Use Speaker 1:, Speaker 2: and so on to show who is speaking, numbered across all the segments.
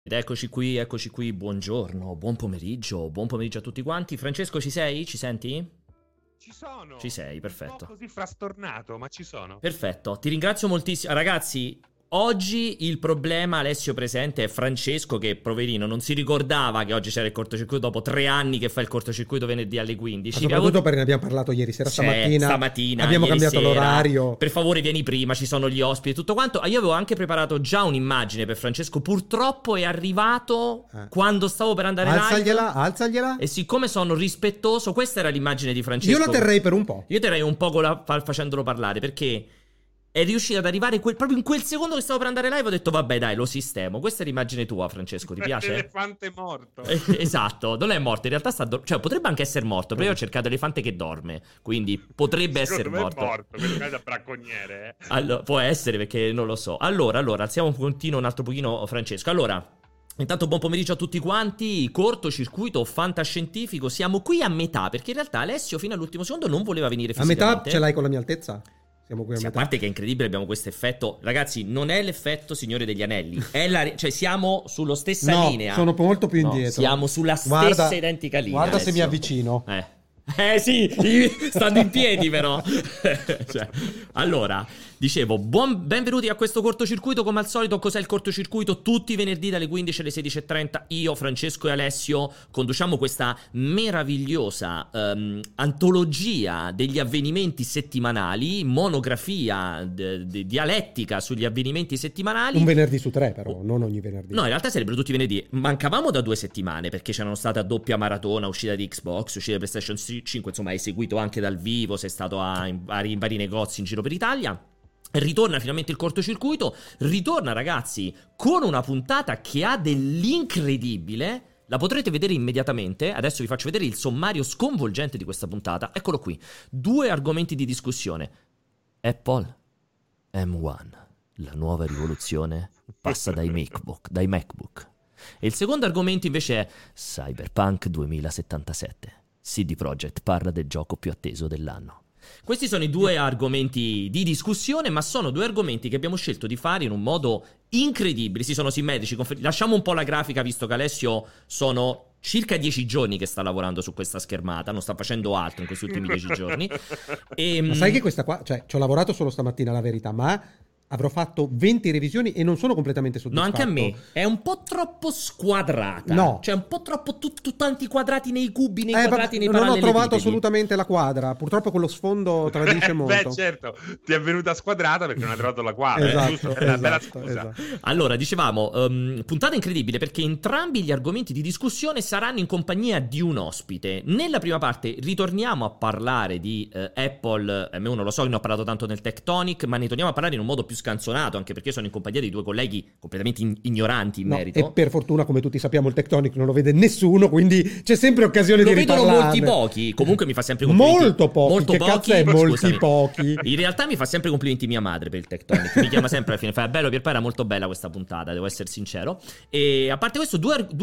Speaker 1: Ed eccoci qui, buongiorno, buon pomeriggio a tutti quanti. Francesco, ci sei? Ci senti?
Speaker 2: Ci sono.
Speaker 1: Ci sei, perfetto.
Speaker 2: Un po' così frastornato, ma ci sono.
Speaker 1: Perfetto, ti ringrazio moltissimo. Ragazzi, oggi il problema, Alessio presente, è Francesco che, poverino, non si ricordava che oggi c'era il cortocircuito dopo 3 anni che fa il cortocircuito venerdì alle 15.
Speaker 3: Ma soprattutto perché ne abbiamo parlato ieri sera, stamattina abbiamo cambiato
Speaker 1: sera.
Speaker 3: l'orario.
Speaker 1: Per favore vieni prima, ci sono gli ospiti e tutto quanto. Io avevo anche preparato già un'immagine per Francesco, purtroppo è arrivato quando stavo per andare live.
Speaker 3: Alzagliela.
Speaker 1: E siccome sono rispettoso, questa era l'immagine di Francesco.
Speaker 3: Io la terrei per un po'.
Speaker 1: Io terrei un po' facendolo parlare, perché è riuscito ad arrivare proprio in quel secondo che stavo per andare live. Ho detto vabbè dai, lo sistemo. Questa è l'immagine tua, Francesco, ti piace?
Speaker 2: L'elefante morto.
Speaker 1: Esatto, non è morto, in realtà cioè potrebbe anche essere morto, però io ho cercato l'elefante che dorme, quindi potrebbe essere morto.
Speaker 2: È morto, perché è da bracconiere.
Speaker 1: Allora, può essere, perché non lo so. Allora, alziamo un altro pochino, Francesco. Allora, intanto buon pomeriggio a tutti quanti. Cortocircuito fantascientifico. Siamo qui a metà, perché in realtà Alessio fino all'ultimo secondo non voleva venire fisicamente.
Speaker 3: A metà ce l'hai con la mia altezza? Siamo qui a
Speaker 1: sì,
Speaker 3: metà.
Speaker 1: A parte che è incredibile, abbiamo questo effetto. Ragazzi, non è l'effetto Signore degli Anelli, è cioè siamo sulla stessa linea.
Speaker 3: Sono molto più indietro.
Speaker 1: No, siamo sulla stessa identica linea.
Speaker 3: Guarda
Speaker 1: Alessio.
Speaker 3: se mi avvicino.
Speaker 1: Sì, stando in piedi però. Cioè, allora, dicevo, benvenuti a questo cortocircuito. Come al solito, cos'è il cortocircuito? Tutti i venerdì dalle 15 alle 16:30 io, Francesco e Alessio conduciamo questa meravigliosa antologia degli avvenimenti settimanali, monografia dialettica sugli avvenimenti settimanali.
Speaker 3: Un venerdì su 3 però, non ogni venerdì.
Speaker 1: No, in realtà sarebbero tutti i venerdì. Mancavamo da 2 settimane perché c'erano state a doppia maratona, uscita di Xbox, uscita di PlayStation 5, insomma hai seguito anche dal vivo, sei stato in vari negozi in giro per Italia. Ritorna finalmente il cortocircuito, ritorna ragazzi con una puntata che ha dell'incredibile. La potrete vedere immediatamente. Adesso vi faccio vedere il sommario sconvolgente di questa puntata. Eccolo qui, 2 argomenti di discussione. Apple M1, la nuova rivoluzione passa dai MacBook. E il secondo argomento invece è Cyberpunk 2077. CD Projekt parla del gioco più atteso dell'anno. Questi sono i 2 argomenti di discussione, ma sono 2 argomenti che abbiamo scelto di fare in un modo incredibile. Sì, sono simmetrici. Lasciamo un po' la grafica, visto che Alessio sono circa 10 giorni che sta lavorando su questa schermata, non sta facendo altro in questi ultimi 10 giorni.
Speaker 3: Ma sai che questa qua, cioè ci ho lavorato solo stamattina, la verità, ma avrò fatto 20 revisioni e non sono completamente soddisfatto.
Speaker 1: No, anche a me. È un po' troppo squadrata.
Speaker 3: No.
Speaker 1: Cioè un po' troppo tanti quadrati nei cubi, nei quadrati, nei parallelepipedi.
Speaker 3: Non ho trovato assolutamente la quadra. Purtroppo quello sfondo tradisce molto.
Speaker 2: Beh, certo, ti è venuta squadrata perché non hai trovato la quadra.
Speaker 3: Esatto,
Speaker 2: È una bella scusa.
Speaker 1: Allora, dicevamo, puntata incredibile perché entrambi gli argomenti di discussione saranno in compagnia di un ospite. Nella prima parte ritorniamo a parlare di Apple M1. Lo so che ne ho parlato tanto nel Tectonic, ma ne torniamo a parlare in un modo più scanzonato, anche perché sono in compagnia di 2 colleghi completamente ignoranti in merito.
Speaker 3: E per fortuna, come tutti sappiamo, il Tectonic non lo vede nessuno, quindi c'è sempre occasione di riparlarne.
Speaker 1: Lo vedono molti pochi, comunque mi fa sempre complimenti.
Speaker 3: Molto pochi, cazzo è molti pochi?
Speaker 1: In realtà mi fa sempre complimenti mia madre per il Tectonic, mi chiama sempre alla fine, fa bello Pierpa, era molto bella questa puntata, devo essere sincero. E a parte questo,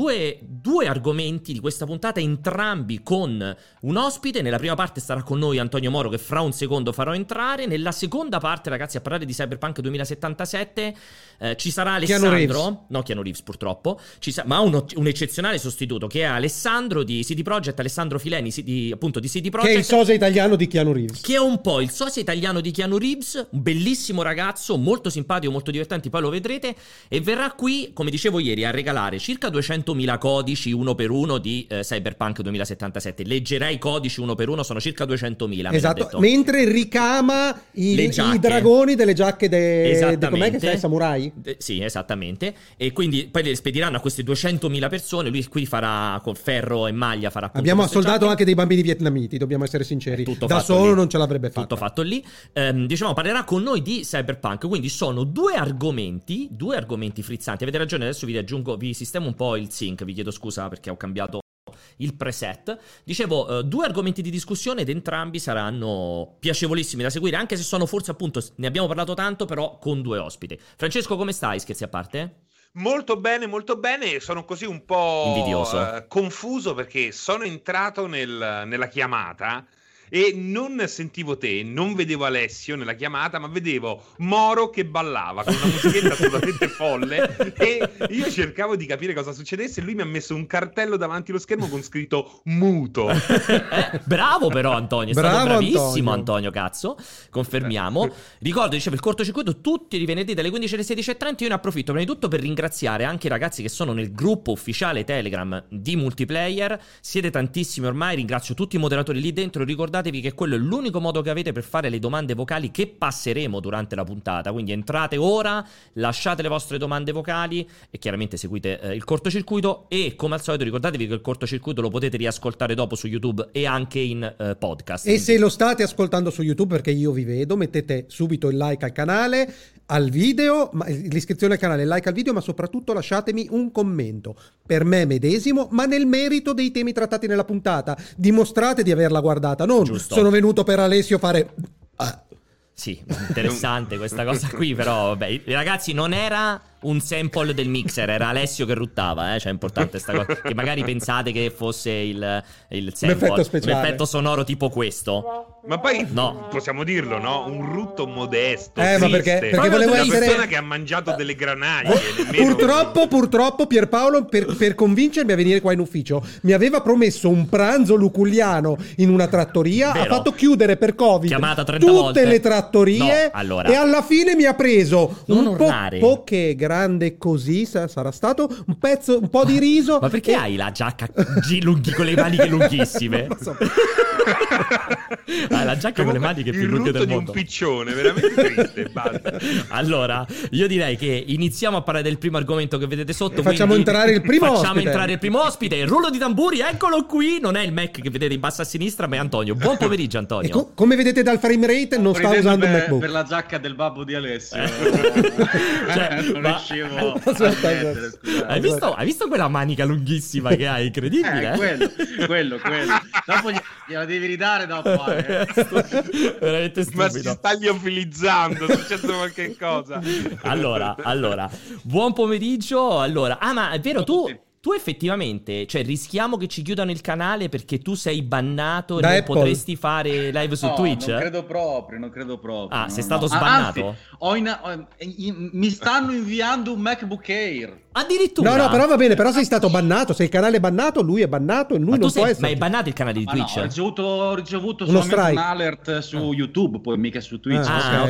Speaker 1: due argomenti di questa puntata, entrambi con un ospite. Nella prima parte sarà con noi Antonio Moro, che fra un secondo farò entrare. Nella seconda parte, ragazzi, a parlare di Cyberpunk 2077 ci sarà Alessandro, no Keanu Reeves purtroppo, ma un eccezionale sostituto, che è Alessandro di CD Projekt, Alessandro Fileni appunto di CD Projekt,
Speaker 3: che è il sosia italiano di Keanu Reeves,
Speaker 1: che è un po' il sosia italiano di Keanu Reeves, un bellissimo ragazzo, molto simpatico, molto divertente, poi lo vedrete, e verrà qui, come dicevo ieri, a regalare circa 200.000 codici uno per uno di Cyberpunk 2077. Leggerei i codici uno per uno, sono circa 200.000.
Speaker 3: Esatto, mentre ricama i dragoni delle giacche com'è che sei, samurai?
Speaker 1: Sì, esattamente. E quindi poi le spediranno a queste 200.000 persone. Lui qui farà con ferro e maglia, farà appunto.
Speaker 3: Abbiamo assoldato anche dei bambini vietnamiti, dobbiamo essere sinceri. Da solo non ce l'avrebbe fatto.
Speaker 1: Tutto fatto lì. Diciamo, parlerà con noi di Cyberpunk. Quindi sono 2 argomenti frizzanti. Avete ragione, adesso vi sistemo un po' il sync. Vi chiedo scusa perché ho cambiato il preset. Dicevo, 2 argomenti di discussione ed entrambi saranno piacevolissimi da seguire, anche se sono forse, appunto, ne abbiamo parlato tanto, però con 2 ospiti. Francesco, come stai? Scherzi a parte?
Speaker 2: Molto bene, sono così un po'
Speaker 1: invidioso,
Speaker 2: confuso perché sono entrato nella chiamata e non sentivo te, non vedevo Alessio nella chiamata, ma vedevo Moro che ballava con una musichetta assolutamente folle e io cercavo di capire cosa succedesse e lui mi ha messo un cartello davanti allo schermo con scritto muto.
Speaker 1: Bravo però Antonio, è
Speaker 3: Bravo,
Speaker 1: stato bravissimo Antonio, cazzo, confermiamo. Ricordo, diceva il cortocircuito tutti i venerdì dalle 15 alle 16:30. Io ne approfitto prima di tutto per ringraziare anche i ragazzi che sono nel gruppo ufficiale Telegram di Multiplayer. Siete tantissimi ormai, ringrazio tutti i moderatori lì dentro. Ricordatevi che quello è l'unico modo che avete per fare le domande vocali che passeremo durante la puntata, quindi entrate ora, lasciate le vostre domande vocali e chiaramente seguite il cortocircuito. E come al solito ricordatevi che il cortocircuito lo potete riascoltare dopo su YouTube e anche in podcast.
Speaker 3: E se lo state ascoltando su YouTube, perché io vi vedo, mettete subito il like al canale, al video, l'iscrizione al canale, il like al video, ma soprattutto lasciatemi un commento per me medesimo, ma nel merito dei temi trattati nella puntata. Dimostrate di averla guardata, non
Speaker 1: Giusto.
Speaker 3: Sono venuto per Alessio fare...
Speaker 1: Sì, interessante questa cosa qui, però vabbè, ragazzi, non era un sample del mixer, era Alessio che ruttava, cioè è importante sta cosa, che magari pensate che fosse il sample,
Speaker 3: effetto speciale,
Speaker 1: un effetto sonoro tipo questo.
Speaker 2: Ma poi
Speaker 1: no,
Speaker 2: possiamo dirlo, no? Un rutto modesto,
Speaker 3: ma perché volevo
Speaker 2: una
Speaker 3: essere...
Speaker 2: persona che ha mangiato delle granaglie.
Speaker 3: Purtroppo Pierpaolo per convincermi a venire qua in ufficio mi aveva promesso un pranzo luculliano in una trattoria.
Speaker 1: Vero.
Speaker 3: Ha fatto chiudere per Covid
Speaker 1: chiamata 30
Speaker 3: tutte
Speaker 1: volte
Speaker 3: le trattorie,
Speaker 1: no, allora.
Speaker 3: E alla fine mi ha preso
Speaker 1: non
Speaker 3: un po' che grande così sarà stato un po' di riso.
Speaker 1: Ma perché hai la giacca con le maniche lunghissime?
Speaker 3: Non lo so.
Speaker 1: La giacca con le maniche più lunghe del mondo.
Speaker 2: Di un piccione, veramente triste. Basta.
Speaker 1: Allora, io direi che iniziamo a parlare del primo argomento che vedete sotto.
Speaker 3: Facciamo entrare il primo ospite.
Speaker 1: Il rullo di tamburi, eccolo qui. Non è il Mac che vedete in basso a sinistra, ma è Antonio. Buon pomeriggio, Antonio.
Speaker 3: E come vedete dal frame rate non sta usando un MacBook.
Speaker 4: Per la giacca del babbo di Alessio.
Speaker 1: Non
Speaker 4: riuscivo
Speaker 1: Hai visto quella manica lunghissima che hai? Incredibile.
Speaker 4: Quello. Dopo gliela devi ridare dopo.
Speaker 1: Veramente stupido.
Speaker 2: Ma si sta liofilizzando, è successo qualche cosa.
Speaker 1: Allora, buon pomeriggio. Allora, ma è vero, tu effettivamente, cioè rischiamo che ci chiudano il canale perché tu sei bannato e non potresti fare live su Twitch?
Speaker 4: Non credo proprio.
Speaker 1: Ah, sei stato sbannato?
Speaker 4: Anzi, mi stanno inviando un MacBook Air.
Speaker 1: Addirittura?
Speaker 3: No, però va bene, però sei stato bannato, se il canale è bannato, lui è bannato e lui non può essere.
Speaker 1: Ma è bannato il canale di Twitch?
Speaker 4: No, ho ricevuto
Speaker 3: uno
Speaker 4: solamente un alert su YouTube, poi mica su Twitch.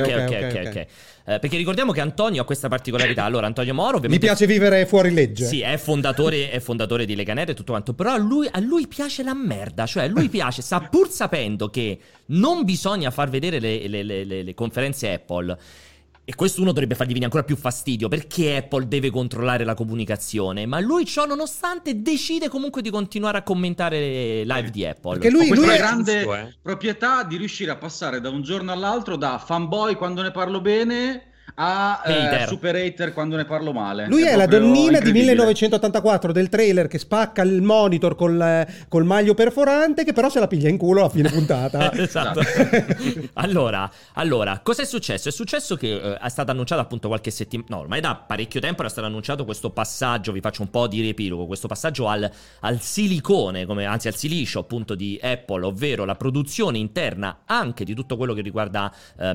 Speaker 1: Ok. Perché ricordiamo che Antonio ha questa particolarità. Allora, Antonio Moro
Speaker 3: Mi
Speaker 1: ovviamente
Speaker 3: piace vivere fuori legge.
Speaker 1: Sì, è fondatore di Lega Nerd e tutto quanto. Però a lui piace la merda. Cioè, a lui piace, pur sapendo che non bisogna far vedere le conferenze Apple. E questo uno dovrebbe fargli venire ancora più fastidio, perché Apple deve controllare la comunicazione, ma lui ciò nonostante decide comunque di continuare a commentare le live di Apple.
Speaker 4: Perché lui ha la grande proprietà di riuscire a passare da un giorno all'altro da fanboy quando ne parlo bene a super hater quando ne parlo male.
Speaker 3: Lui è la donnina di 1984 del trailer che spacca il monitor col maglio perforante, che però se la piglia in culo a fine puntata.
Speaker 1: Esatto. allora, cosa è successo? È successo che è stato annunciato appunto qualche settimana, no, ormai da parecchio tempo era stato annunciato questo passaggio, vi faccio un po' di riepilogo, questo passaggio al silicone, anzi al silicio appunto di Apple, ovvero la produzione interna anche di tutto quello che riguarda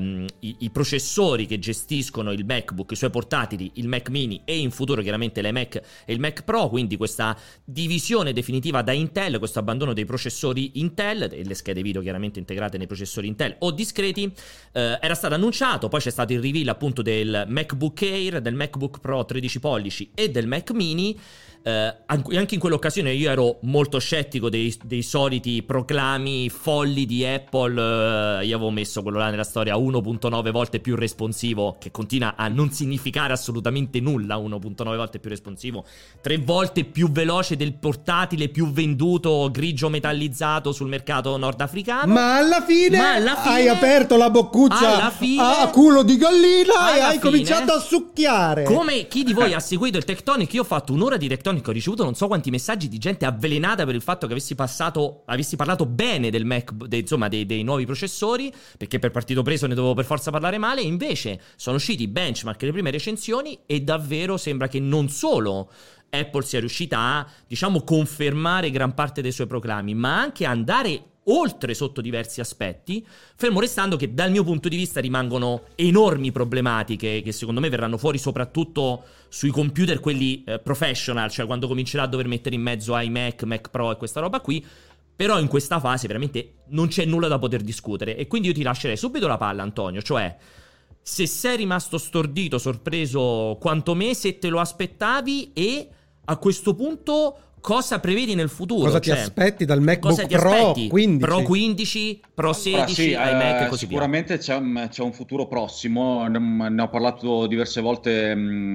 Speaker 1: i processori che gestiscono il MacBook, i suoi portatili, il Mac mini e in futuro chiaramente l'iMac e il Mac Pro, quindi questa divisione definitiva da Intel, questo abbandono dei processori Intel e le schede video chiaramente integrate nei processori Intel o discreti, era stato annunciato, poi c'è stato il reveal appunto del MacBook Air, del MacBook Pro 13 pollici e del Mac mini. Anche in quell'occasione io ero molto scettico dei soliti proclami folli di Apple. Io avevo messo quello là nella storia 1.9 volte più responsivo, che continua a non significare assolutamente nulla. 1.9 volte più responsivo, 3 volte più veloce del portatile più venduto grigio metallizzato sul mercato nordafricano.
Speaker 3: Ma alla fine hai aperto la boccuccia a culo di gallina e hai cominciato a succhiare.
Speaker 1: Come chi di voi ha seguito il Tectonic, io ho fatto un'ora di Tectonic, ho ricevuto non so quanti messaggi di gente avvelenata per il fatto che avessi parlato bene del Mac, dei nuovi processori, perché per partito preso ne dovevo per forza parlare male. Invece sono usciti i benchmark, le prime recensioni, e davvero sembra che non solo Apple sia riuscita a, diciamo, confermare gran parte dei suoi proclami, ma anche andare oltre sotto diversi aspetti, fermo restando che dal mio punto di vista rimangono enormi problematiche che secondo me verranno fuori soprattutto sui computer, quelli professional, cioè quando comincerà a dover mettere in mezzo iMac, Mac Pro e questa roba qui. Però in questa fase veramente non c'è nulla da poter discutere, e quindi io ti lascerei subito la palla, Antonio, cioè se sei rimasto stordito, sorpreso quanto me, se te lo aspettavi, e a questo punto cosa prevedi nel futuro?
Speaker 3: Cosa ti aspetti dal MacBook Pro 15?
Speaker 1: Pro 15 Pro 16,
Speaker 4: sì,
Speaker 1: iMac e così
Speaker 4: sicuramente via. C'è un futuro prossimo, ne ho parlato diverse volte,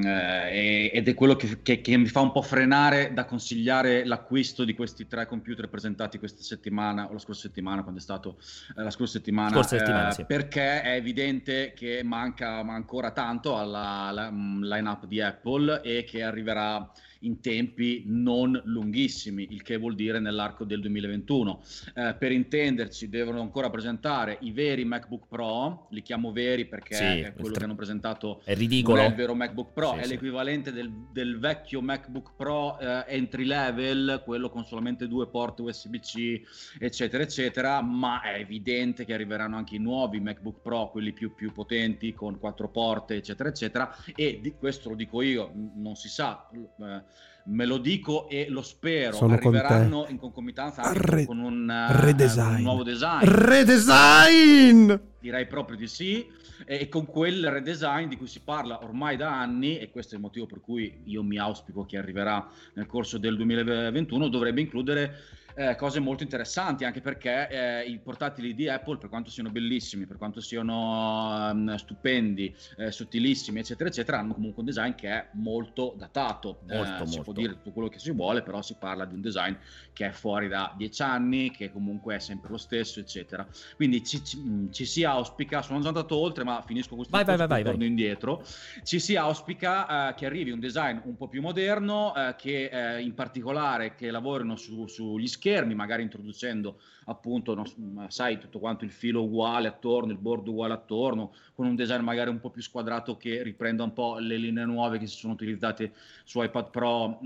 Speaker 4: ed è quello che mi fa un po' frenare da consigliare l'acquisto di questi 3 computer presentati questa settimana, o la scorsa settimana, quando è stato la scorsa settimana,
Speaker 1: sì.
Speaker 4: Perché è evidente che manca ancora tanto alla line-up di Apple, e che arriverà in tempi non lunghissimi, il che vuol dire nell'arco del 2021. Per intenderci, devono ancora presentare i veri MacBook Pro, li chiamo veri perché è quello che hanno presentato
Speaker 1: è ridicolo.
Speaker 4: Non è il vero MacBook Pro, è l'equivalente del vecchio MacBook Pro entry level, quello con solamente 2 porte USB-C, eccetera eccetera, ma è evidente che arriveranno anche i nuovi MacBook Pro, quelli più potenti, con 4 porte, eccetera eccetera, e di questo lo dico io, non si sa, me lo dico e lo spero.
Speaker 3: Sono
Speaker 4: arriveranno in concomitanza anche con un nuovo design.
Speaker 3: Redesign!
Speaker 4: Direi proprio di sì, e con quel redesign di cui si parla ormai da anni, e questo è il motivo per cui io mi auspico che arriverà nel corso del 2021, dovrebbe includere cose molto interessanti, anche perché i portatili di Apple, per quanto siano bellissimi, per quanto siano stupendi, sottilissimi, eccetera eccetera, hanno comunque un design che è molto datato. Si può dire tutto quello che si vuole, però si parla di un design che è fuori da 10 anni, che comunque è sempre lo stesso, eccetera. Quindi ci si auspica, sono già andato oltre, ma finisco questo discorso, torno indietro. Ci si auspica che arrivi un design un po' più moderno, che in particolare che lavorino sugli schermi, magari introducendo appunto sai, tutto quanto il filo uguale attorno, il board uguale attorno, con un design magari un po' più squadrato che riprenda un po' le linee nuove che si sono utilizzate su iPad Pro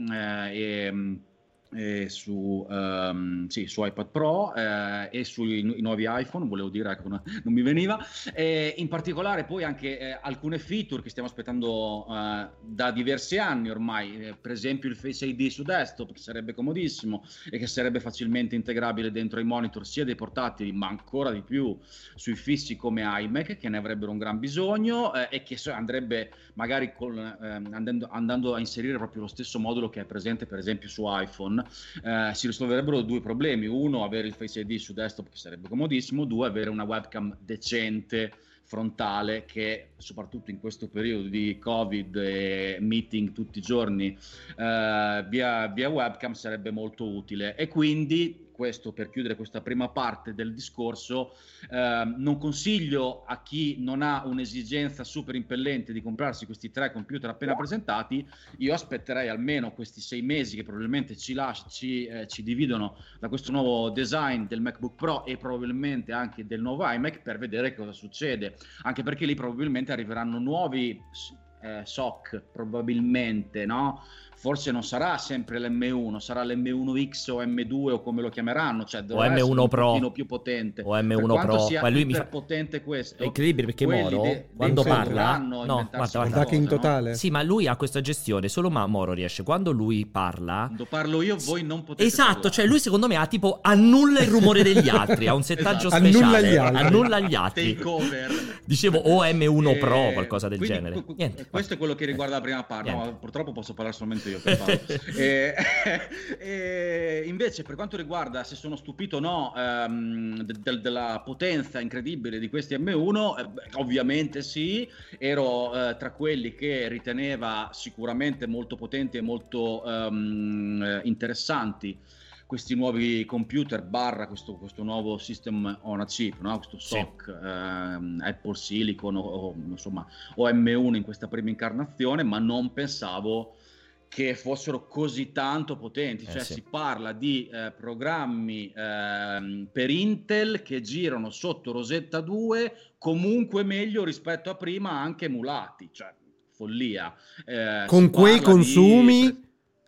Speaker 4: su iPad Pro e sui nuovi iPhone, volevo dire, ecco, non mi veniva, in particolare poi anche alcune feature che stiamo aspettando da diversi anni ormai, per esempio il Face ID su desktop, che sarebbe comodissimo e che sarebbe facilmente integrabile dentro i monitor sia dei portatili, ma ancora di più sui fissi come iMac, che ne avrebbero un gran bisogno, e che andrebbe magari andando a inserire proprio lo stesso modulo che è presente per esempio su iPhone. Si risolverebbero 2 problemi: uno, avere il Face ID su desktop, che sarebbe comodissimo; 2, avere una webcam decente frontale, che soprattutto in questo periodo di Covid e meeting tutti i giorni via webcam sarebbe molto utile. E quindi questo, per chiudere questa prima parte del discorso, non consiglio a chi non ha un'esigenza super impellente di comprarsi questi 3 computer appena presentati. Io aspetterei almeno questi 6 mesi che probabilmente ci dividono da questo nuovo design del MacBook Pro e probabilmente anche del nuovo iMac, per vedere cosa succede, anche perché lì probabilmente arriveranno nuovi SoC, probabilmente, no? Forse non sarà sempre l'M1, sarà l'M1X o M2 o come lo chiameranno, cioè dovrà essere un pochino più potente.
Speaker 1: O M1 Pro.
Speaker 4: Sia lui potente questo.
Speaker 1: È incredibile perché Moro, quando parla...
Speaker 3: No, guarda che in totale.
Speaker 1: No? Sì, ma lui ha questa gestione, solo Moro riesce. Quando lui parla...
Speaker 4: Quando parlo io, voi non potete
Speaker 1: Esatto,
Speaker 4: parlare.
Speaker 1: Cioè lui secondo me ha tipo annulla il rumore degli altri, ha un settaggio speciale. Annulla gli altri.
Speaker 4: Takeover.
Speaker 1: Dicevo o M1 Pro, qualcosa del genere. Niente.
Speaker 4: Questo è quello che riguarda la prima parte, no, purtroppo posso parlare solamente io. Invece, per quanto riguarda se sono stupito o no della potenza incredibile di questi M1, ovviamente sì, ero tra quelli che riteneva sicuramente molto potenti e molto interessanti questi nuovi computer questo nuovo system on a chip, no? Questo SoC, Apple Silicon o M1 in questa prima incarnazione, ma non pensavo che fossero così tanto potenti. Cioè si parla di programmi per Intel che girano sotto Rosetta 2 comunque meglio rispetto a prima, anche emulati, cioè follia.
Speaker 3: Con quei consumi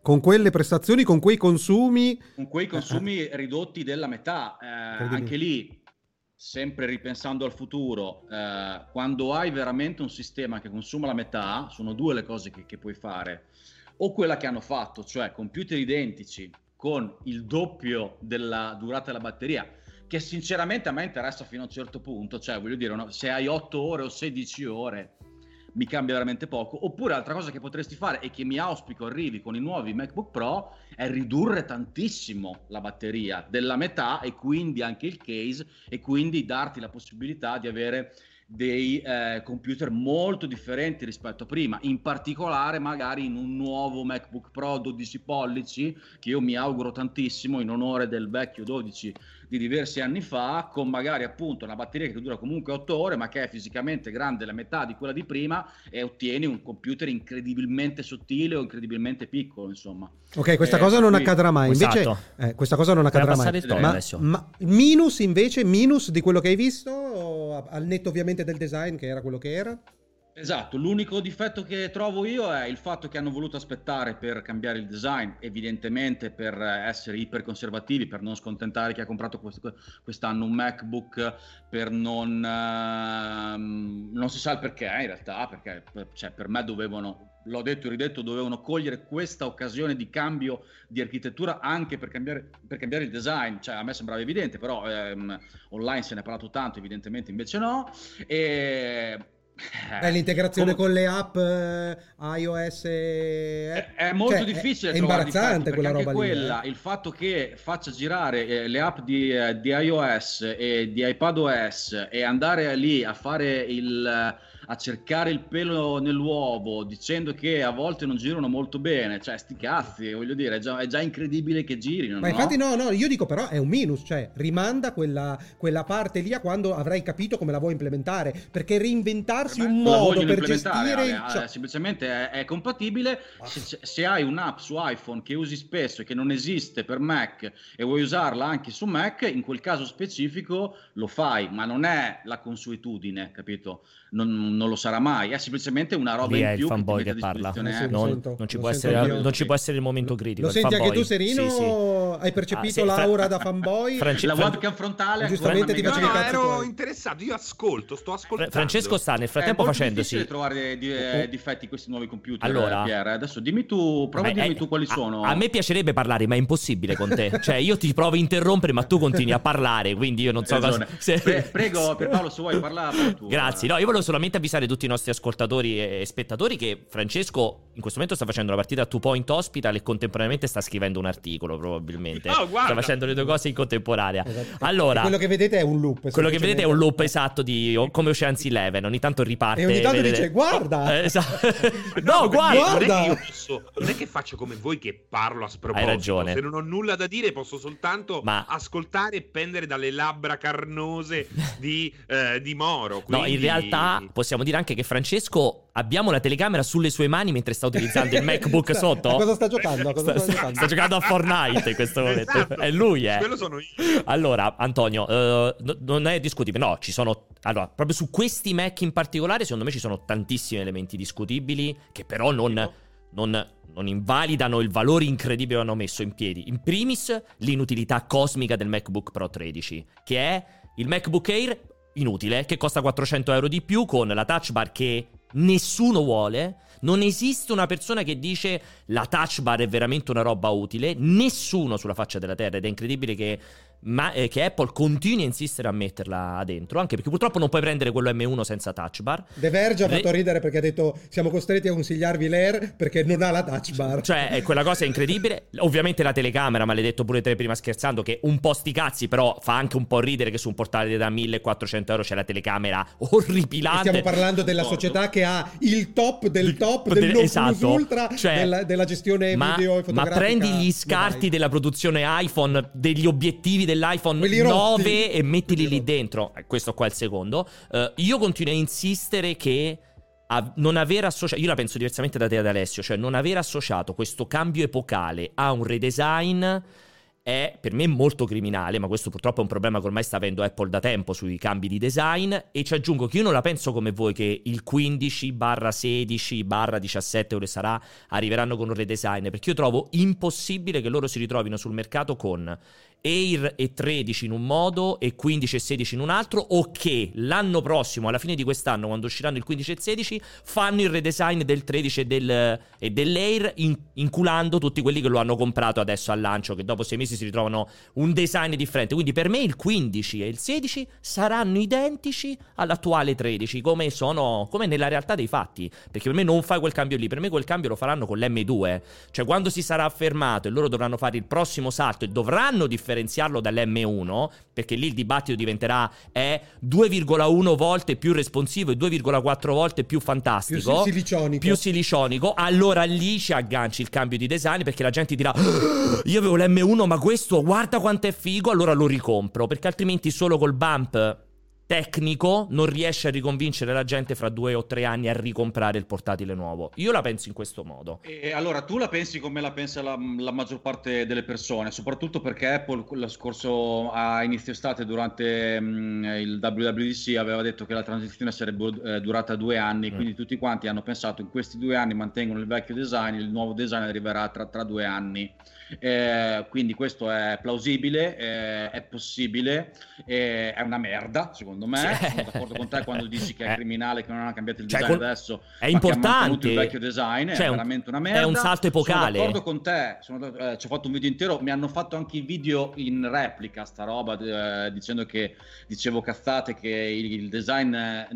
Speaker 3: con quelle prestazioni, con quei consumi
Speaker 4: ridotti della metà, anche lì sempre ripensando al futuro, quando hai veramente un sistema che consuma la metà, sono due le cose che puoi fare, o quella che hanno fatto, cioè computer identici con il doppio della durata della batteria, che sinceramente a me interessa fino a un certo punto, cioè voglio dire, se hai 8 ore o 16 ore mi cambia veramente poco. Oppure altra cosa che potresti fare e che mi auspico arrivi con i nuovi MacBook Pro è ridurre tantissimo la batteria della metà e quindi anche il case, e quindi darti la possibilità di avere dei computer molto differenti rispetto a prima, in particolare magari in un nuovo MacBook Pro 12 pollici che io mi auguro tantissimo in onore del vecchio 12 di diversi anni fa, con magari appunto una batteria che dura comunque 8 ore ma che è fisicamente grande la metà di quella di prima, e ottieni un computer incredibilmente sottile o incredibilmente piccolo, insomma.
Speaker 3: Ok, questa cosa non accadrà mai. Invece
Speaker 1: esatto.
Speaker 3: questa cosa non accadrà mai. Ma minus di quello che hai visto, al netto ovviamente del design che era quello che era?
Speaker 4: Esatto, l'unico difetto che trovo io è il fatto che hanno voluto aspettare per cambiare il design, evidentemente per essere iperconservativi, per non scontentare chi ha comprato quest'anno un MacBook, per non si sa il perché in realtà, perché cioè, per me l'ho detto e ridetto, dovevano cogliere questa occasione di cambio di architettura anche per cambiare il design, cioè a me sembrava evidente, però online se ne è parlato tanto, evidentemente invece no,
Speaker 3: l'integrazione con le app iOS
Speaker 4: è molto difficile,
Speaker 3: è imbarazzante quella roba lì.
Speaker 4: Il fatto che faccia girare le app di iOS e di iPadOS e andare lì a fare a cercare il pelo nell'uovo dicendo che a volte non girano molto bene, cioè sti cazzi, voglio dire, è già incredibile che girino.
Speaker 3: Ma infatti no, io dico però è un minus, cioè rimanda quella parte lì a quando avrai capito come la vuoi implementare, perché reinventarsi un modo per gestire
Speaker 4: semplicemente è compatibile. Se hai un'app su iPhone che usi spesso e che non esiste per Mac e vuoi usarla anche su Mac, in quel caso specifico lo fai, ma non è la consuetudine, capito? Non lo sarà mai, è semplicemente una roba in più.
Speaker 1: È il fanboy che parla, non ci può essere il momento critico.
Speaker 3: Lo senti anche tu, Serino? Sì. Hai percepito l'aura da fanboy?
Speaker 4: La webcam frontale,
Speaker 3: giustamente ti facevi cazzo.
Speaker 2: Ero interessato, io sto ascoltando.
Speaker 1: Francesco sta nel frattempo facendosi.
Speaker 4: È difficile trovare difetti in questi nuovi computer.
Speaker 1: Allora,
Speaker 4: Pierre, adesso dimmi tu, dimmi tu quali sono.
Speaker 1: A me piacerebbe parlare, ma è impossibile con te. Cioè io ti provo a interrompere, ma tu continui a parlare, quindi io non so cosa.
Speaker 4: Prego, Pierpaolo, se vuoi parlare tu.
Speaker 1: Grazie. No, io volevo solamente avvisare tutti i nostri ascoltatori e spettatori che Francesco in questo momento sta facendo una partita a 2 Point Hospital e contemporaneamente sta scrivendo un articolo, probabilmente.
Speaker 2: Oh,
Speaker 1: sta facendo le due cose in contemporanea. Esatto. Allora,
Speaker 3: quello che vedete è un loop.
Speaker 1: Quello che vedete è un loop esatto di come Ocean's 11. Ogni tanto riparte
Speaker 3: e ogni tanto dice guarda.
Speaker 1: Esatto. No, guarda.
Speaker 2: Non è che faccio come voi che parlo a sproposito.
Speaker 1: Hai ragione.
Speaker 2: Se non ho nulla da dire posso soltanto ascoltare e pendere dalle labbra carnose di Moro. Quindi...
Speaker 1: No, in realtà possiamo dire anche che Francesco abbiamo la telecamera sulle sue mani mentre sta utilizzando il MacBook sotto.
Speaker 3: A cosa sta giocando?
Speaker 1: Sta giocando a Fortnite in questo momento.
Speaker 2: Esatto.
Speaker 1: È lui,
Speaker 2: Quello sono io.
Speaker 1: Allora, Antonio, non è discutibile. No, ci sono... Allora, proprio su questi Mac in particolare, secondo me ci sono tantissimi elementi discutibili che però non invalidano il valore incredibile che hanno messo in piedi. In primis, l'inutilità cosmica del MacBook Pro 13, che è il MacBook Air inutile, che costa 400 euro di più, con la touch bar che nessuno vuole. Non esiste una persona che dice la touch bar è veramente una roba utile, nessuno sulla faccia della terra, ed è incredibile che Apple continui a insistere a metterla dentro, anche perché purtroppo non puoi prendere quello M1 senza touch bar.
Speaker 3: The Verge ha fatto ridere perché ha detto siamo costretti a consigliarvi l'Air perché non ha la touch bar.
Speaker 1: Cioè quella cosa è incredibile. Ovviamente la telecamera, ma l'hai detto pure te prima scherzando, che un po' sti cazzi, però fa anche un po' ridere che su un portatile da 1400 euro c'è la telecamera orripilante.
Speaker 3: Stiamo parlando della società che ha il top del top del non plus ultra, cioè, della gestione video e fotografica.
Speaker 1: Ma prendi gli scarti della produzione iPhone, degli obiettivi dell'iPhone 9 e mettili lì dentro. Questo qua è il secondo. Io continuo a insistere che non aver associato, io la penso diversamente da te ed Alessio, cioè non aver associato questo cambio epocale a un redesign è per me molto criminale, ma questo purtroppo è un problema che ormai sta avendo Apple da tempo sui cambi di design, e ci aggiungo che io non la penso come voi che il 15/16/17 ore sarà arriveranno con un redesign, perché io trovo impossibile che loro si ritrovino sul mercato con Air e 13 in un modo e 15 e 16 in un altro, o che l'anno prossimo, alla fine di quest'anno, quando usciranno il 15 e 16, fanno il redesign del 13 e dell'Air, inculando tutti quelli che lo hanno comprato adesso al lancio, che dopo 6 mesi si ritrovano un design differente. Quindi per me il 15 e il 16 saranno identici all'attuale 13, come nella realtà dei fatti, perché per me non fai quel cambio lì, per me quel cambio lo faranno con l'M2, cioè quando si sarà affermato e loro dovranno fare il prossimo salto e dovranno differenziarlo dall'M1, perché lì il dibattito diventerà 2,1 volte più responsivo e 2,4 volte più fantastico, più silicionico, allora lì ci agganci il cambio di design, perché la gente dirà io avevo l'M1 ma questo guarda quanto è figo, allora lo ricompro, perché altrimenti solo col bump tecnico non riesce a riconvincere la gente fra 2 o 3 anni a ricomprare il portatile nuovo. Io la penso in questo modo.
Speaker 4: E allora tu la pensi come la pensa la maggior parte delle persone, soprattutto perché Apple lo scorso a inizio estate durante il WWDC aveva detto che la transizione sarebbe durata 2 anni, quindi tutti quanti hanno pensato in questi 2 anni mantengono il vecchio design, il nuovo design arriverà tra 2 anni. Quindi questo è plausibile, è possibile, è una merda secondo me. Sono d'accordo con te quando dici che è criminale che non ha cambiato il design adesso,
Speaker 1: è importante,
Speaker 4: il vecchio design, è veramente una merda,
Speaker 1: è un salto epocale.
Speaker 4: Sono d'accordo con te, ci ho fatto un video intero, mi hanno fatto anche il video in replica sta roba, dicendo che dicevo cazzate, che il design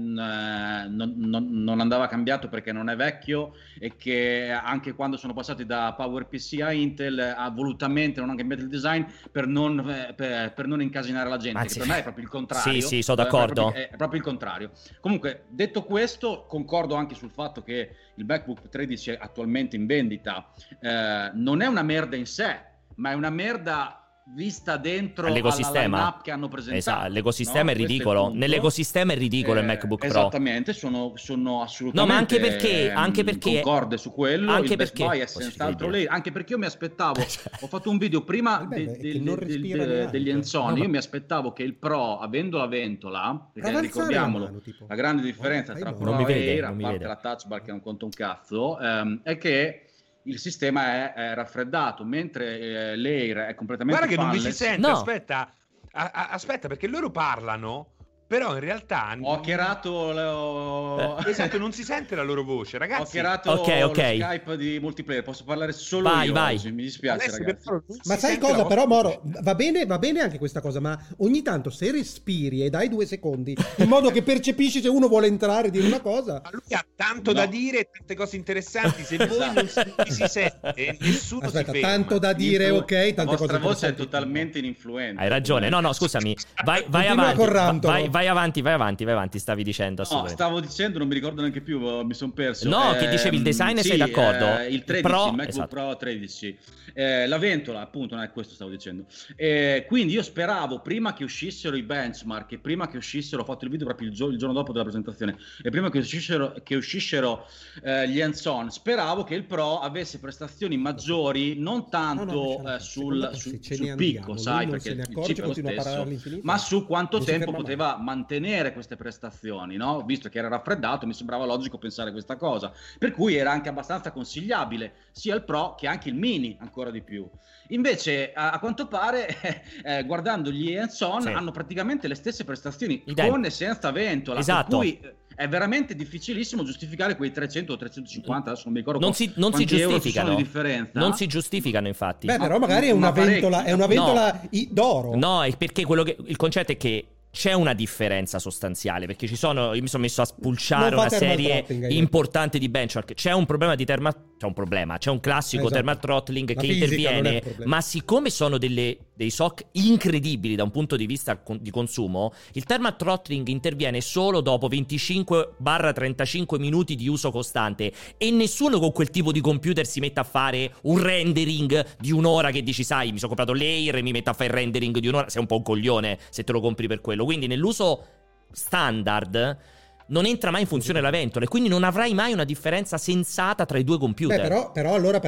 Speaker 4: non andava cambiato perché non è vecchio, e che anche quando sono passati da PowerPC a Intel volutamente non hanno cambiato il design per non incasinare la gente. Anzi, che per me è proprio il contrario.
Speaker 1: Sì, sono d'accordo.
Speaker 4: È proprio il contrario. Comunque, detto questo, concordo anche sul fatto che il MacBook 13 attualmente in vendita non è una merda in sé, ma è una merda vista dentro
Speaker 1: all'ecosistema,
Speaker 4: alla line-up che hanno presentato.
Speaker 1: Esatto, l'ecosistema è ridicolo. Nell'ecosistema è ridicolo il MacBook Pro.
Speaker 4: Esattamente, sono assolutamente
Speaker 1: no, ma anche perché
Speaker 4: concorde su quello.
Speaker 1: Anche
Speaker 4: il Best Buy è senz'altro lei, anche perché io mi aspettavo, ho fatto un video prima degli Enzone, io mi aspettavo che il Pro, avendo la ventola, perché ricordiamolo, la grande differenza tra Pro e Air, a parte la touch bar che non conta un cazzo, è che il sistema è raffreddato, mentre l'Air è completamente
Speaker 2: guarda che non vi si sente.
Speaker 1: No.
Speaker 2: Aspetta, perché loro parlano, però in realtà
Speaker 4: ho hackerato
Speaker 2: esatto, non si sente la loro voce, ragazzi.
Speaker 4: Ho hackerato lo Skype di multiplayer, posso parlare solo io oggi, mi dispiace ragazzi.
Speaker 3: Ma sai cosa però, Moro, va bene anche questa cosa, ma ogni tanto se respiri e dai 2 secondi in modo che percepisci se uno vuole entrare e dire una cosa.
Speaker 2: Ma lui ha tanto da dire, tante cose interessanti, se voi non si sente, nessuno
Speaker 3: aspetta,
Speaker 2: si ferma.
Speaker 3: tanto da dire, ok, tante
Speaker 4: la vostra
Speaker 3: cose
Speaker 4: voce è totalmente ininfluente.
Speaker 1: Hai ragione. No, scusami. Vai avanti, stavi dicendo.
Speaker 4: No, stavo dicendo, non mi ricordo neanche più, mi sono perso.
Speaker 1: No, che dicevi il design e sei d'accordo.
Speaker 4: Il 13,
Speaker 1: Pro,
Speaker 4: il MacBook Pro 13. La ventola, appunto, non è questo stavo dicendo. Quindi io speravo, prima che uscissero i benchmark, e prima che uscissero, ho fatto il video proprio il giorno dopo della presentazione, e prima che uscissero gli hands-on, speravo che il Pro avesse prestazioni maggiori, non tanto sul picco, sai, perché il chip è lo stesso, ma su quanto tempo poteva mantenere queste prestazioni, no? Visto che era raffreddato, mi sembrava logico pensare questa cosa, per cui era anche abbastanza consigliabile sia il Pro che anche il Mini, ancora di più. Invece a quanto pare guardando gli hands-on hanno praticamente le stesse prestazioni con e senza ventola,
Speaker 1: esatto.
Speaker 4: Per cui è veramente difficilissile giustificare quei 300 o 350, adesso non mi ricordo
Speaker 1: non si giustificano
Speaker 4: di differenza.
Speaker 1: Non si giustificano, infatti.
Speaker 3: Beh, però magari è una ventola d'oro.
Speaker 1: No, è perché il concetto è che c'è una differenza sostanziale, perché io mi sono messo a spulciare una serie importante di benchmark. C'è un problema di c'è un classico thermal throttling che interviene, ma siccome sono dei SoC incredibili da un punto di vista di consumo, il thermal throttling interviene solo dopo 25-35 minuti di uso costante, e nessuno con quel tipo di computer si mette a fare un rendering di un'ora che dici, sai, mi sono comprato l'Air e mi metto a fare il rendering di un'ora. Sei un po' un coglione se te lo compri per quello. Quindi nell'uso standard non entra mai in funzione la ventola, e quindi non avrai mai una differenza sensata tra i due computer.
Speaker 3: Beh, però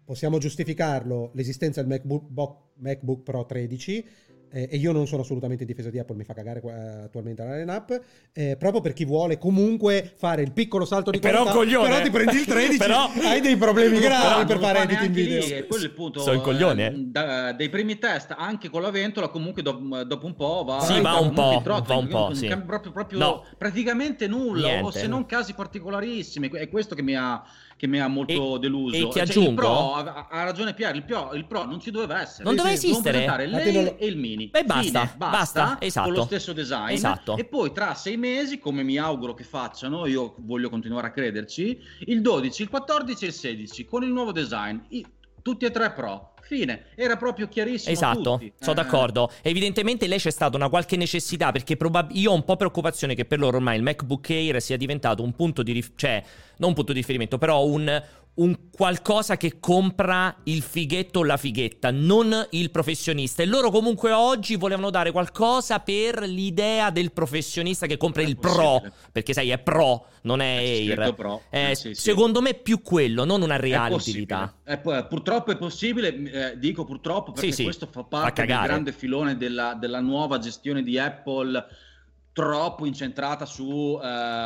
Speaker 3: possiamo giustificarlo l'esistenza del MacBook Pro 13, e io non sono assolutamente in difesa di Apple, mi fa cagare attualmente la line-up, proprio per chi vuole comunque fare il piccolo salto di qualità. Però ti prendi il 13, però hai dei problemi gravi per fare editing video.
Speaker 4: Quello è il punto.
Speaker 1: Sono il coglione.
Speaker 4: Dei primi test, anche con la ventola, comunque dopo un po' va.
Speaker 1: Sì, va un po', sì.
Speaker 4: Proprio
Speaker 1: no,
Speaker 4: praticamente nulla,
Speaker 1: niente.
Speaker 4: O se non casi particolarissimi. È questo che mi ha molto deluso.
Speaker 1: E ti aggiungo,
Speaker 4: il Pro, ha ragione Pier, il Pro non ci doveva essere.
Speaker 1: Non doveva esistere.
Speaker 4: Lei e il Mini.
Speaker 1: E basta, esatto.
Speaker 4: Con lo stesso design.
Speaker 1: Esatto.
Speaker 4: E poi tra 6 mesi, come mi auguro che facciano, io voglio continuare a crederci, il 12, il 14 e il 16 con il nuovo design, tutti e tre Pro. Fine, era proprio chiarissimo.
Speaker 1: Esatto,
Speaker 4: tutti.
Speaker 1: sono d'accordo. Evidentemente lei c'è stata una qualche necessità, perché io ho un po' preoccupazione che per loro ormai il MacBook Air sia diventato un punto di cioè non un punto di riferimento, però un qualcosa che compra il fighetto o la fighetta, non il professionista. E loro comunque oggi volevano dare qualcosa per l'idea del professionista che compra il Pro, perché sai è Pro, non è Air.
Speaker 4: Pro. Sì.
Speaker 1: Secondo me è più quello, non una reale utilità.
Speaker 4: Purtroppo è possibile, dico purtroppo perché questo fa parte del grande filone della nuova gestione di Apple, troppo incentrata su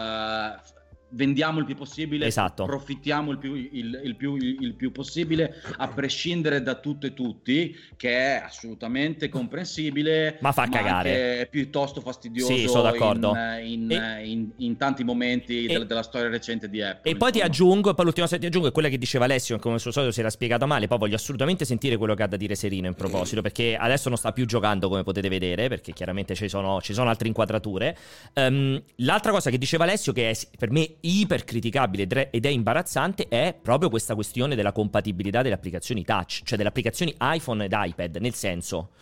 Speaker 4: vendiamo il più possibile,
Speaker 1: esatto.
Speaker 4: Profittiamo il più possibile, a prescindere da tutto e tutti, che è assolutamente comprensibile,
Speaker 1: ma fa cagare,
Speaker 4: è piuttosto fastidioso.
Speaker 1: Sì, sono d'accordo.
Speaker 4: In tanti momenti della storia recente di Apple.
Speaker 1: E poi ti aggiungo, poi l'ultima cosa ti aggiungo è quella che diceva Alessio, che come al suo solito si era spiegata male. Poi voglio assolutamente sentire quello che ha da dire Serino in proposito, perché adesso non sta più giocando, come potete vedere, perché chiaramente ci sono altre inquadrature. L'altra cosa che diceva Alessio, che è per me ipercriticabile ed è imbarazzante, è proprio questa questione della compatibilità delle applicazioni touch, cioè delle applicazioni iPhone ed iPad, nel senso,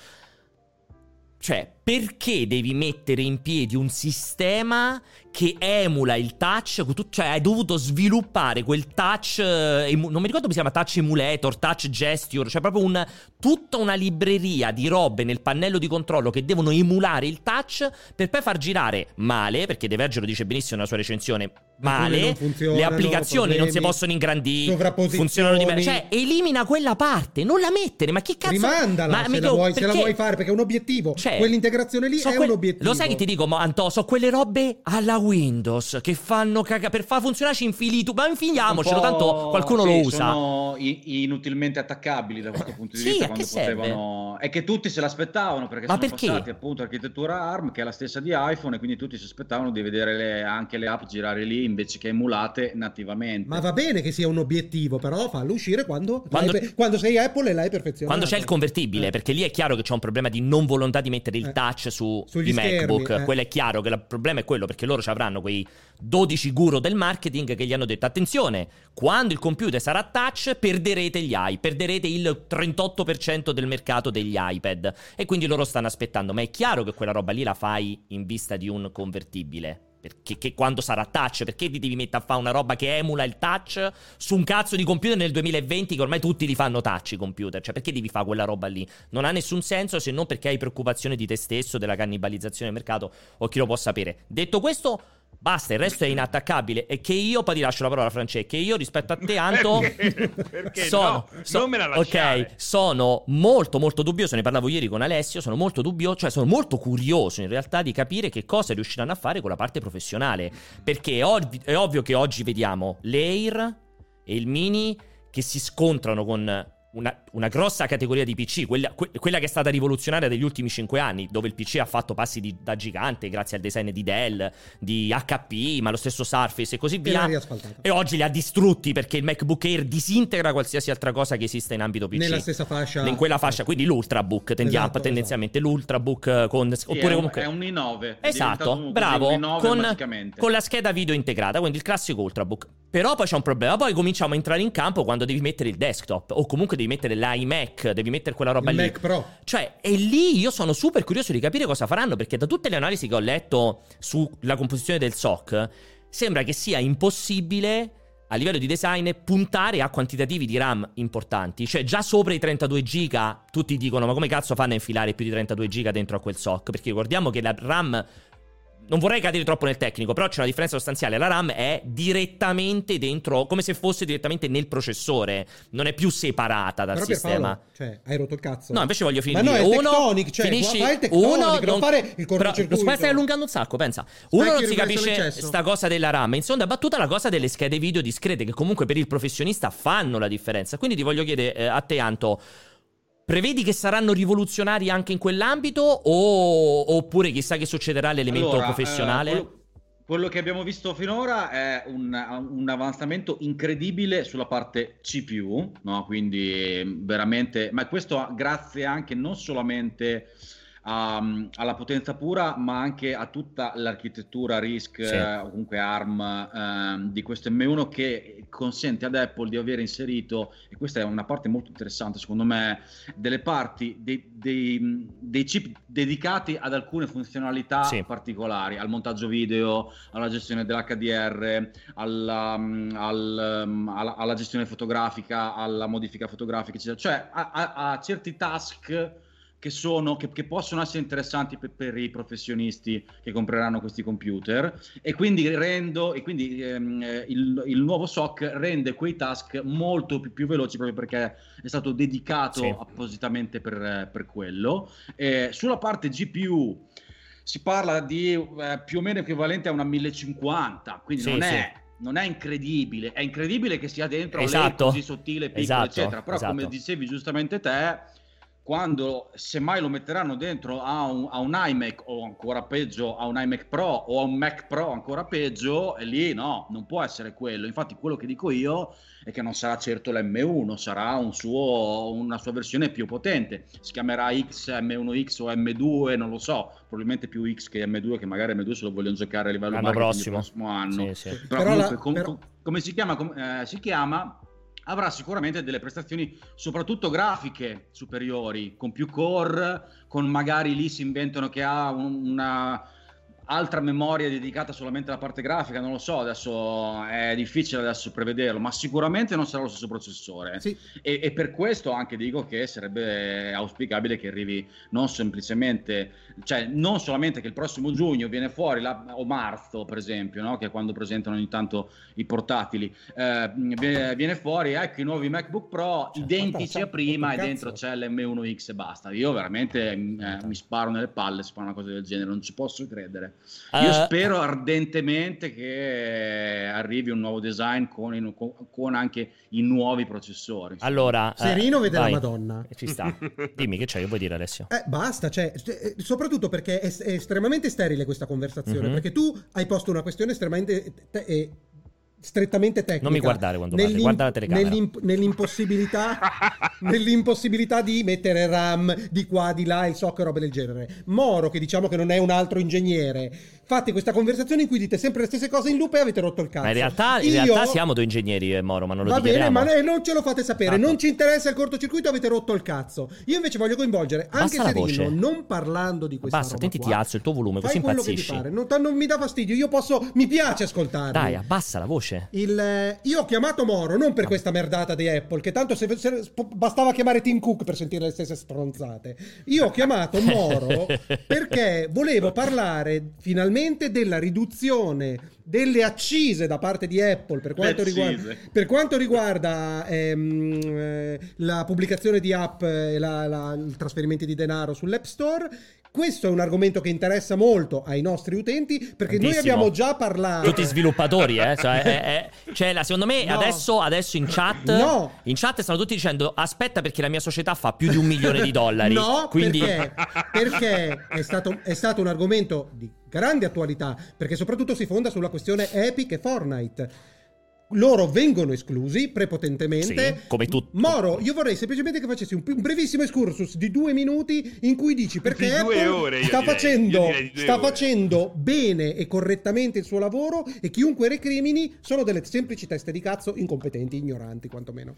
Speaker 1: cioè, perché devi mettere in piedi un sistema che emula il touch? Cioè, hai dovuto sviluppare quel touch, non mi ricordo come si chiama, touch emulator, touch gesture, cioè proprio tutta una libreria di robe nel pannello di controllo che devono emulare il touch per poi far girare male, perché De Verge lo dice benissimo nella sua recensione, male, le applicazioni non si possono ingrandire, funzionano di meno, cioè elimina quella parte, non la mettere, ma che cazzo,
Speaker 3: rimandala se la vuoi fare, perché è un obiettivo, cioè, quell'integrazione lì è un obiettivo.
Speaker 1: Lo sai che ti dico, Antò, so quelle robe alla Windows che fanno cagare, per far funzionare ci infili tu, ma infiliamocelo, tanto qualcuno lo usa.
Speaker 4: Sono inutilmente attaccabili da questo punto di vista, quando potevano, è che tutti se l'aspettavano, perché sono passati appunto architettura ARM, che è la stessa di iPhone, e quindi tutti si aspettavano di vedere anche le app girare lì invece che emulate nativamente.
Speaker 3: Ma va bene che sia un obiettivo, però fallo uscire quando sei Apple e l'hai perfezionato.
Speaker 1: Quando c'è il convertibile, perché lì è chiaro che c'è un problema di non volontà di mettere il touch sugli MacBook, schermi. Quello è chiaro che il problema è quello, perché loro ci avranno quei 12 guru del marketing che gli hanno detto: attenzione, quando il computer sarà touch perderete il 38% del mercato degli iPad, e quindi loro stanno aspettando. Ma è chiaro che quella roba lì la fai in vista di un convertibile, perché che quando sarà touch, perché ti devi mettere a fare una roba che emula il touch su un cazzo di computer nel 2020, che ormai tutti li fanno touch i computer? Cioè, perché devi fare quella roba lì? Non ha nessun senso, se non perché hai preoccupazione di te stesso, della cannibalizzazione del mercato, o chi lo può sapere. Detto questo, basta, il resto è inattaccabile. E che io, poi ti lascio la parola a Francesco, che io rispetto a te, Anto,
Speaker 2: perché non me la lasciare.
Speaker 1: Ok, sono molto molto dubbioso, ne parlavo ieri con Alessio, sono molto dubbioso, cioè sono molto curioso in realtà di capire che cosa riusciranno a fare con la parte professionale, perché è ovvio che oggi vediamo l'Air e il Mini che si scontrano con una grossa categoria di PC, quella che è stata rivoluzionaria degli ultimi 5 anni, dove il PC ha fatto passi da gigante grazie al design di Dell, di HP, ma lo stesso Surface e così via, e oggi li ha distrutti perché il MacBook Air disintegra qualsiasi altra cosa che esista in ambito PC
Speaker 3: nella stessa fascia,
Speaker 1: in quella fascia, quindi l'Ultrabook tendenzialmente l'Ultrabook oppure comunque
Speaker 4: è un i9,
Speaker 1: esatto, bravo,
Speaker 4: i9
Speaker 1: con la scheda video integrata, quindi il classico Ultrabook. Però poi c'è un problema, poi cominciamo a entrare in campo quando devi mettere il desktop, o comunque devi mettere l'iMac, devi mettere quella roba lì,
Speaker 3: Mac Pro.
Speaker 1: Cioè, e lì io sono super curioso di capire cosa faranno, perché da tutte le analisi che ho letto sulla composizione del SoC sembra che sia impossibile a livello di design puntare a quantitativi di RAM importanti. Cioè già sopra i 32 giga tutti dicono: ma come cazzo fanno a infilare più di 32 giga dentro a quel SoC? Perché ricordiamo che la RAM non vorrei cadere troppo nel tecnico, però c'è una differenza sostanziale. La RAM è direttamente dentro, come se fosse direttamente nel processore, non è più separata dal
Speaker 3: Però
Speaker 1: sistema.
Speaker 3: Paolo, cioè, hai rotto il cazzo.
Speaker 1: No, invece voglio finire.
Speaker 3: Ma no, è
Speaker 1: uno,
Speaker 3: Tectonic, cioè,
Speaker 1: finisci
Speaker 3: fai il Tectonic, non fare il
Speaker 1: però
Speaker 3: cortocircuito.
Speaker 1: lo stai allungando un sacco, pensa. Uno, non si capisce
Speaker 3: l'eccesso.
Speaker 1: sta cosa della RAM. In seconda battuta, la cosa delle schede video discrete, che comunque per il professionista fanno la differenza. Quindi ti voglio chiedere a te, Anto, prevedi che saranno rivoluzionari anche in quell'ambito oppure chissà che succederà all'elemento professionale?
Speaker 4: Quello che abbiamo visto finora è un avanzamento incredibile sulla parte CPU, no? Quindi veramente, ma questo grazie anche non solamente alla potenza pura, ma anche a tutta l'architettura RISC o comunque ARM di questo M1, che consente ad Apple di aver inserito, e questa è una parte molto interessante secondo me, delle parti dei chip dedicati ad alcune funzionalità particolari, al montaggio video, alla gestione dell'HDR, alla gestione fotografica, alla modifica fotografica, eccetera. Cioè a certi task che possono essere interessanti per i professionisti che compreranno questi computer, e quindi il nuovo SoC rende quei task molto più veloci, proprio perché è stato dedicato appositamente per quello. Sulla parte GPU si parla di più o meno equivalente a una 1050, quindi non è incredibile, è incredibile che sia dentro lei così sottile, piccolo, eccetera, però come dicevi giustamente te, quando semmai lo metteranno dentro a un iMac, o ancora peggio a un iMac Pro o a un Mac Pro ancora peggio, e lì no, non può essere quello. Infatti quello che dico io è che non sarà certo l'M1, sarà una sua versione più potente, si chiamerà M1X o M2, non lo so, probabilmente più X che M2, che magari M2 se lo vogliono giocare a livello marketing il prossimo anno. Però comunque come si chiama avrà sicuramente delle prestazioni soprattutto grafiche superiori, con più core, con magari lì si inventano che ha una altra memoria dedicata solamente alla parte grafica, non lo so, adesso è difficile prevederlo, ma sicuramente non sarà lo stesso processore. E per questo anche dico che sarebbe auspicabile che arrivi non semplicemente, cioè non solamente che il prossimo giugno viene fuori, o marzo per esempio, no? Che è quando presentano ogni tanto i portatili, viene fuori, ecco, i nuovi MacBook Pro identici a prima, e dentro c'è l'M1X e basta. Io veramente mi sparo nelle palle se fa una cosa del genere, non ci posso credere. Io spero ardentemente che arrivi un nuovo design con anche i nuovi processori.
Speaker 1: Allora,
Speaker 3: Serino vede la Madonna.
Speaker 1: Ci sta. Dimmi che c'è, che vuoi dire, Alessio?
Speaker 3: Basta, cioè, soprattutto perché è estremamente sterile questa conversazione, perché tu hai posto una questione estremamente strettamente tecnica.
Speaker 1: Non mi guardare quando parli, guarda la telecamera.
Speaker 3: Nell'impossibilità di mettere RAM di qua, di là, il SoC e robe del genere. Moro, che diciamo che non è un altro ingegnere, fate questa conversazione in cui dite sempre le stesse cose in loop e avete rotto il cazzo.
Speaker 1: Ma in realtà siamo due ingegneri, Moro, ma non lo dichiariamo.
Speaker 3: Va bene, ma non ce lo fate sapere. Non ci interessa il cortocircuito, avete rotto il cazzo. Io invece voglio coinvolgere anche Serino, non parlando di questa roba.
Speaker 1: Senti, ti alzo il tuo volume, così impazzisci.
Speaker 3: Non mi dà fastidio, mi piace ascoltarmi.
Speaker 1: Dai, abbassa la voce.
Speaker 3: Io ho chiamato Moro non per questa merdata di Apple, che tanto bastava chiamare Tim Cook per sentire le stesse stronzate. Io ho chiamato Moro perché volevo parlare finalmente della riduzione delle accise da parte di Apple per quanto riguarda la pubblicazione di app e i trasferimenti di denaro sull'App Store. Questo è un argomento che interessa molto ai nostri utenti, perché noi abbiamo già parlato.
Speaker 1: Tutti sviluppatori, cioè, secondo me adesso in chat stanno tutti dicendo: aspetta, perché la mia società fa più di $1 milione.
Speaker 3: No,
Speaker 1: quindi
Speaker 3: perché è stato un argomento di grande attualità, perché soprattutto si fonda sulla questione Epic e Fortnite. Loro vengono esclusi prepotentemente.
Speaker 1: Come tutto.
Speaker 3: Moro, io vorrei semplicemente che facessi un brevissimo excursus di 2 minuti in cui dici perché Apple sta facendo bene e correttamente il suo lavoro, e chiunque recrimini sono delle semplici teste di cazzo incompetenti, ignoranti quantomeno.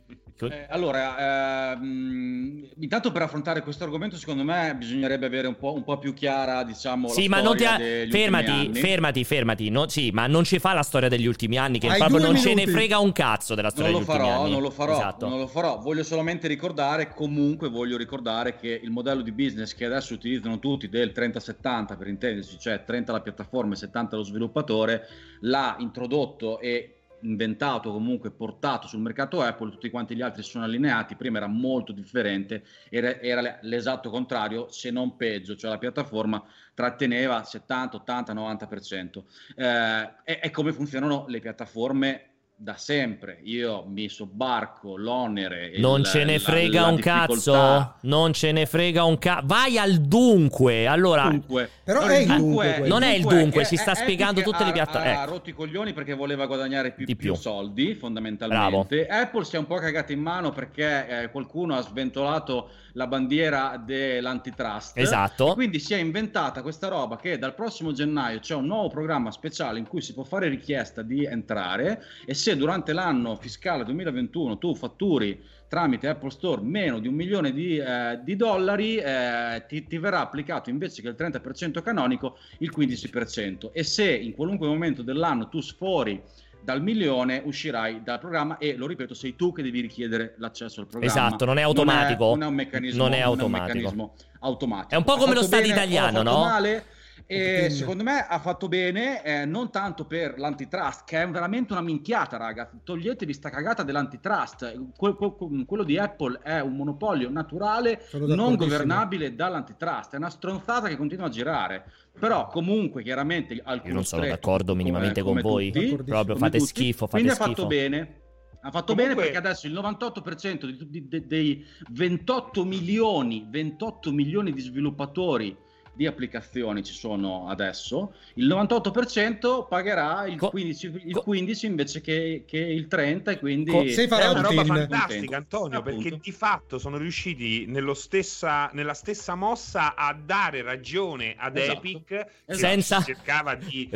Speaker 4: Intanto per affrontare questo argomento secondo me bisognerebbe avere un po' più chiara, diciamo,
Speaker 1: la storia degli ultimi anni. Fermati. No, ma non ci fa la storia degli ultimi anni, che proprio Marco non ce ne
Speaker 3: minuti.
Speaker 1: frega un cazzo della storia
Speaker 4: Non
Speaker 1: degli ultimi anni. Esatto.
Speaker 4: non lo farò. Voglio solamente ricordare che il modello di business che adesso utilizzano tutti del 30-70 per intenderci, cioè 30 la piattaforma e 70 lo sviluppatore, l'ha introdotto e inventato, comunque portato sul mercato Apple. Tutti quanti gli altri sono allineati. Prima era molto differente, era l'esatto contrario, se non peggio, cioè la piattaforma tratteneva 70, 80, 90%. È come funzionano le piattaforme da sempre. Io mi sobbarco l'onere e
Speaker 1: Non ce ne frega
Speaker 4: la
Speaker 1: un
Speaker 4: difficoltà.
Speaker 1: cazzo. Non ce ne frega un cazzo. Vai al dunque. Allora,
Speaker 4: Dunque,
Speaker 3: Però è il dunque,
Speaker 1: non è il dunque, ci sta
Speaker 4: è
Speaker 1: spiegando
Speaker 4: Epic
Speaker 1: tutte le piattaforme.
Speaker 4: ha rotto i coglioni perché voleva guadagnare
Speaker 1: Di più.
Speaker 4: più soldi, fondamentalmente.
Speaker 1: Bravo.
Speaker 4: Apple si è un po' cagata in mano perché qualcuno ha sventolato la bandiera dell'antitrust.
Speaker 1: Esatto.
Speaker 4: E quindi si è inventata questa roba che dal prossimo gennaio c'è un nuovo programma speciale in cui si può fare richiesta di entrare, e se durante l'anno fiscale 2021 tu fatturi tramite Apple Store meno di $1 milione ti verrà applicato, invece che il 30% canonico, il 15%, e se in qualunque momento dell'anno tu sfori dal $1 milione uscirai dal programma, e lo ripeto, sei tu che devi richiedere l'accesso al programma.
Speaker 1: Esatto, non è automatico.
Speaker 4: Non è un meccanismo,
Speaker 1: Non è
Speaker 4: automatico. È
Speaker 1: un po' come lo stato italiano, no?
Speaker 4: Male, e secondo me ha fatto bene, non tanto per l'antitrust, che è veramente una minchiata, raga. Toglietevi sta cagata dell'antitrust. Quello di Apple è un monopolio naturale, non governabile dall'antitrust. È una stronzata che continua a girare. Però comunque chiaramente
Speaker 1: io non sono d'accordo minimamente con voi. Proprio fate schifo.
Speaker 4: Quindi ha fatto bene. Ha fatto bene perché adesso il 98% dei 28 milioni di sviluppatori di applicazioni ci sono adesso, il 98% pagherà il 15 invece che il 30, e quindi
Speaker 3: sei
Speaker 2: è una roba
Speaker 3: film.
Speaker 2: fantastica, Antonio, perché di fatto sono riusciti nella stessa mossa a dare ragione ad Epic, che cercava di,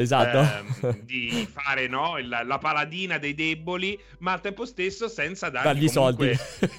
Speaker 2: di fare la paladina dei deboli, ma al tempo stesso senza dargli
Speaker 1: soldi.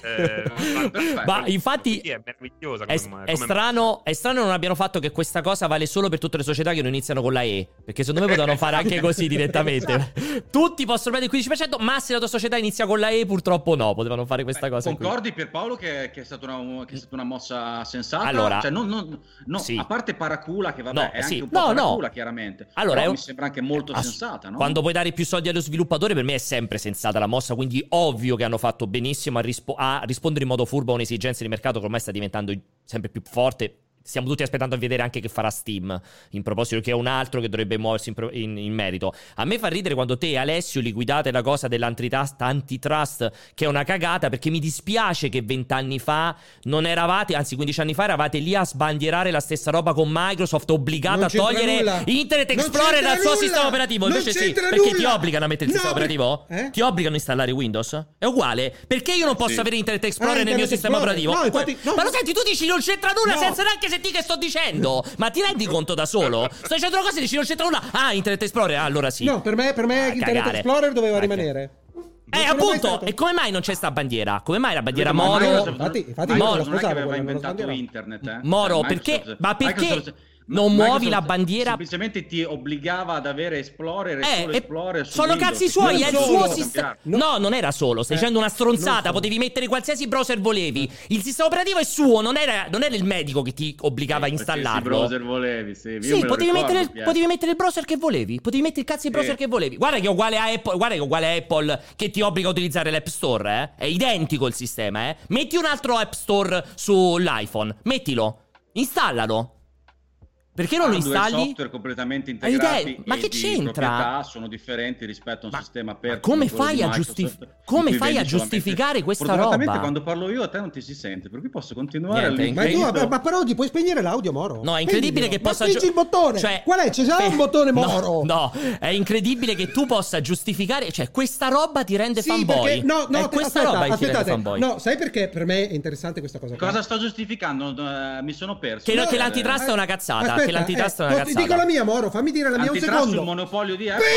Speaker 1: Ma infatti
Speaker 2: è meravigliosa
Speaker 1: è strano non abbiano fatto che questa cosa vale solo per tutte le società che non iniziano con la E, perché secondo me potevano fare anche così direttamente. Tutti possono prendere il 15%, ma se la tua società inizia con la E purtroppo no, potevano fare questa cosa.
Speaker 4: Concordi Pierpaolo che è stata una mossa sensata?
Speaker 1: Allora,
Speaker 4: cioè, sì. A parte paracula, che vabbè è anche un po' paracula chiaramente,
Speaker 1: allora,
Speaker 4: però mi sembra anche molto sensata, no?
Speaker 1: Quando puoi dare più soldi allo sviluppatore, per me è sempre sensata la mossa, quindi ovvio che hanno fatto benissimo a rispondere in modo furbo a un'esigenza di mercato che ormai sta diventando sempre più forte. Stiamo tutti aspettando a vedere anche che farà Steam in proposito, che è un altro che dovrebbe muoversi in merito. A me fa ridere quando te e Alessio liquidate la cosa dell'antitrust, che è una cagata, perché mi dispiace che 20 anni fa non eravate, anzi 15 anni fa eravate lì a sbandierare la stessa roba con Microsoft, obbligata a togliere Internet Explorer dal suo sistema operativo. Invece sì, perché ti obbligano a mettere il sistema operativo? Ti obbligano a installare Windows? È uguale. Perché io non posso avere Internet Explorer nel mio sistema operativo?
Speaker 3: No, infatti, no.
Speaker 1: Ma lo senti, tu dici non c'entra nulla senza neanche sentire che sto dicendo. Ma ti rendi conto da solo? Sto dicendo una cosa e dici non c'entra nulla. Ah, Internet Explorer, allora sì.
Speaker 3: No, per me Internet Explorer doveva rimanere.
Speaker 1: Appunto, e come mai non c'è sta bandiera? Come mai la bandiera Moro?
Speaker 3: Infatti
Speaker 4: Moro non è che aveva inventato internet,
Speaker 1: Moro, perché? Ma perché non muovi la bandiera?
Speaker 4: Semplicemente ti obbligava ad avere Explorer e solo Explorer su
Speaker 1: sono
Speaker 4: Windows.
Speaker 1: cazzi suoi, è il suo
Speaker 4: sistema.
Speaker 1: sistema. No, non era solo, stai dicendo una stronzata, potevi mettere qualsiasi browser volevi. Il sistema operativo è suo, non era il medico che ti obbligava a installarlo.
Speaker 4: Browser volevi, sì,
Speaker 1: potevi mettere il browser che volevi, potevi mettere il cazzo di browser che volevi. Guarda che è uguale a Apple, guarda che è uguale a Apple che ti obbliga a utilizzare l'App Store, È identico il sistema, Metti un altro App Store sull'iPhone, mettilo, installalo. Perché non lo installi?
Speaker 4: Software completamente integrati
Speaker 1: ma che c'entra?
Speaker 4: Sono differenti rispetto a un sistema aperto.
Speaker 1: Come fai a giustificare questa roba?
Speaker 4: Fortunatamente quando parlo io a te non ti si sente, per cui posso continuare
Speaker 3: ma però ti puoi spegnere l'audio, Moro.
Speaker 1: No, è incredibile che possa
Speaker 3: spingi il bottone.
Speaker 1: Cioè,
Speaker 3: qual è? C'è già un bottone Moro.
Speaker 1: No, è incredibile che tu possa giustificare, cioè questa roba ti rende fanboy.
Speaker 3: Aspettate. No, sai perché per me è interessante questa cosa qua?
Speaker 4: Cosa sto giustificando? Mi sono perso.
Speaker 1: Che l'antitrust è una cazzata. Che l'antitrust è una cazzata.
Speaker 3: Ti dico la mia, Moro, fammi dire la mia un secondo.
Speaker 4: Il monopolio di Apple.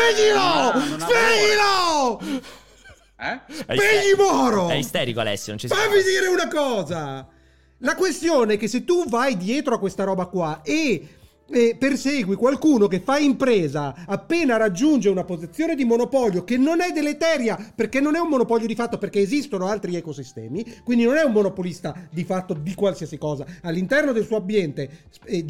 Speaker 3: Spegnilo! Spegni Moro!
Speaker 1: È isterico Alessio, non ci
Speaker 3: fammi dire una cosa. La questione è che se tu vai dietro a questa roba qua e persegui qualcuno che fa impresa appena raggiunge una posizione di monopolio che non è deleteria, perché non è un monopolio di fatto, perché esistono altri ecosistemi, quindi non è un monopolista di fatto di qualsiasi cosa, all'interno del suo ambiente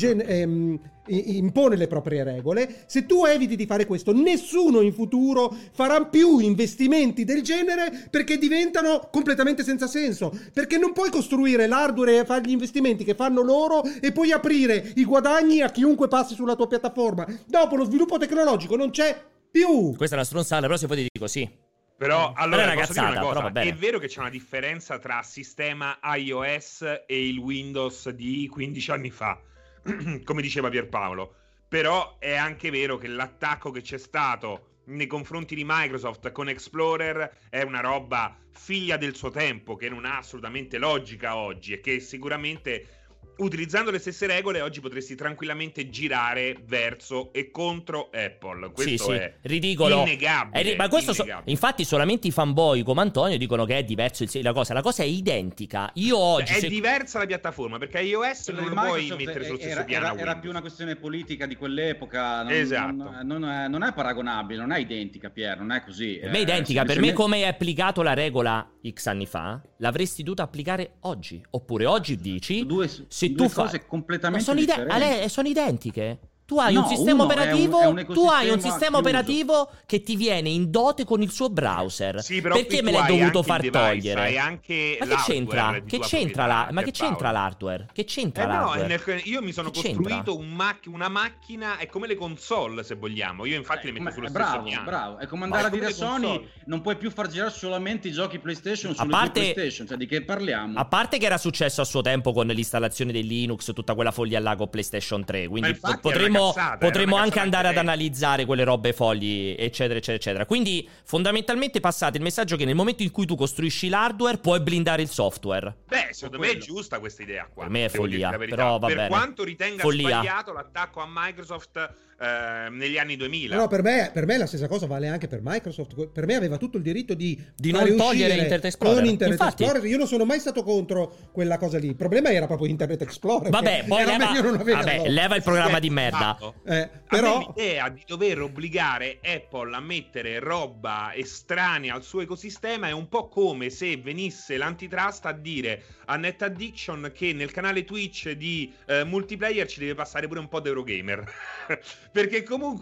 Speaker 3: impone le proprie regole. Se tu eviti di fare questo, nessuno in futuro farà più investimenti del genere, perché diventano completamente senza senso, perché non puoi costruire l'hardware e fare gli investimenti che fanno loro e poi aprire i guadagni a chiunque passi sulla tua piattaforma. Dopo lo sviluppo tecnologico non c'è più.
Speaker 1: Questa è una stronzata, però se poi ti dico sì.
Speaker 2: Però allora
Speaker 1: è una
Speaker 2: posso dire
Speaker 1: cazzata,
Speaker 2: una cosa,
Speaker 1: però va bene.
Speaker 2: è vero che c'è una differenza tra sistema iOS e il Windows di 15 anni fa, come diceva Pierpaolo, però è anche vero che l'attacco che c'è stato nei confronti di Microsoft con Explorer è una roba figlia del suo tempo, che non ha assolutamente logica oggi, e che sicuramente, utilizzando le stesse regole, oggi potresti tranquillamente girare verso e contro Apple. Questo è
Speaker 1: ridicolo,
Speaker 2: innegabile.
Speaker 1: Ma questo
Speaker 2: innegabile.
Speaker 1: infatti solamente i fanboy come Antonio dicono che è diverso la cosa è identica. Io oggi
Speaker 2: è diversa la piattaforma, perché iOS non lo puoi mettere sullo stesso piano.
Speaker 4: Era più una questione politica di quell'epoca.
Speaker 2: Esatto.
Speaker 4: Non è paragonabile, non è identica, Pier, non è così.
Speaker 1: Per me è identica. Per me, come hai applicato la regola X anni fa, l'avresti dovuta applicare oggi. Oppure oggi dici se tu fai
Speaker 4: cose completamente differenti.
Speaker 1: sono identiche. Tu hai
Speaker 4: No,
Speaker 1: un sistema
Speaker 4: uno
Speaker 1: operativo,
Speaker 4: è un ecosistema chiuso.
Speaker 1: operativo che ti viene in dote con il suo browser.
Speaker 2: Sì, però
Speaker 1: perché
Speaker 2: qui
Speaker 1: me
Speaker 2: tu
Speaker 1: l'hai
Speaker 2: hai
Speaker 1: dovuto
Speaker 2: anche
Speaker 1: far
Speaker 2: il device,
Speaker 1: togliere?
Speaker 2: hai anche
Speaker 1: Ma che c'entra?
Speaker 2: l'hardware di
Speaker 1: Che
Speaker 2: tua
Speaker 1: c'entra
Speaker 2: proprietà,
Speaker 1: ma che c'entra
Speaker 2: Pierpaolo?
Speaker 1: l'hardware? Che c'entra
Speaker 2: No,
Speaker 1: l'hardware?
Speaker 2: io mi sono
Speaker 1: Che c'entra?
Speaker 2: costruito una macchina, è come le console, se vogliamo. Io infatti le metto sullo stesso piano.
Speaker 4: Bravo, è come andare a dire a Sony non puoi più far girare solamente i giochi PlayStation sulle tue PlayStation, cioè di che parliamo?
Speaker 1: A parte che era successo a suo tempo con l'installazione dei Linux, tutta quella foglia là con PlayStation 3, quindi
Speaker 2: infatti
Speaker 1: potremmo
Speaker 2: era una
Speaker 1: anche
Speaker 2: cazzata
Speaker 1: andare ad
Speaker 2: anche lei.
Speaker 1: analizzare quelle robe fogli, eccetera, eccetera, eccetera. Quindi fondamentalmente passate il messaggio che nel momento in cui tu costruisci l'hardware puoi blindare il software.
Speaker 2: Beh, secondo me è giusta questa idea qua.
Speaker 1: Per me è
Speaker 2: devo dirti
Speaker 1: follia,
Speaker 2: la verità.
Speaker 1: però va
Speaker 2: per
Speaker 1: bene.
Speaker 2: quanto ritenga
Speaker 1: Follia.
Speaker 2: sbagliato l'attacco a Microsoft negli anni 2000.
Speaker 3: No, per me la stessa cosa vale anche per Microsoft. Per me aveva tutto il diritto di
Speaker 1: non
Speaker 3: fare
Speaker 1: togliere
Speaker 3: uscire
Speaker 1: Internet Explorer.
Speaker 3: con Internet
Speaker 1: Infatti.
Speaker 3: Explorer. Io non sono mai stato contro quella cosa lì. Il problema era proprio Internet Explorer.
Speaker 1: Vabbè, poi
Speaker 3: era meglio non averlo.
Speaker 1: leva il programma di merda.
Speaker 3: Però
Speaker 2: A me l'idea di dover obbligare Apple a mettere roba estranea al suo ecosistema è un po' come se venisse l'antitrust a dire a NetAddiction che nel canale Twitch di multiplayer ci deve passare pure un po' di Eurogamer. Perché comunque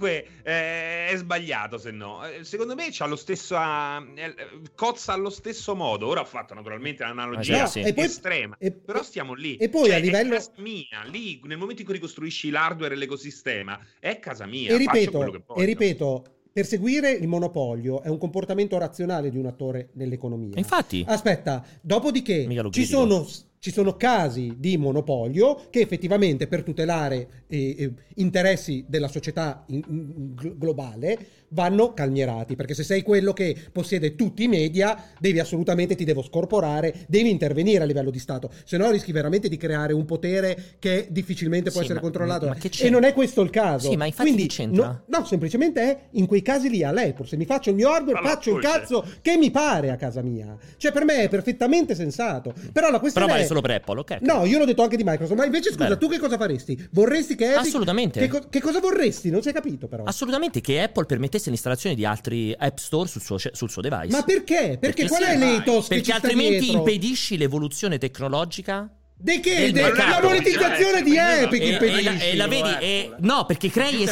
Speaker 2: è sbagliato, se no. Secondo me c'ha lo stesso cozza allo stesso modo. Ora ho fatto naturalmente l'analogia estrema, però stiamo lì.
Speaker 3: E poi
Speaker 2: cioè,
Speaker 3: a livello
Speaker 2: è casa mia, lì nel momento in cui ricostruisci l'hardware e l'ecosistema è casa mia.
Speaker 3: E
Speaker 2: faccio quello che voglio.
Speaker 3: ripeto, perseguire il monopolio è un comportamento razionale di un attore nell'economia.
Speaker 1: Infatti.
Speaker 3: Aspetta, dopodiché ci sono casi di monopolio che effettivamente per tutelare interessi della società globale vanno calmierati, perché se sei quello che possiede tutti i media ti devo scorporare, devi intervenire a livello di Stato, se no rischi veramente di creare un potere che difficilmente può essere controllato, e non è questo il caso.
Speaker 1: Sì, ma infatti
Speaker 3: quindi
Speaker 1: c'entra?
Speaker 3: no, semplicemente è in quei casi lì all'Apple, se mi faccio il mio hardware faccio il cazzo che mi pare a casa mia, cioè per me è perfettamente sensato, però la questione
Speaker 1: vale solo per Apple, ok?
Speaker 3: No, io l'ho detto anche di Microsoft, ma invece scusa, tu che cosa faresti? Vorresti che Epic...
Speaker 1: Assolutamente.
Speaker 3: Che cosa vorresti? Non si è capito però.
Speaker 1: Assolutamente, che Apple permettesse l'installazione di altri App Store sul suo device.
Speaker 3: Ma perché? Perché qual è l'ethos che
Speaker 1: Perché
Speaker 3: ci sta
Speaker 1: altrimenti
Speaker 3: dietro?
Speaker 1: impedisci l'evoluzione tecnologica.
Speaker 3: Di che?
Speaker 1: Del mercato.
Speaker 3: La monetizzazione di Epic impedisci.
Speaker 1: E la vedi? No, perché crei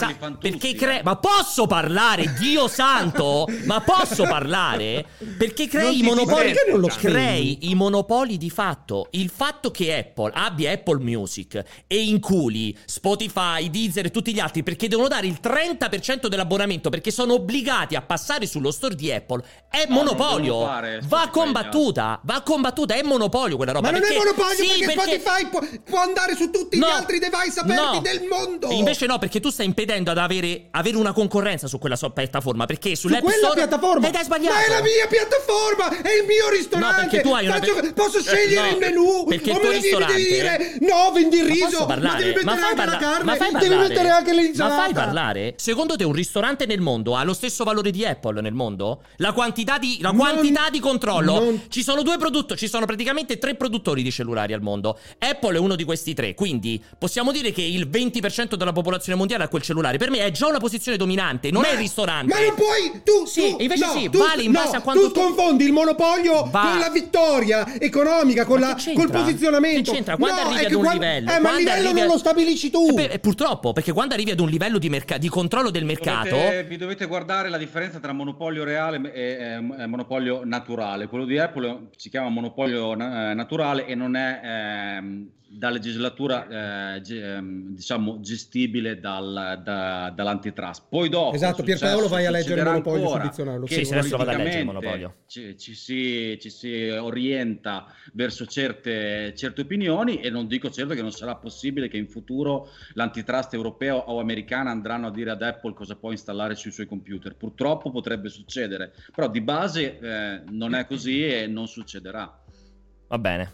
Speaker 1: ma posso parlare, Dio santo? Ma posso parlare? Perché crei i monopoli.
Speaker 3: Perché non lo
Speaker 1: crei i monopoli di fatto. Il fatto che Apple abbia Apple Music e inculi Spotify, Deezer e tutti gli altri perché devono dare il 30% dell'abbonamento perché sono obbligati a passare sullo store di Apple è monopolio. Va combattuta, è monopolio quella roba.
Speaker 3: Ma non è monopolio
Speaker 1: sì,
Speaker 3: perché Spotify può andare su tutti gli altri device aperti del mondo.
Speaker 1: Invece no, perché tu stai impedendo ad avere una concorrenza su quella sua piattaforma. Perché sull'App
Speaker 3: quella
Speaker 1: Store
Speaker 3: piattaforma
Speaker 1: hai sbagliato.
Speaker 3: Ma è la mia piattaforma, è il mio ristorante.
Speaker 1: No, perché tu hai
Speaker 3: posso scegliere il menù.
Speaker 1: Perché
Speaker 3: o
Speaker 1: il tuo
Speaker 3: me
Speaker 1: ristorante
Speaker 3: devi dire no, vendi il riso,
Speaker 1: ma
Speaker 3: devi mettere anche la carne,
Speaker 1: fai
Speaker 3: devi mettere anche l'insalata.
Speaker 1: Ma fai parlare? Secondo te un ristorante nel mondo ha lo stesso valore di Apple nel mondo? La quantità di controllo. Ci sono praticamente 3 produttori di cellulari al mondo. mondo. Apple è uno di questi tre, quindi possiamo dire che il 20% della popolazione mondiale ha quel cellulare. Per me è già una posizione dominante, non è il ristorante.
Speaker 3: Ma non puoi, tu
Speaker 1: vale in base a quanto
Speaker 3: tu confondi il monopolio con la vittoria economica, col posizionamento.
Speaker 1: Che c'entra? Quando arrivi ad un livello,
Speaker 3: ma il livello non lo stabilisci tu.
Speaker 1: Purtroppo, perché quando arrivi ad un livello di controllo del mercato,
Speaker 4: vi dovete guardare la differenza tra monopolio reale e monopolio naturale. Quello di Apple si chiama monopolio naturale e non è da legislatura diciamo gestibile dall'antitrust. Poi dopo,
Speaker 3: esatto, Pierpaolo, vai a leggere il monopolio sul dizionario.
Speaker 1: Sì, adesso vado a leggere il monopolio.
Speaker 4: Ci si orienta verso certe opinioni, e non dico certo che non sarà possibile che in futuro l'antitrust europeo o americana andranno a dire ad Apple cosa può installare sui suoi computer. Purtroppo potrebbe succedere, però di base non è così e non succederà.
Speaker 1: Va bene,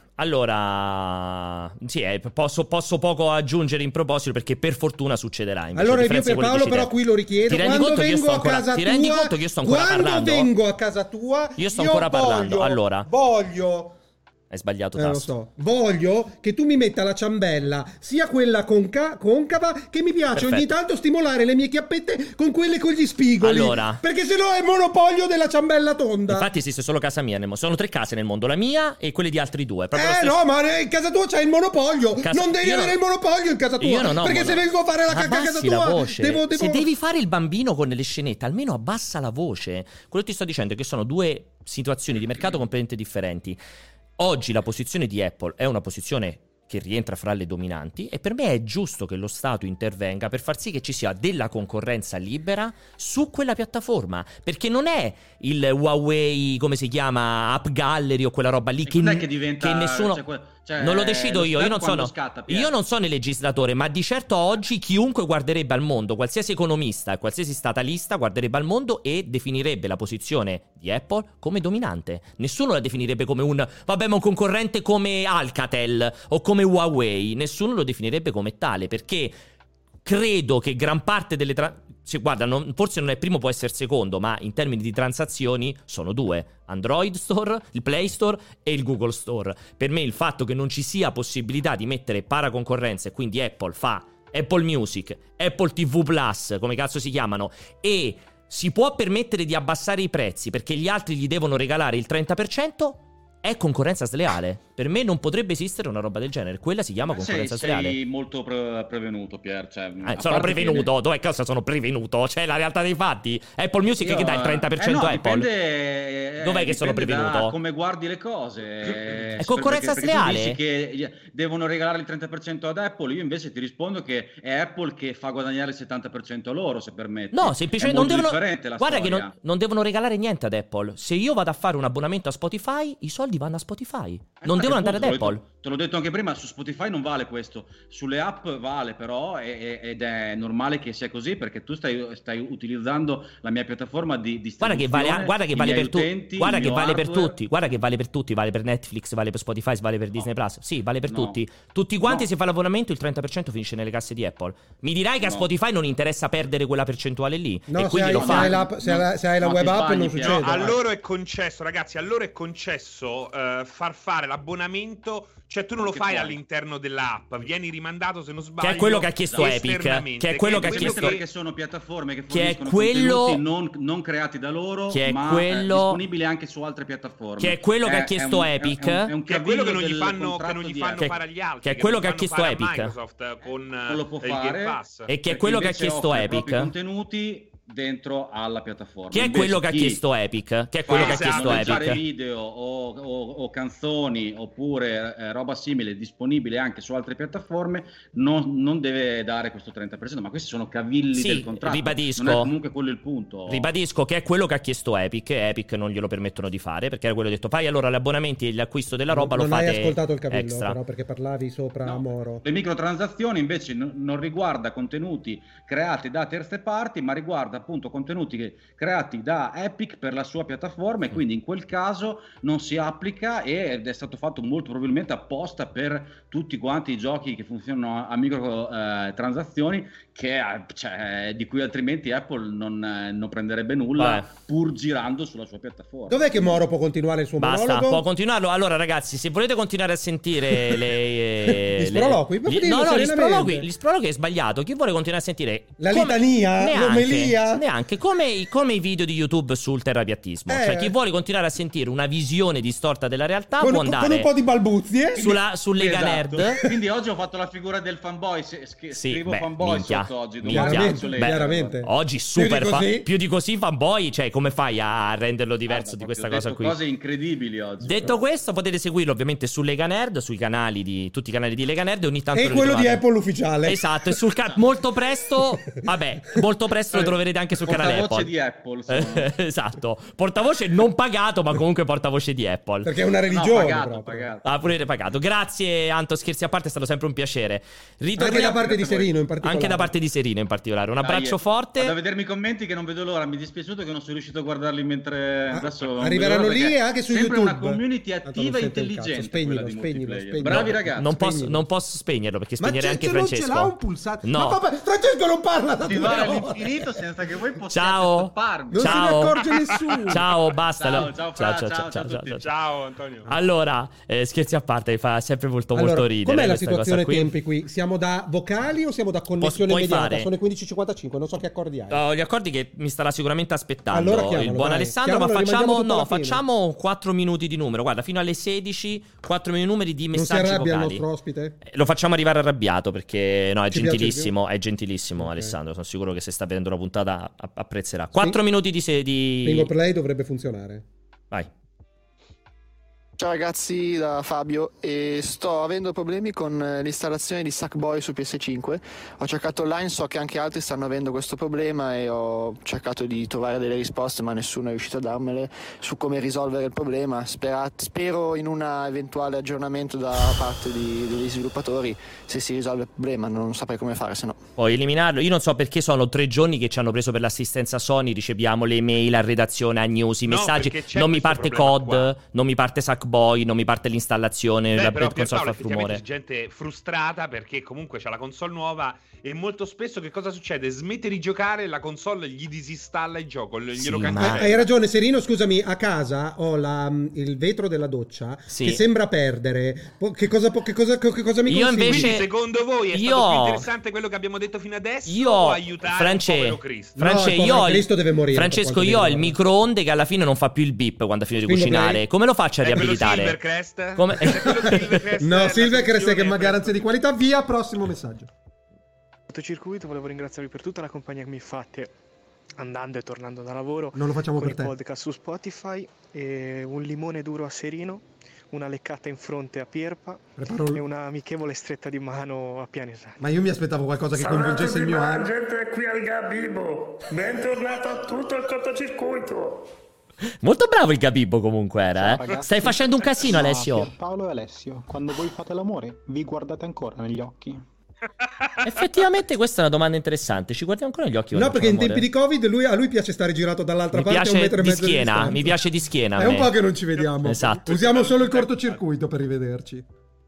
Speaker 1: allora sì, posso poco aggiungere in proposito, perché per fortuna succederà.
Speaker 3: Allora io per Paolo però qui lo richiedo, quando vengo a casa tua,
Speaker 1: ti rendi conto che io sto ancora parlando?
Speaker 3: Quando vengo a casa tua
Speaker 1: io sto ancora parlando, allora
Speaker 3: voglio
Speaker 1: hai sbagliato tasto.
Speaker 3: Lo so. Voglio che tu mi metta la ciambella, sia quella concava, che mi piace ogni tanto stimolare le mie chiappette con quelle con gli spigoli.
Speaker 1: Allora,
Speaker 3: perché sennò è monopolio della ciambella tonda.
Speaker 1: Infatti esiste solo casa mia, sono 3 case nel mondo, la mia e quelle di altri 2.
Speaker 3: No, ma in casa tua c'hai il monopolio. Non devi avere il monopolio in casa tua.
Speaker 1: Io non ho
Speaker 3: perché se vengo a fare la cacca a casa tua,
Speaker 1: la voce.
Speaker 3: Devo...
Speaker 1: Se devi fare il bambino con le scenette, almeno abbassa la voce. Quello che ti sto dicendo è che sono 2 situazioni di mercato completamente differenti. Oggi la posizione di Apple è una posizione che rientra fra le dominanti, e per me è giusto che lo Stato intervenga per far sì che ci sia della concorrenza libera su quella piattaforma, perché non è il Huawei, come si chiama, App Gallery o quella roba lì che diventa, che nessuno non lo decido io non sono il legislatore, ma di certo oggi chiunque guarderebbe al mondo, qualsiasi economista e qualsiasi statalista guarderebbe al mondo e definirebbe la posizione di Apple come dominante. Nessuno la definirebbe come un concorrente come Alcatel o come Huawei, nessuno lo definirebbe come tale, perché credo che gran parte delle forse non è primo, può essere secondo, ma in termini di transazioni sono 2: Android Store, il Play Store e il Google Store. Per me il fatto che non ci sia possibilità di mettere paraconcorrenza, e quindi Apple fa Apple Music, Apple TV Plus, come cazzo si chiamano, e si può permettere di abbassare i prezzi perché gli altri gli devono regalare il 30%, è concorrenza sleale. Per me non potrebbe esistere una roba del genere. Quella si chiama concorrenza sleale.
Speaker 4: Sei molto prevenuto, Pier.
Speaker 1: Sono prevenuto. Dov'è cosa sono prevenuto? C'è la realtà dei fatti. Apple Music che dà il 30% a Apple. Dov'è che sono prevenuto?
Speaker 4: Da come guardi le cose.
Speaker 1: È concorrenza sleale.
Speaker 4: Tu dici che devono regalare il 30% ad Apple. Io invece ti rispondo che è Apple che fa guadagnare il 70% a loro, se permetti.
Speaker 1: No, semplicemente non devono. Guarda che non devono regalare niente ad Apple. Se io vado a fare un abbonamento a Spotify, i soldi vanno a Spotify. Non devono andare ad Apple.
Speaker 4: Te l'ho detto anche prima, su Spotify non vale questo, sulle app vale però, ed è normale che sia così, perché tu stai utilizzando la mia piattaforma di distribuzione.
Speaker 1: Guarda che vale per tutti. Guarda che vale per tutti. Guarda che vale per tutti. Vale per Netflix, vale per Spotify, vale per Disney Plus. Sì, vale per tutti. Tutti quanti si fa l'abbonamento, il 30% finisce nelle casse di Apple. Mi dirai che a Spotify non interessa perdere quella percentuale lì.
Speaker 3: No,
Speaker 1: e quindi lo fa.
Speaker 3: Se hai la web app non succede.
Speaker 2: A loro è concesso, ragazzi. A loro è concesso far fare l'abbonamento. Cioè tu non lo fai all'interno dell'app, vieni rimandato, se non sbaglio,
Speaker 1: che è quello che ha chiesto Epic, che è quello che ha chiesto,
Speaker 4: perché sono piattaforme che forniscono contenuti non creati da loro, ma disponibili anche su altre piattaforme.
Speaker 1: Che è quello che ha chiesto Epic,
Speaker 2: che è quello che non gli fanno fare agli altri,
Speaker 1: che è quello che ha chiesto Epic
Speaker 2: Microsoft con
Speaker 4: lo può fare,
Speaker 1: e che è quello che ha chiesto Epic,
Speaker 4: contenuti dentro alla piattaforma.
Speaker 1: Che è quello che ha chiesto Epic, che è quello che ha chiesto Epic.
Speaker 4: Fare video o canzoni oppure roba simile disponibile anche su altre piattaforme non deve dare questo 30%, ma questi sono cavilli del contratto.
Speaker 1: Ribadisco,
Speaker 4: non è comunque quello il punto.
Speaker 1: Ribadisco che è quello che ha chiesto Epic, e Epic non glielo permettono di fare, perché era quello detto: fai allora gli abbonamenti e l'acquisto della roba lo fate.
Speaker 3: Non hai ascoltato il cavillo
Speaker 1: extra.
Speaker 3: però, perché parlavi sopra Moro.
Speaker 4: Le microtransazioni invece non riguarda contenuti creati da terze parti, ma riguarda appunto contenuti creati da Epic per la sua piattaforma, e quindi in quel caso non si applica, ed è stato fatto molto probabilmente apposta per tutti quanti i giochi che funzionano a microtransazioni, cioè, di cui altrimenti Apple non prenderebbe nulla, pur girando sulla sua piattaforma.
Speaker 3: Dov'è che Moro può continuare il suo monologo?
Speaker 1: Può continuarlo. Allora ragazzi, se volete continuare a sentire
Speaker 3: gli sproloqui,
Speaker 1: gli sprologhi è sbagliato. Chi vuole continuare a sentire
Speaker 3: la litania, l'omelia,
Speaker 1: neanche come i video di YouTube sul terrapiattismo, cioè chi vuole continuare a sentire una visione distorta della realtà può andare
Speaker 3: con un po' di balbuzie
Speaker 1: su Lega Nerd.
Speaker 4: Quindi oggi ho fatto la figura del fanboy, scrivo fanboy
Speaker 1: minchia,
Speaker 4: sotto oggi,
Speaker 3: chiaramente.
Speaker 1: Oggi super più di così fanboy, cioè come fai a renderlo diverso di questa cosa qui?
Speaker 4: Cose incredibili oggi.
Speaker 1: Detto questo, potete seguirlo ovviamente su Lega Nerd, sui canali di tutti i canali di Lega Nerd, e ogni tanto
Speaker 3: e quello di Apple ufficiale.
Speaker 1: Esatto, e molto presto lo troverete anche sul canale Apple.
Speaker 4: Portavoce di Apple.
Speaker 1: Esatto, portavoce non pagato, ma comunque portavoce di Apple.
Speaker 3: Perché è una religione.
Speaker 4: No, pagato.
Speaker 1: Pure pagato. Grazie Anto, scherzi a parte, è stato sempre un piacere.
Speaker 3: Anche da parte di Serino in particolare.
Speaker 1: Anche da parte di Serino in particolare. Un abbraccio forte.
Speaker 4: Vado a vedermi i commenti che non vedo l'ora. Mi è dispiaciuto che non sono riuscito a guardarli mentre adesso
Speaker 3: arriveranno lì e anche su YouTube.
Speaker 4: Sempre una community attiva e intelligente.
Speaker 3: Spegnilo.
Speaker 4: Bravi ragazzi.
Speaker 1: Non posso spegnerlo perché spegnerei anche Francesco.
Speaker 3: Non ce l'ha un pulsante.
Speaker 1: No.
Speaker 3: Ma papà, Francesco non parla da 2 ore.
Speaker 4: All'infinito senza che voi possiate stopparmi.
Speaker 3: Non se ne accorge nessuno.
Speaker 1: Ciao, basta.
Speaker 2: Ciao Antonio.
Speaker 1: Allora, scherzi a parte, mi fa sempre molto ridere.
Speaker 3: Com'è la
Speaker 1: questa
Speaker 3: situazione
Speaker 1: cosa qui.
Speaker 3: tempi qui? Siamo da vocali o siamo da connessione immediata? Sono le 15:55, non so che accordi hai.
Speaker 1: Ho gli accordi che mi starà sicuramente aspettando
Speaker 3: allora
Speaker 1: il buon Alessandro, ma facciamo 4 minuti di numero. Guarda, fino alle 16, 4 numeri di messaggi vocali.
Speaker 3: Non si arrabbia il nostro ospite?
Speaker 1: Lo facciamo arrivare arrabbiato perché è gentilissimo, okay. Alessandro, sono sicuro che se sta vedendo la puntata apprezzerà. 4 minuti di
Speaker 3: Single play dovrebbe funzionare.
Speaker 1: Vai.
Speaker 5: Ciao ragazzi, da Fabio, e sto avendo problemi con l'installazione di Sackboy su PS5. Ho cercato online, so che anche altri stanno avendo questo problema e ho cercato di trovare delle risposte, ma nessuno è riuscito a darmele su come risolvere il problema. Spero in un eventuale aggiornamento da parte degli sviluppatori se si risolve il problema, non saprei come fare se no.
Speaker 1: Puoi eliminarlo. Io non so perché sono 3 giorni che ci hanno preso per l'assistenza Sony, riceviamo le mail a redazione, a news, i messaggi, non mi parte COD, non mi parte Sackboy, non mi parte l'installazione, la console fa rumore.
Speaker 2: C'è gente frustrata perché comunque c'ha la console nuova e molto spesso che cosa succede? Smette di giocare, la console gli disinstalla il gioco, glielo cancella.
Speaker 3: Hai ragione Serino, scusami, a casa ho il vetro della doccia che sembra perdere. Che cosa mi consigli?
Speaker 1: Io invece,
Speaker 2: quindi secondo voi è stato più interessante quello che abbiamo detto fino adesso o aiutare il povero Cristo?
Speaker 3: Cristo deve morire.
Speaker 1: Francesco, io ho il microonde che alla fine non fa più il beep quando finisce di cucinare. Come lo faccio a riabilitare?
Speaker 2: Silvercrest?
Speaker 3: No, Silvercrest è che ha garanzia di qualità. Via, prossimo messaggio.
Speaker 6: Cortocircuito, volevo ringraziarvi per tutta la compagnia che mi fate andando e tornando da lavoro.
Speaker 3: Non lo facciamo per te.
Speaker 6: Con il podcast su Spotify, e un limone duro a Serino, una leccata in fronte a Pierpa e una amichevole stretta di mano a Pianesani.
Speaker 3: Ma io mi aspettavo qualcosa che coinvolgesse il mio anno.
Speaker 7: Gente qui al Gabibbo, bentornato a tutto il cortocircuito.
Speaker 1: Molto bravo il Gabibbo comunque era.
Speaker 8: Ragazzi,
Speaker 1: stai facendo un casino, Alessio.
Speaker 8: Paolo e Alessio, quando voi fate l'amore, vi guardate ancora negli occhi?
Speaker 1: Effettivamente questa è una domanda interessante. Ci guardiamo ancora negli occhi?
Speaker 3: No, perché in tempi di Covid a lui piace stare girato dall'altra parte a 1,5 metri di schiena.
Speaker 1: Mi piace di schiena.
Speaker 3: È un po' che non ci vediamo.
Speaker 1: Esatto.
Speaker 3: Usiamo solo il cortocircuito per rivederci.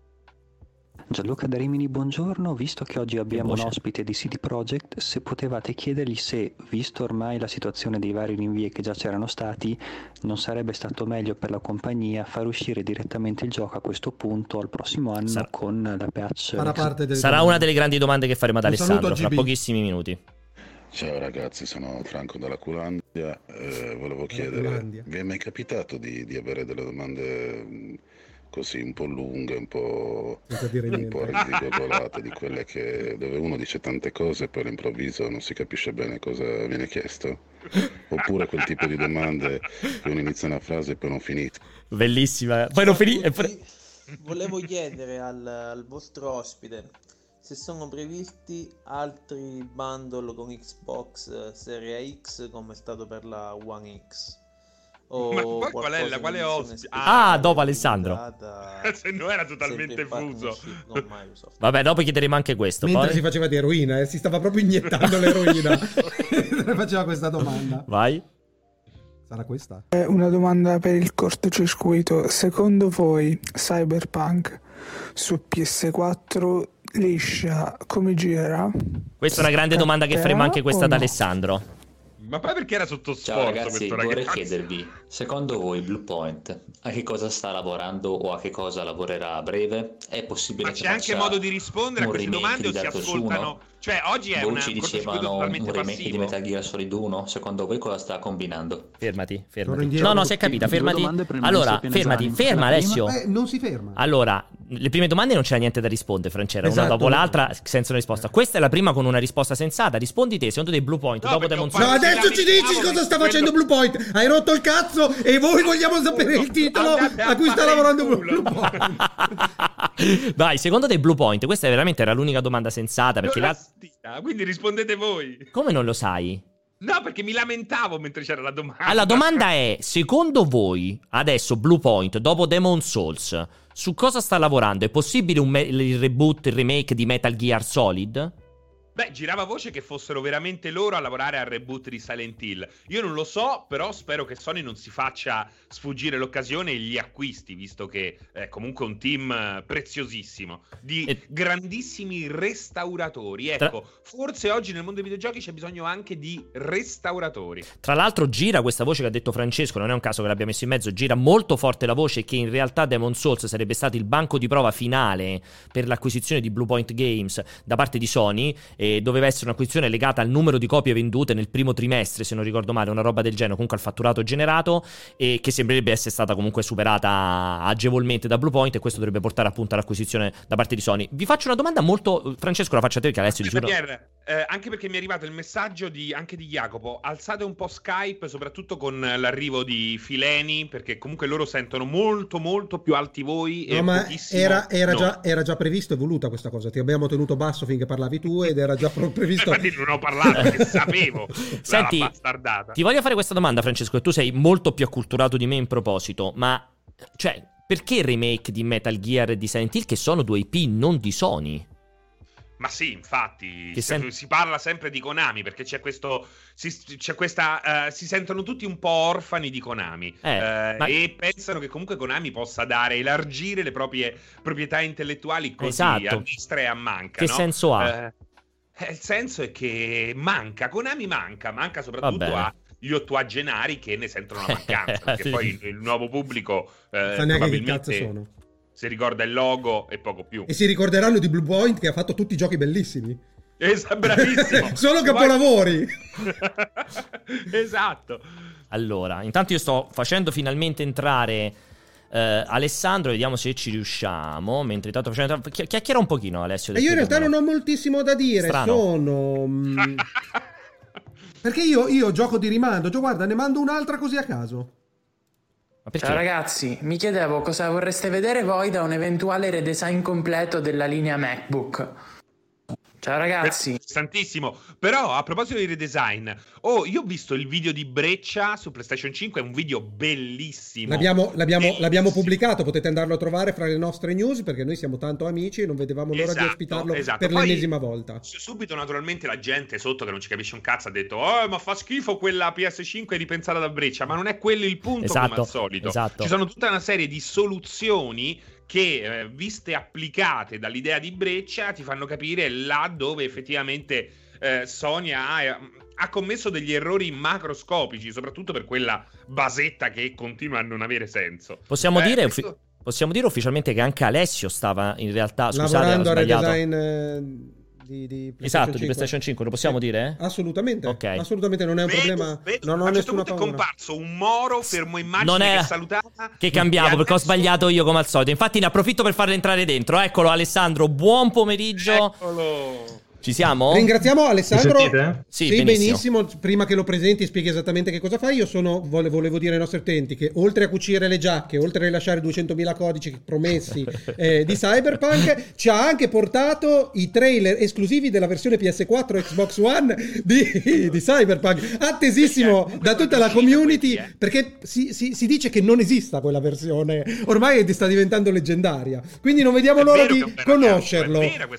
Speaker 9: Gianluca da Rimini, buongiorno. Visto che oggi abbiamo un ospite di CD Projekt, se potevate chiedergli se, visto ormai la situazione dei vari rinvii che già c'erano stati, non sarebbe stato meglio per la compagnia far uscire direttamente il gioco a questo punto al prossimo anno con la patch.
Speaker 1: Sarà una delle grandi domande che faremo ad Alessandro fra pochissimi minuti.
Speaker 10: Ciao ragazzi, sono Franco dalla Culandia. Volevo chiedere, vi è mai capitato di avere delle domande così un po' lunghe, un po' rizigogolate, di quelle dove uno dice tante cose e poi all'improvviso non si capisce bene cosa viene chiesto? Oppure quel tipo di domande che uno inizia una frase e poi non finite?
Speaker 1: Bellissima, poi non finite.
Speaker 11: Volevo chiedere al vostro ospite se sono previsti altri bundle con Xbox Series X come è stato per la One X,
Speaker 2: Ma poi quale ospite?
Speaker 1: Dopo Alessandro.
Speaker 2: Se no era totalmente fuso.
Speaker 1: Vabbè, dopo chiederemo anche questo.
Speaker 3: Mentre
Speaker 1: poi
Speaker 3: si faceva di eroina, si stava proprio iniettando l'eroina. Faceva questa domanda.
Speaker 1: Vai.
Speaker 3: Sarà questa?
Speaker 12: Una domanda per il cortocircuito. Secondo voi Cyberpunk su PS4 liscia come girerà?
Speaker 1: Questa è una grande domanda che faremo anche questa ad Alessandro.
Speaker 2: Ma poi perché era sotto sforzo?
Speaker 13: Ciao ragazzi,
Speaker 2: questo
Speaker 13: vorrei
Speaker 2: ragazzo?
Speaker 13: chiedervi, secondo voi Bluepoint a che cosa sta lavorando o a che cosa lavorerà a breve? È possibile
Speaker 2: Ma
Speaker 13: che
Speaker 2: c'è anche modo di rispondere a queste domande o si ascoltano? Cioè oggi è
Speaker 13: Voci
Speaker 2: un
Speaker 13: dicevano
Speaker 2: totalmente
Speaker 13: un remake
Speaker 2: passivo.
Speaker 13: di Metal Gear Solid 1, secondo voi cosa sta combinando?
Speaker 1: Fermati. No, si è capita, fermati. Allora, ferma Alessio.
Speaker 3: Non si ferma.
Speaker 1: Allora, le prime domande non c'era niente da rispondere, Francesca, una
Speaker 3: Esatto.
Speaker 1: dopo l'altra senza una risposta. Questa è la prima con una risposta sensata. Rispondi te, secondo te Bluepoint, dopo Demon Souls.
Speaker 3: No, adesso ci dici cosa sta facendo Bluepoint. Hai rotto il cazzo e voi vogliamo sapere il titolo a cui sta lavorando Bluepoint.
Speaker 1: Vai, secondo te Bluepoint, questa veramente era l'unica domanda sensata, perché
Speaker 2: Quindi rispondete voi.
Speaker 1: Come non lo sai?
Speaker 2: No, perché mi lamentavo mentre c'era la domanda.
Speaker 1: Allora, la domanda è, secondo voi, adesso Bluepoint, dopo Demon Souls, su cosa sta lavorando? È possibile il reboot, il remake di Metal Gear Solid?
Speaker 2: Beh, girava voce che fossero veramente loro a lavorare al reboot di Silent Hill. Io non lo so, però spero che Sony non si faccia sfuggire l'occasione e gli acquisti, visto che è comunque un team preziosissimo, di grandissimi restauratori. Ecco, forse oggi nel mondo dei videogiochi c'è bisogno anche di restauratori.
Speaker 1: Tra l'altro gira questa voce che ha detto Francesco, non è un caso che l'abbia messo in mezzo, gira molto forte la voce che in realtà Demon Souls sarebbe stato il banco di prova finale per l'acquisizione di Bluepoint Games da parte di Sony. E doveva essere un'acquisizione legata al numero di copie vendute nel primo trimestre, se non ricordo male, una roba del genere, comunque al fatturato generato, e che sembrerebbe essere stata comunque superata agevolmente da Bluepoint, e questo dovrebbe portare appunto all'acquisizione da parte di Sony. Vi faccio una domanda molto... Francesco, la faccio a te, che Alessio di sicuro...
Speaker 2: Anche perché mi è arrivato il messaggio anche di Jacopo, alzate un po' Skype, soprattutto con l'arrivo di Fileni, perché comunque loro sentono molto molto più alti voi.
Speaker 3: No, ma era già previsto e voluta questa cosa. Ti abbiamo tenuto basso finché parlavi tu ed era già previsto.
Speaker 2: Non ho parlato perché sapevo.
Speaker 1: Senti,
Speaker 2: bastardata.
Speaker 1: Ti voglio fare questa domanda, Francesco, e tu sei molto più acculturato di me in proposito, ma cioè, perché il remake di Metal Gear e di Silent Hill, che sono due IP non di Sony?
Speaker 2: Ma sì, infatti, si parla sempre di Konami, perché c'è questo... si sentono tutti un po' orfani di Konami, e pensano che comunque Konami possa elargire le proprie proprietà intellettuali così a destra e a manca.
Speaker 1: Che senso ha?
Speaker 2: Il senso è che Konami manca soprattutto agli ottuagenari che ne sentono la mancanza, perché poi il nuovo pubblico
Speaker 3: neanche che cazzo sono.
Speaker 2: Si ricorda il logo e poco più.
Speaker 3: E si ricorderanno di Bluepoint, che ha fatto tutti i giochi bellissimi.
Speaker 2: Bravissimo.
Speaker 3: Solo capolavori.
Speaker 2: Esatto.
Speaker 1: Allora, intanto io sto facendo finalmente entrare Alessandro, vediamo se ci riusciamo. Mentre intanto chiacchiera un pochino, Alessio.
Speaker 3: Io in realtà non ho moltissimo da dire. Perché io gioco di rimando. Guarda, ne mando un'altra così a caso.
Speaker 14: Ciao ragazzi, mi chiedevo cosa vorreste vedere voi da un eventuale redesign completo della linea MacBook. Ciao ragazzi.
Speaker 2: Tantissimo. Però a proposito di redesign, io ho visto il video di Breccia su PlayStation 5, è un video bellissimo.
Speaker 3: L'abbiamo pubblicato, potete andarlo a trovare fra le nostre news, perché noi siamo tanto amici e non vedevamo l'ora di ospitarlo per l'ennesima volta.
Speaker 2: Subito naturalmente la gente sotto che non ci capisce un cazzo ha detto ma fa schifo quella PS5 ripensata da Breccia, ma non è quello il punto, come al solito. Ci sono tutta una serie di soluzioni che viste applicate dall'idea di Breccia ti fanno capire là dove effettivamente Sony ha commesso degli errori macroscopici, soprattutto per quella basetta che continua a non avere senso.
Speaker 1: Possiamo dire ufficialmente che anche Alessio stava in realtà
Speaker 3: lavorando a redesign
Speaker 1: di PlayStation 5. Di PlayStation 5, lo possiamo dire?
Speaker 3: Assolutamente.
Speaker 1: Okay.
Speaker 3: Assolutamente, non è un problema. Non ho nessuna paura.
Speaker 2: È comparso un Moro fermo immagine che salutava.
Speaker 1: Che cambiavo perché ho sbagliato io come al solito. Infatti ne approfitto per farlo entrare dentro. Eccolo Alessandro, buon pomeriggio.
Speaker 2: Eccolo.
Speaker 1: Ci siamo?
Speaker 3: Ringraziamo Alessandro.
Speaker 1: Sì,
Speaker 3: benissimo. Prima che lo presenti e spieghi esattamente che cosa fai, io volevo dire ai nostri utenti che oltre a cucire le giacche, oltre a rilasciare 200.000 codici promessi di Cyberpunk, ci ha anche portato i trailer esclusivi della versione PS4 e Xbox One di Cyberpunk, attesissimo da tutta la community, perché si dice che non esista quella versione, ormai sta diventando leggendaria, quindi non vediamo l'ora di conoscerlo.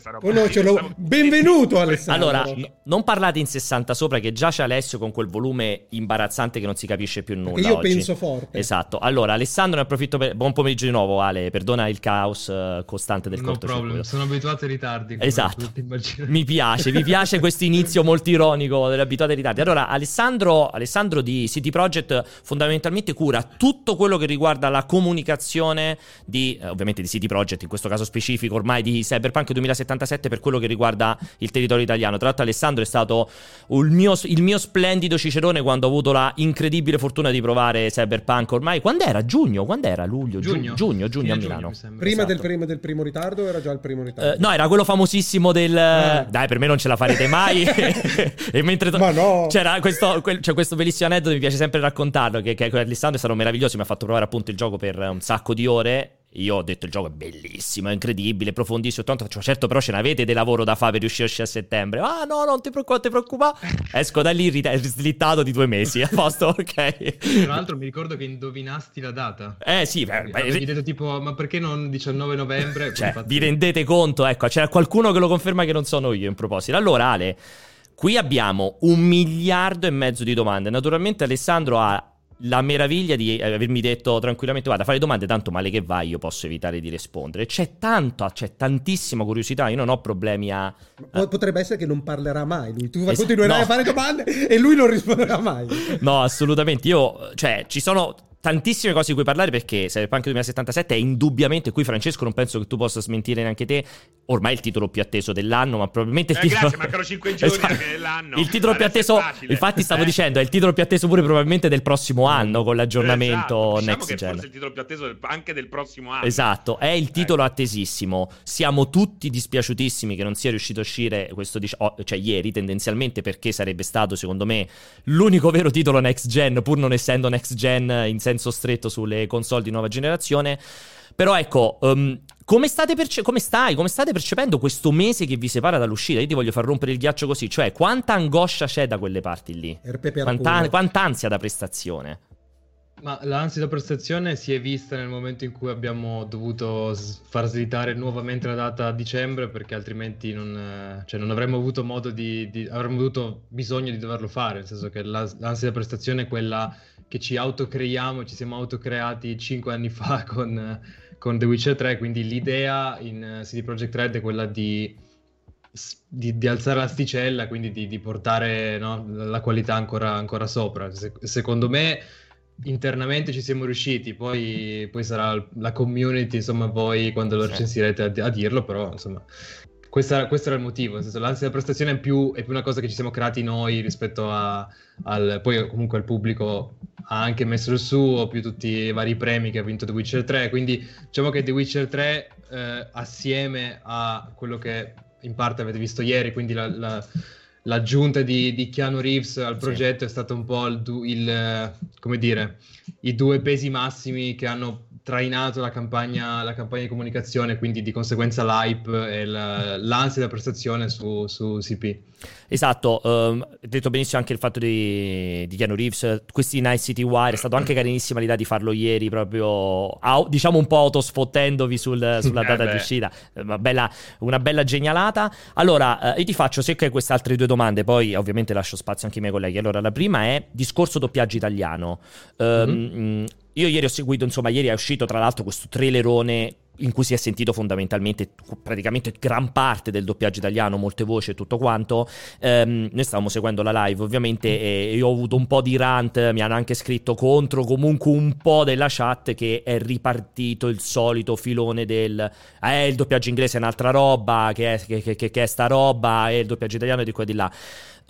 Speaker 3: Benvenuto Alessandro.
Speaker 1: Allora, non parlate in 60 sopra, che già c'è Alessio con quel volume imbarazzante che non si capisce più nulla.
Speaker 3: Perché io
Speaker 1: oggi
Speaker 3: penso forte.
Speaker 1: Esatto. Allora, Alessandro, ne approfitto buon pomeriggio di nuovo, Ale, perdona il caos costante del cortocircuito.
Speaker 15: Sono abituato ai ritardi.
Speaker 1: Esatto. Mi piace questo inizio molto ironico dell'abituato ai ritardi. Allora, Alessandro di CD Projekt fondamentalmente cura tutto quello che riguarda la comunicazione ovviamente di CD Projekt, in questo caso specifico ormai di Cyberpunk 2077, per quello che riguarda il territorio italiano. Tra l'altro Alessandro è stato il mio splendido cicerone quando ho avuto la incredibile fortuna di provare Cyberpunk ormai. Quando era? Giugno? Quando era? Luglio? Giugno a Milano.
Speaker 3: Prima del primo ritardo, era già il primo ritardo?
Speaker 1: No, era quello famosissimo del dai, per me non ce la farete mai. E mentre
Speaker 3: ma no,
Speaker 1: c'era questo bellissimo aneddoto, mi piace sempre raccontarlo, che Alessandro è stato meraviglioso, mi ha fatto provare appunto il gioco per un sacco di ore. Io ho detto il gioco è bellissimo, è incredibile, profondissimo, tanto certo, però ce n'avete del lavoro da fare per riuscire a uscire a settembre. Ah no, non ti preoccupare. Esco da lì slittato di 2 mesi, a posto, ok.
Speaker 15: Tra l'altro mi ricordo che indovinasti la data.
Speaker 1: Sì,
Speaker 15: avevi detto tipo, ma perché non 19 novembre?
Speaker 1: Cioè, vi rendete conto? Ecco, c'era qualcuno che lo conferma che non sono io in proposito. Allora, Ale, qui abbiamo 1,5 miliardi di domande. Naturalmente Alessandro ha la meraviglia di avermi detto tranquillamente: guarda, fare domande, tanto male che vai, io posso evitare di rispondere. C'è tantissima curiosità, io non ho problemi a...
Speaker 3: Potrebbe essere che non parlerà mai lui, tu continuerai a fare domande e lui non risponderà mai.
Speaker 1: No, assolutamente, ci sono tantissime cose di cui parlare, perché Cyberpunk 2077 è indubbiamente, qui Francesco non penso che tu possa smentire neanche te, ormai il titolo più atteso dell'anno, ma probabilmente il titolo...
Speaker 2: Grazie, mancano 5 giorni dell'anno.
Speaker 1: Il titolo più atteso, infatti stavo dicendo, è il titolo più atteso pure probabilmente del prossimo anno, con l'aggiornamento next
Speaker 2: che
Speaker 1: gen.
Speaker 2: Forse il titolo più atteso anche del prossimo anno.
Speaker 1: Esatto, è il titolo attesissimo. Siamo tutti dispiaciutissimi che non sia riuscito a uscire questo ieri tendenzialmente, perché sarebbe stato secondo me l'unico vero titolo next gen, pur non essendo next gen in senso stretto sulle console di nuova generazione. Però ecco, come state percependo questo mese che vi separa dall'uscita? Io ti voglio far rompere il ghiaccio così, cioè quanta angoscia c'è da quelle parti lì? Quanta ansia da prestazione?
Speaker 15: Ma l'ansia da prestazione si è vista nel momento in cui abbiamo dovuto far slittare nuovamente la data a dicembre, perché altrimenti non avremmo avuto modo avremmo avuto bisogno di doverlo fare, nel senso che l'ansia da prestazione è quella che ci siamo autocreati 5 anni fa con The Witcher 3, quindi l'idea in CD Projekt Red è quella di alzare l'asticella, quindi di portare, no, la qualità ancora sopra. Secondo me internamente ci siamo riusciti, poi sarà la community, insomma, voi quando lo recensirete a dirlo, però insomma questo era il motivo, nel senso, l'ansia da prestazione è più una cosa che ci siamo creati noi rispetto poi comunque il pubblico ha anche messo il suo, più tutti i vari premi che ha vinto The Witcher 3, quindi diciamo che The Witcher 3 assieme a quello che in parte avete visto ieri, quindi l'aggiunta di Keanu Reeves al progetto è stato un po' come dire, i 2 pesi massimi che hanno trainato la campagna di comunicazione, quindi di conseguenza l'hype e l'ansia da prestazione su CP.
Speaker 1: Esatto, detto benissimo anche il fatto di Keanu Reeves, questi Night City Wire, è stato anche carinissima l'idea di farlo ieri, proprio diciamo un po' autosfottendovi sulla data di uscita, una bella genialata. Allora, io ti faccio secca queste altre 2 domande, poi ovviamente lascio spazio anche ai miei colleghi. Allora, la prima è discorso doppiaggio italiano. Io ieri ho seguito, insomma, ieri è uscito tra l'altro questo trailerone in cui si è sentito fondamentalmente praticamente gran parte del doppiaggio italiano, molte voci e tutto quanto. Noi stavamo seguendo la live ovviamente e io ho avuto un po' di rant, mi hanno anche scritto contro comunque un po' della chat, che è ripartito il solito filone del il doppiaggio inglese è un'altra roba, che è sta roba, e il doppiaggio italiano è di qua e di là.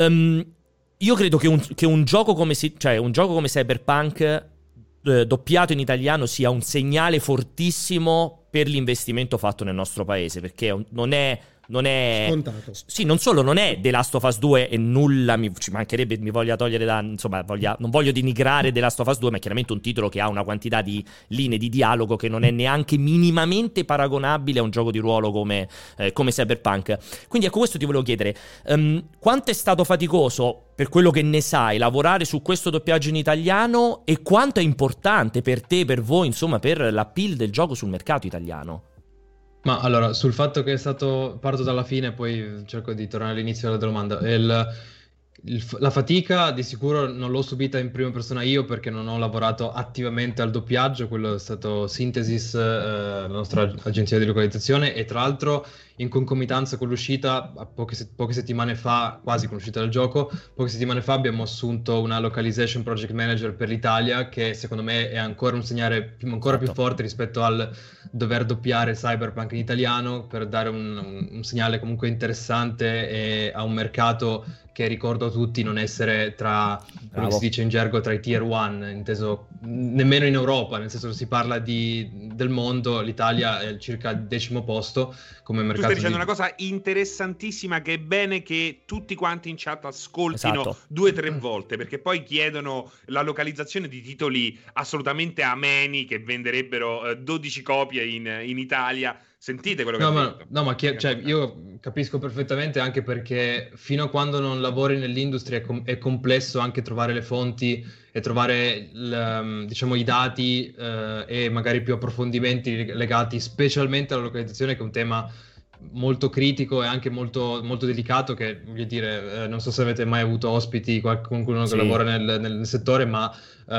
Speaker 1: Io credo che un gioco come Cyberpunk doppiato in italiano sia un segnale fortissimo per l'investimento fatto nel nostro paese, perché non è non è
Speaker 3: scontato.
Speaker 1: Sì, non solo non è The Last of Us 2 e nulla ci mancherebbe, mi voglia togliere non voglio denigrare The Last of Us 2, ma è chiaramente un titolo che ha una quantità di linee di dialogo che non è neanche minimamente paragonabile a un gioco di ruolo come Cyberpunk. Quindi ecco, questo ti volevo chiedere, quanto è stato faticoso, per quello che ne sai, lavorare su questo doppiaggio in italiano, e quanto è importante per te, per voi, insomma, per l'appeal del gioco sul mercato italiano?
Speaker 15: Ma allora, sul fatto che è stato, parto dalla fine, poi cerco di tornare all'inizio della domanda. La fatica di sicuro non l'ho subita in prima persona io, perché non ho lavorato attivamente al doppiaggio, quello è stato Synthesis, la nostra agenzia di localizzazione, e tra l'altro in concomitanza con l'uscita, poche settimane fa, quasi con l'uscita del gioco, poche settimane fa abbiamo assunto una localization project manager per l'Italia, che secondo me è ancora un segnale ancora più forte rispetto al dover doppiare Cyberpunk in italiano, per dare un segnale comunque interessante e a un mercato che, ricordo a tutti, non essere tra, come si dice in gergo, tra i tier 1, inteso nemmeno in Europa, nel senso che si parla del mondo, l'Italia è circa al 10° posto come mercato.
Speaker 2: Tu stai dicendo una cosa interessantissima, che è bene che tutti quanti in chat ascoltino 2 o 3 volte, perché poi chiedono la localizzazione di titoli assolutamente ameni che venderebbero 12 copie in Italia. Sentite quello che ha detto.
Speaker 15: Cioè, io capisco perfettamente, anche perché fino a quando non lavori nell'industria è complesso anche trovare le fonti e trovare diciamo i dati e magari più approfondimenti legati specialmente alla localizzazione, che è un tema molto critico e anche molto, molto delicato, che voglio dire, non so se avete mai avuto ospiti, qualcuno che lavora nel settore, ma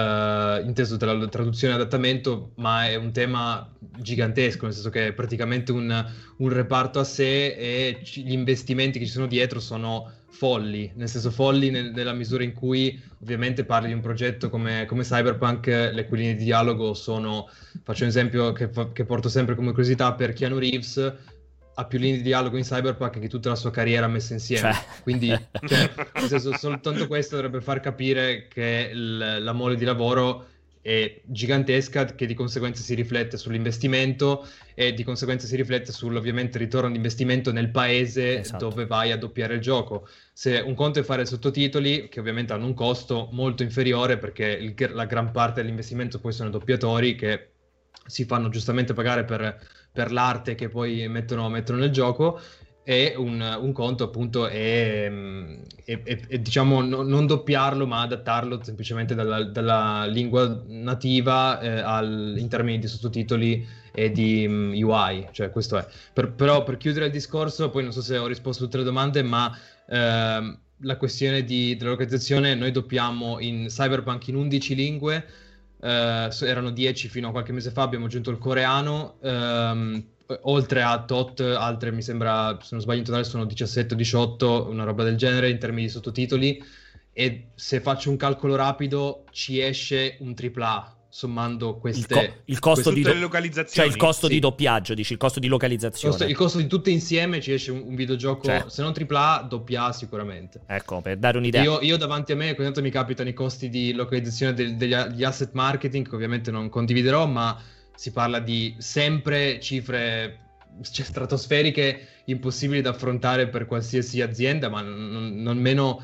Speaker 15: inteso tra la traduzione e adattamento, ma è un tema gigantesco, nel senso che è praticamente un reparto a sé, e gli investimenti che ci sono dietro sono folli, nel senso folli nella misura in cui ovviamente parli di un progetto come Cyberpunk, le cui linee di dialogo sono, faccio un esempio che porto sempre come curiosità, per Keanu Reeves ha più linee di dialogo in Cyberpunk che tutta la sua carriera messa insieme, quindi nel senso, soltanto questo dovrebbe far capire che la mole di lavoro è gigantesca, che di conseguenza si riflette sull'investimento e di conseguenza si riflette ovviamente ritorno di investimento nel paese dove vai a doppiare il gioco. Se un conto è fare sottotitoli, che ovviamente hanno un costo molto inferiore, perché la gran parte dell'investimento poi sono doppiatori che si fanno giustamente pagare per l'arte che poi mettono nel gioco, e un conto appunto è diciamo non doppiarlo, ma adattarlo semplicemente dalla lingua nativa in termini di sottotitoli e di UI, cioè questo è. Però per chiudere il discorso, poi non so se ho risposto a tutte le domande, ma la questione della localizzazione, noi doppiamo in Cyberpunk in 11 lingue, erano 10 fino a qualche mese fa, abbiamo aggiunto il coreano, oltre a tot altre, mi sembra, se non sbaglio in totale sono 17 o 18, una roba del genere in termini di sottotitoli, e se faccio un calcolo rapido ci esce un AAA sommando queste
Speaker 1: il costo di
Speaker 2: le localizzazioni,
Speaker 1: cioè il costo di doppiaggio, dici, il costo di localizzazione,
Speaker 15: il costo di tutte insieme ci esce un videogioco, se non AAA, AA sicuramente.
Speaker 1: Ecco, per dare un'idea,
Speaker 15: io davanti a me ogni tanto mi capitano i costi di localizzazione degli asset marketing, che ovviamente non condividerò, ma si parla di sempre cifre stratosferiche, impossibili da affrontare per qualsiasi azienda, ma nemmeno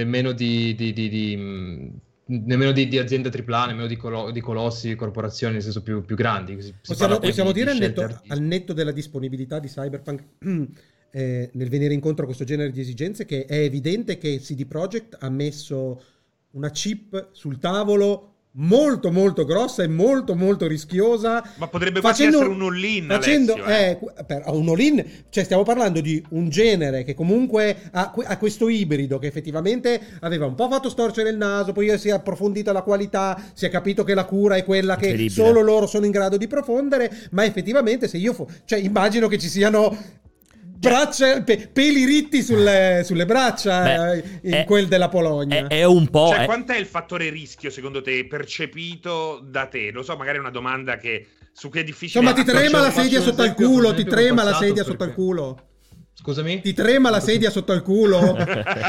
Speaker 15: di aziende AAA, nemmeno di colossi, corporazioni, nel senso più grandi.
Speaker 3: Possiamo dire, al netto della disponibilità di Cyberpunk nel venire incontro a questo genere di esigenze, che è evidente che CD Projekt ha messo una chip sul tavolo molto molto grossa e molto molto rischiosa,
Speaker 2: ma potrebbe quasi essere un all-in,
Speaker 3: un all-in, cioè stiamo parlando di un genere che comunque ha questo ibrido, che effettivamente aveva un po' fatto storcere il naso, poi si è approfondita la qualità, si è capito che la cura è quella che solo loro sono in grado di profondere, ma effettivamente se io cioè immagino che ci siano braccia, peli ritti sulle braccia in quel della Polonia.
Speaker 1: È un po'.
Speaker 2: Cioè, quant'è il fattore rischio secondo te percepito da te? Lo so, magari è una domanda su cui è difficile.
Speaker 3: Insomma, ti trema la sedia sotto al culo, ti trema la sedia sotto al culo.
Speaker 15: Scusami?
Speaker 3: Ti trema la sedia sotto al culo.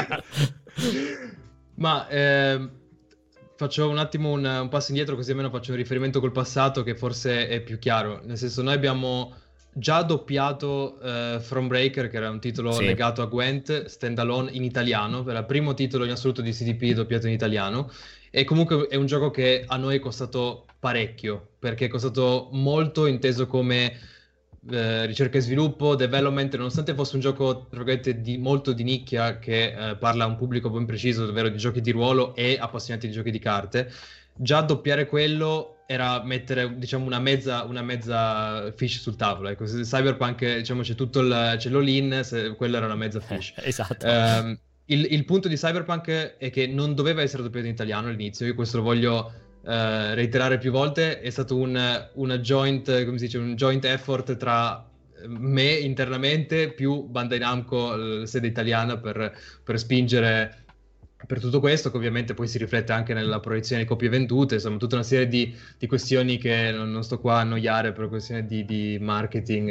Speaker 15: Ma faccio un attimo un passo indietro, così almeno faccio un riferimento col passato che forse è più chiaro. Nel senso, noi abbiamo già doppiato Thronebreaker, che era un titolo legato a Gwent, standalone in italiano, era il primo titolo in assoluto di CDP doppiato in italiano, e comunque è un gioco che a noi è costato parecchio, perché è costato molto inteso come ricerca e sviluppo, development, nonostante fosse un gioco tra virgolette molto di nicchia che parla a un pubblico ben preciso, ovvero di giochi di ruolo e appassionati di giochi di carte. Già doppiare quello era mettere, diciamo, una mezza fish sul tavolo. Ecco, Cyberpunk, diciamo, c'è tutto c'è l'all-in, quella era una mezza fish.
Speaker 1: Esatto.
Speaker 15: Il punto di Cyberpunk è che non doveva essere doppiato in italiano all'inizio, io questo lo voglio reiterare più volte. È stato una joint, come si dice, un joint effort tra me internamente più Bandai Namco, sede italiana, per spingere per tutto questo, che ovviamente poi si riflette anche nella proiezione di copie vendute, insomma tutta una serie di questioni che non sto qua a annoiare, per questioni di marketing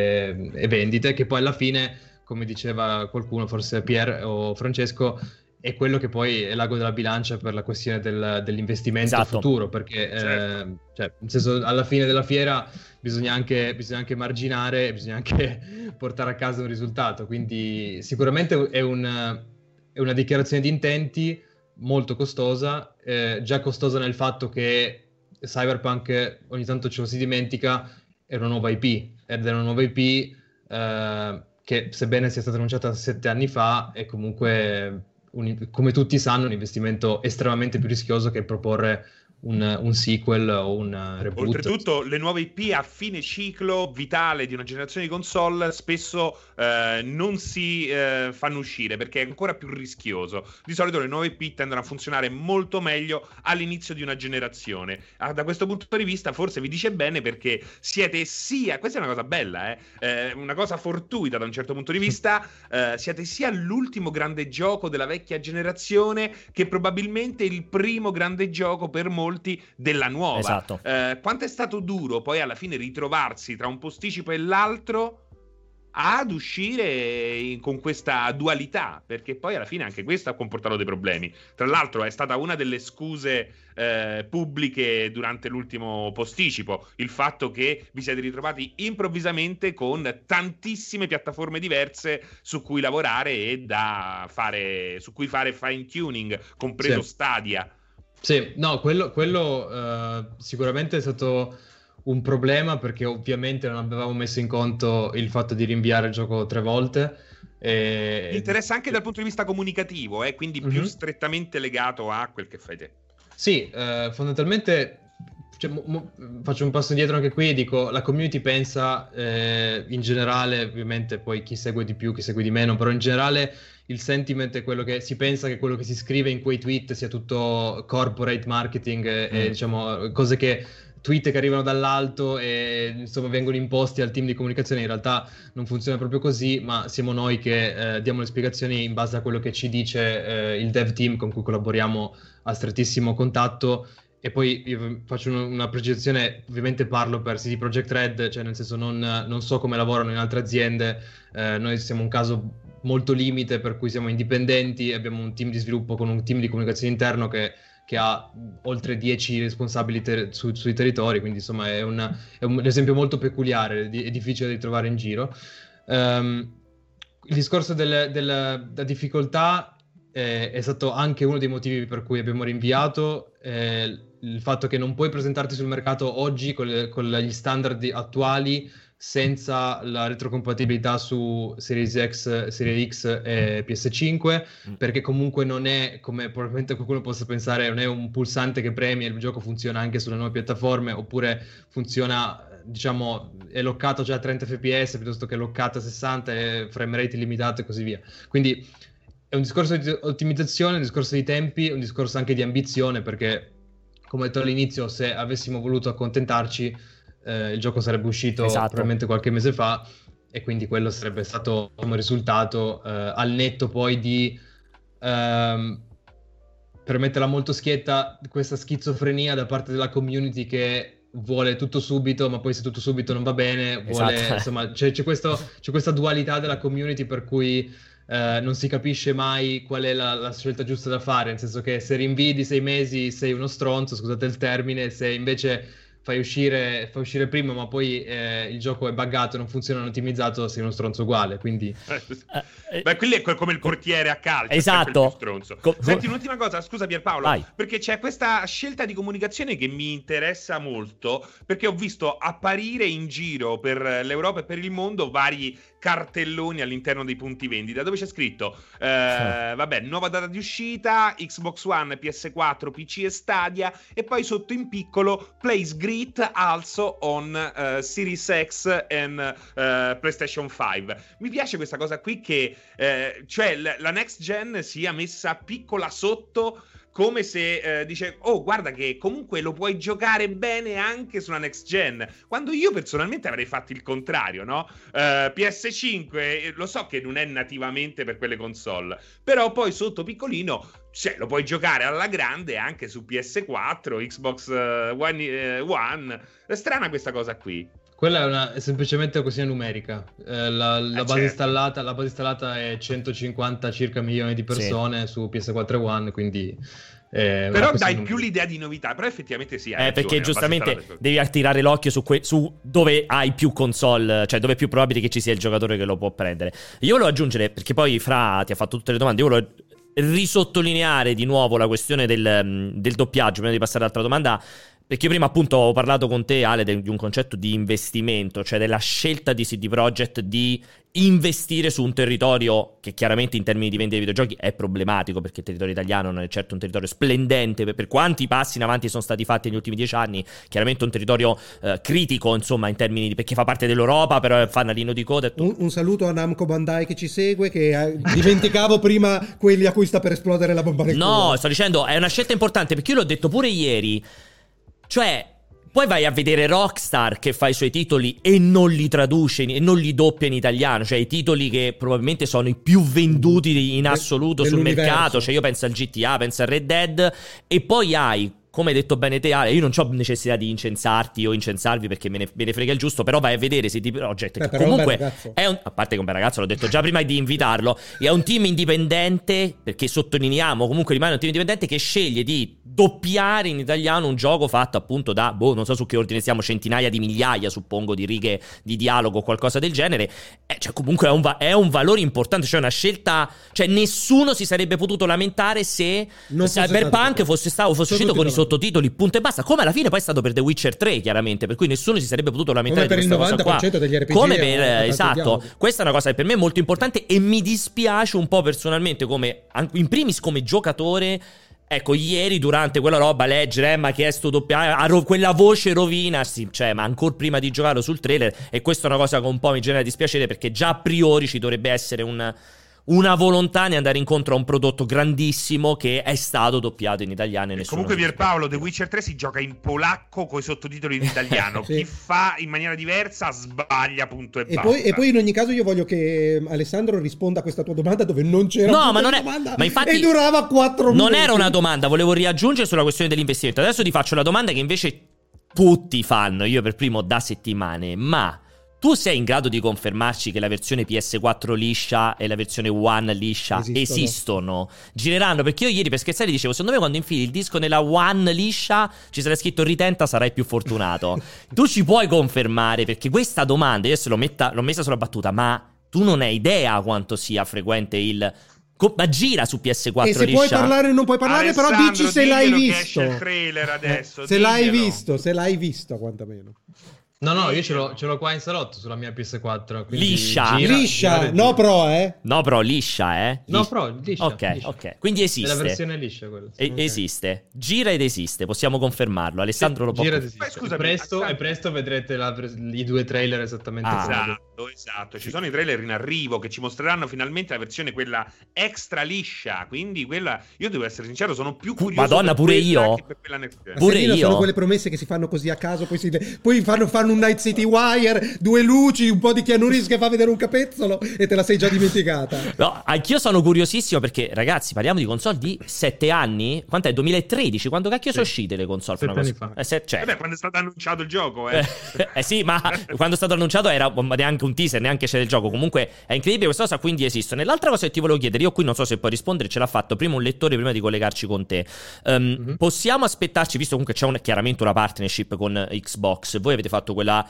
Speaker 15: e vendite, che poi alla fine, come diceva qualcuno, forse Pier o Francesco, è quello che poi è l'ago della bilancia per la questione dell'investimento futuro, perché cioè, nel senso, alla fine della fiera bisogna anche marginare, bisogna anche portare a casa un risultato, quindi sicuramente è una dichiarazione di intenti molto costosa, già costosa nel fatto che Cyberpunk, ogni tanto ce lo si dimentica, è una nuova IP, ed è una nuova IP che, sebbene sia stata annunciata 7 anni fa, è comunque, come tutti sanno, un investimento estremamente più rischioso che proporre un sequel o un reboot.
Speaker 2: Oltretutto le nuove IP a fine ciclo vitale di una generazione di console spesso non si fanno uscire, perché è ancora più rischioso. Di solito le nuove IP tendono a funzionare molto meglio all'inizio di una generazione. Da questo punto di vista forse vi dice bene, perché siete sia, questa è una cosa bella, una cosa fortuita da un certo punto di vista, siete sia l'ultimo grande gioco della vecchia generazione che probabilmente il primo grande gioco per molti della nuova.
Speaker 1: Esatto.
Speaker 2: Quanto è stato duro poi alla fine ritrovarsi tra un posticipo e l'altro ad uscire con questa dualità, perché poi alla fine anche questo ha comportato dei problemi. Tra l'altro è stata una delle scuse pubbliche durante l'ultimo posticipo, il fatto che vi siete ritrovati improvvisamente con tantissime piattaforme diverse su cui lavorare e su cui fare fine tuning, compreso Stadia.
Speaker 15: Sì, no, quello sicuramente è stato un problema, perché ovviamente non avevamo messo in conto il fatto di rinviare il gioco 3 volte.
Speaker 2: Mi interessa anche dal punto di vista comunicativo, quindi più strettamente legato a quel che fai te.
Speaker 15: Sì, fondamentalmente, cioè, faccio un passo indietro anche qui e dico, la community pensa in generale, ovviamente poi chi segue di più, chi segue di meno, però in generale il sentiment è quello che si pensa che quello che si scrive in quei tweet sia tutto corporate marketing e diciamo cose tweet che arrivano dall'alto e insomma vengono imposti al team di comunicazione. In realtà non funziona proprio così, ma siamo noi che diamo le spiegazioni in base a quello che ci dice il dev team con cui collaboriamo a strettissimo contatto. E poi io faccio una precisazione, ovviamente parlo per CD Projekt Red, cioè nel senso non so come lavorano in altre aziende, noi siamo un caso molto limite per cui siamo indipendenti, abbiamo un team di sviluppo con un team di comunicazione interno che ha oltre 10 responsabili sui territori, quindi insomma è un esempio molto peculiare, è difficile da trovare in giro. Il discorso della difficoltà è stato anche uno dei motivi per cui abbiamo rinviato, il fatto che non puoi presentarti sul mercato oggi con gli standard attuali senza la retrocompatibilità su Series X, Series X e PS5, perché comunque non è, come probabilmente qualcuno possa pensare, non è un pulsante che premi e il gioco funziona anche sulle nuove piattaforme, oppure funziona, diciamo, è loccato già a 30 fps piuttosto che loccato a 60 e frame rate illimitato e così via. Quindi è un discorso di ottimizzazione, un discorso di tempi, un discorso anche di ambizione, perché come detto all'inizio, se avessimo voluto accontentarci il gioco sarebbe uscito probabilmente qualche mese fa, e quindi quello sarebbe stato come risultato, al netto poi di, per metterla molto schietta, questa schizofrenia da parte della community che vuole tutto subito, ma poi se tutto subito non va bene, insomma c'è questa dualità della community per cui non si capisce mai qual è la scelta giusta da fare, nel senso che se rinvii di 6 mesi sei uno stronzo, scusate il termine, se invece fai uscire prima, ma poi il gioco è buggato, non funziona, non ottimizzato, sei uno stronzo uguale, quindi...
Speaker 2: Beh, quello è come il portiere a calcio.
Speaker 1: Esatto.
Speaker 2: Stronzo. Senti, un'ultima cosa, scusa Pierpaolo, vai. Perché c'è questa scelta di comunicazione che mi interessa molto, perché ho visto apparire in giro per l'Europa e per il mondo vari cartelloni all'interno dei punti vendita dove c'è scritto vabbè, nuova data di uscita, Xbox One, PS4, PC e Stadia, e poi sotto in piccolo plays great also on Series X and PlayStation 5. Mi piace questa cosa qui che cioè la next gen sia messa piccola sotto, come se dice, oh guarda che comunque lo puoi giocare bene anche sulla next gen, quando io personalmente avrei fatto il contrario, no? PS5 lo so che non è nativamente per quelle console, però poi sotto piccolino, cioè, lo puoi giocare alla grande anche su PS4, Xbox One. È strana questa cosa qui.
Speaker 15: Quella è semplicemente una questione numerica. La base installata è 150 circa milioni di persone su PS4 e One, quindi...
Speaker 2: però dai più l'idea di novità, però effettivamente sì.
Speaker 1: Perché giustamente devi attirare l'occhio su dove hai più console, cioè dove è più probabile che ci sia il giocatore che lo può prendere. Io volevo aggiungere, perché poi Fra ti ha fatto tutte le domande, io volevo risottolineare di nuovo la questione del doppiaggio prima di passare all'altra domanda. Perché io prima appunto ho parlato con te, Ale, di un concetto di investimento, cioè della scelta di CD Projekt di investire su un territorio che chiaramente in termini di vendita di videogiochi è problematico, perché il territorio italiano non è certo un territorio splendente, per quanti passi in avanti sono stati fatti negli ultimi 10 anni, chiaramente un territorio critico, insomma, in termini di, perché fa parte dell'Europa, però è fanalino di coda.
Speaker 3: Un saluto a Namco Bandai che ci segue, che dimenticavo prima quelli a cui sta per esplodere la bomba nel culo.
Speaker 1: No, sto dicendo, è una scelta importante, perché io l'ho detto pure ieri. Cioè, poi vai a vedere Rockstar che fa i suoi titoli e non li traduce e non li doppia in italiano. Cioè, i titoli che probabilmente sono i più venduti in assoluto sul mercato. Cioè, io penso al GTA, penso al Red Dead. E poi hai, come hai detto bene te, Ale, io non ho necessità di incensarti o incensarvi perché me ne frega il giusto, però vai a vedere CD Projekt, che comunque è a parte che è un bel ragazzo, l'ho detto già prima di invitarlo, è un team indipendente, perché sottolineiamo, comunque rimane un team indipendente che sceglie di doppiare in italiano un gioco fatto appunto da, non so su che ordine siamo, centinaia di migliaia, suppongo, di righe di dialogo o qualcosa del genere. Cioè, comunque è un valore importante, cioè una scelta, cioè nessuno si sarebbe potuto lamentare se Cyberpunk fosse uscito con i sottotitoli, punto e basta, come alla fine poi è stato per The Witcher 3, chiaramente, per cui nessuno si sarebbe potuto lamentare
Speaker 3: come
Speaker 1: di
Speaker 3: per
Speaker 1: questa
Speaker 3: il 90%
Speaker 1: cosa qua.
Speaker 3: degli RPG,
Speaker 1: come per esatto, questa è una cosa che per me è molto importante e mi dispiace un po' personalmente, come in primis come giocatore. Ecco, ieri durante quella roba leggere mi ha chiesto quella voce rovina, sì, cioè, ma ancora prima di giocarlo sul trailer, e questa è una cosa che un po' mi genera dispiacere, perché già a priori ci dovrebbe essere una volontà di andare incontro a un prodotto grandissimo che è stato doppiato in italiano. E
Speaker 2: comunque Pierpaolo, The Witcher 3 si gioca in polacco con i sottotitoli in italiano. Sì. Chi fa in maniera diversa sbaglia, punto e basta.
Speaker 3: E poi in ogni caso io voglio che Alessandro risponda a questa tua domanda dove non c'era domanda,
Speaker 1: ma infatti
Speaker 3: e durava 4 minuti.
Speaker 1: Non era una domanda, volevo riaggiungere sulla questione dell'investimento. Adesso ti faccio la domanda che invece tutti fanno, io per primo da settimane, ma tu sei in grado di confermarci che la versione PS4 liscia e la versione One liscia esistono? Gireranno? Perché io ieri per scherzare dicevo, secondo me quando infili il disco nella One liscia ci sarà scritto ritenta, sarai più fortunato. Tu ci puoi confermare? Perché questa domanda, io l'ho messa sulla battuta, ma tu non hai idea quanto sia frequente ma gira su PS4
Speaker 3: e se
Speaker 1: liscia?
Speaker 3: Puoi parlare non puoi parlare,
Speaker 2: Alessandro,
Speaker 3: però dici se l'hai visto.
Speaker 2: Esce il trailer adesso,
Speaker 3: se l'hai visto quantomeno.
Speaker 15: No, io ce l'ho qua in salotto sulla mia PS4.
Speaker 1: Liscia?
Speaker 3: No Pro,
Speaker 1: No Pro, liscia,
Speaker 15: No Pro, liscia.
Speaker 1: Ok. Quindi esiste.
Speaker 15: È la versione liscia quella.
Speaker 1: Esiste. Gira ed esiste, possiamo confermarlo. Alessandro lo può
Speaker 15: confermare. Scusami, presto vedrete i 2 trailer esattamente.
Speaker 2: Esatto. Ci sono i trailer in arrivo che ci mostreranno finalmente la versione quella extra liscia. Quindi quella, io devo essere sincero, sono più curioso.
Speaker 1: Madonna, pure io.
Speaker 3: Pure io. Sono quelle promesse che si fanno così a caso, poi fanno un Night City Wire, 2 luci, un po' di Keanu Reeves che fa vedere un capezzolo e te la sei già dimenticata.
Speaker 1: No, anch'io sono curiosissimo perché, ragazzi, parliamo di console di 7 anni. Quant'è? 2013? Quando cacchio sono uscite le console?
Speaker 15: 7 anni fa.
Speaker 2: Quando è stato annunciato il gioco,
Speaker 1: sì, ma quando è stato annunciato era neanche un teaser, neanche c'era il gioco. Comunque è incredibile questa cosa, quindi esistono. E l'altra cosa che ti volevo chiedere, io qui non so se puoi rispondere, ce l'ha fatto prima un lettore prima di collegarci con te. Possiamo aspettarci, visto comunque c'è chiaramente una partnership con Xbox, voi avete fatto quella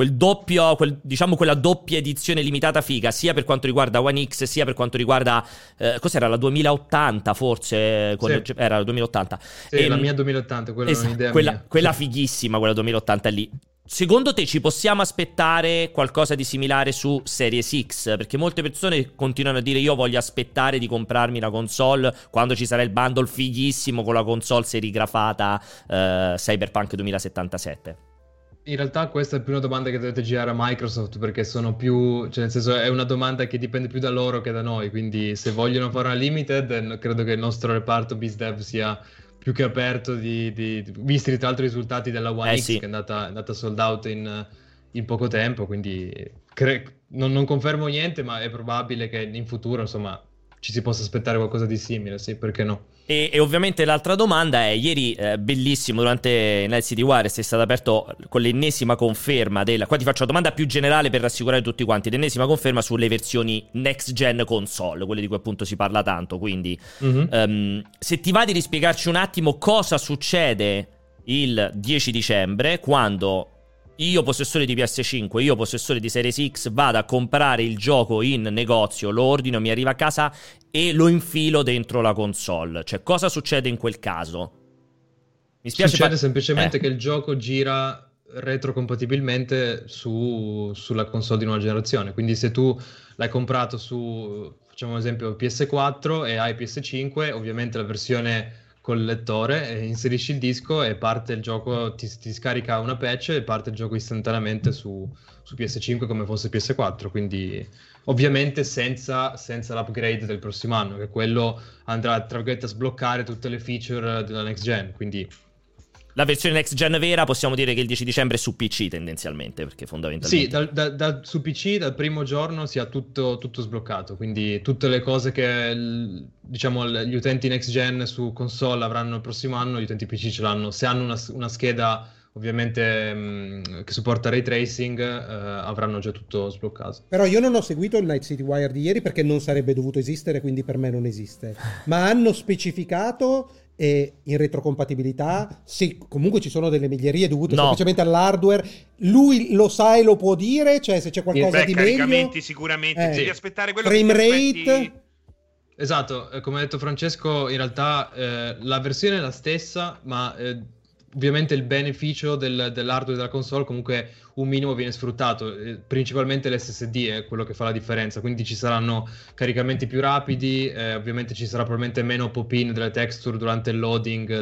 Speaker 1: doppia edizione limitata figa, sia per quanto riguarda One X, sia per quanto riguarda cos'era, la 2080 forse?
Speaker 15: Sì.
Speaker 1: Era la 2080.
Speaker 15: Sì, la mia 2080, quella è un'idea mia.
Speaker 1: Quella fighissima, quella 2080 lì. Secondo te ci possiamo aspettare qualcosa di similare su Series X? Perché molte persone continuano a dire: io voglio aspettare di comprarmi la console quando ci sarà il bundle fighissimo con la console serigrafata Cyberpunk 2077.
Speaker 15: In realtà questa è più una domanda che dovete girare a Microsoft, perché sono più, cioè nel senso è una domanda che dipende più da loro che da noi, quindi se vogliono fare una limited credo che il nostro reparto BizDev sia più che aperto visti tra l'altro i risultati della One X, che è andata sold out in poco tempo, quindi non confermo niente, ma è probabile che in futuro insomma ci si possa aspettare qualcosa di simile, sì, perché no?
Speaker 1: E ovviamente l'altra domanda è: ieri bellissimo, durante Night City Wires è stato aperto con l'ennesima conferma qua ti faccio la domanda più generale per rassicurare tutti quanti, l'ennesima conferma sulle versioni next gen console, quelle di cui appunto si parla tanto, quindi se ti va di rispiegarci un attimo cosa succede il 10 dicembre quando io possessore di PS5, io possessore di Series X, vado a comprare il gioco in negozio, lo ordino, mi arriva a casa e lo infilo dentro la console. Cioè, cosa succede in quel caso? Mi spiace,
Speaker 15: succede semplicemente che il gioco gira retrocompatibilmente sulla console di nuova generazione. Quindi se tu l'hai comprato su, facciamo un esempio, PS4 e hai PS5, ovviamente la versione col lettore, inserisci il disco e parte il gioco, ti scarica una patch e parte il gioco istantaneamente su PS5 come fosse PS4, quindi ovviamente senza l'upgrade del prossimo anno, che quello andrà tra virgolette a sbloccare tutte le feature della next gen, quindi
Speaker 1: la versione next gen vera possiamo dire che il 10 dicembre è su PC tendenzialmente, perché fondamentalmente
Speaker 15: sì, su PC dal primo giorno si ha tutto sbloccato, quindi tutte le cose che diciamo gli utenti next gen su console avranno il prossimo anno, gli utenti PC ce l'hanno. Se hanno una scheda ovviamente che supporta ray tracing, avranno già tutto sbloccato.
Speaker 3: Però io non ho seguito il Night City Wire di ieri perché non sarebbe dovuto esistere, quindi per me non esiste, ma hanno specificato in retrocompatibilità, se comunque ci sono delle miglierie dovute semplicemente all'hardware, lui lo sa e lo può dire, cioè se c'è qualcosa di meglio.
Speaker 2: Caricamenti sicuramente, devi aspettare quello
Speaker 3: frame
Speaker 2: che
Speaker 3: rate.
Speaker 15: Esatto, come ha detto Francesco, in realtà la versione è la stessa, ma ovviamente il beneficio dell'hardware della console comunque un minimo viene sfruttato, principalmente l'SSD è quello che fa la differenza, quindi ci saranno caricamenti più rapidi, ovviamente ci sarà probabilmente meno pop-in delle texture durante il loading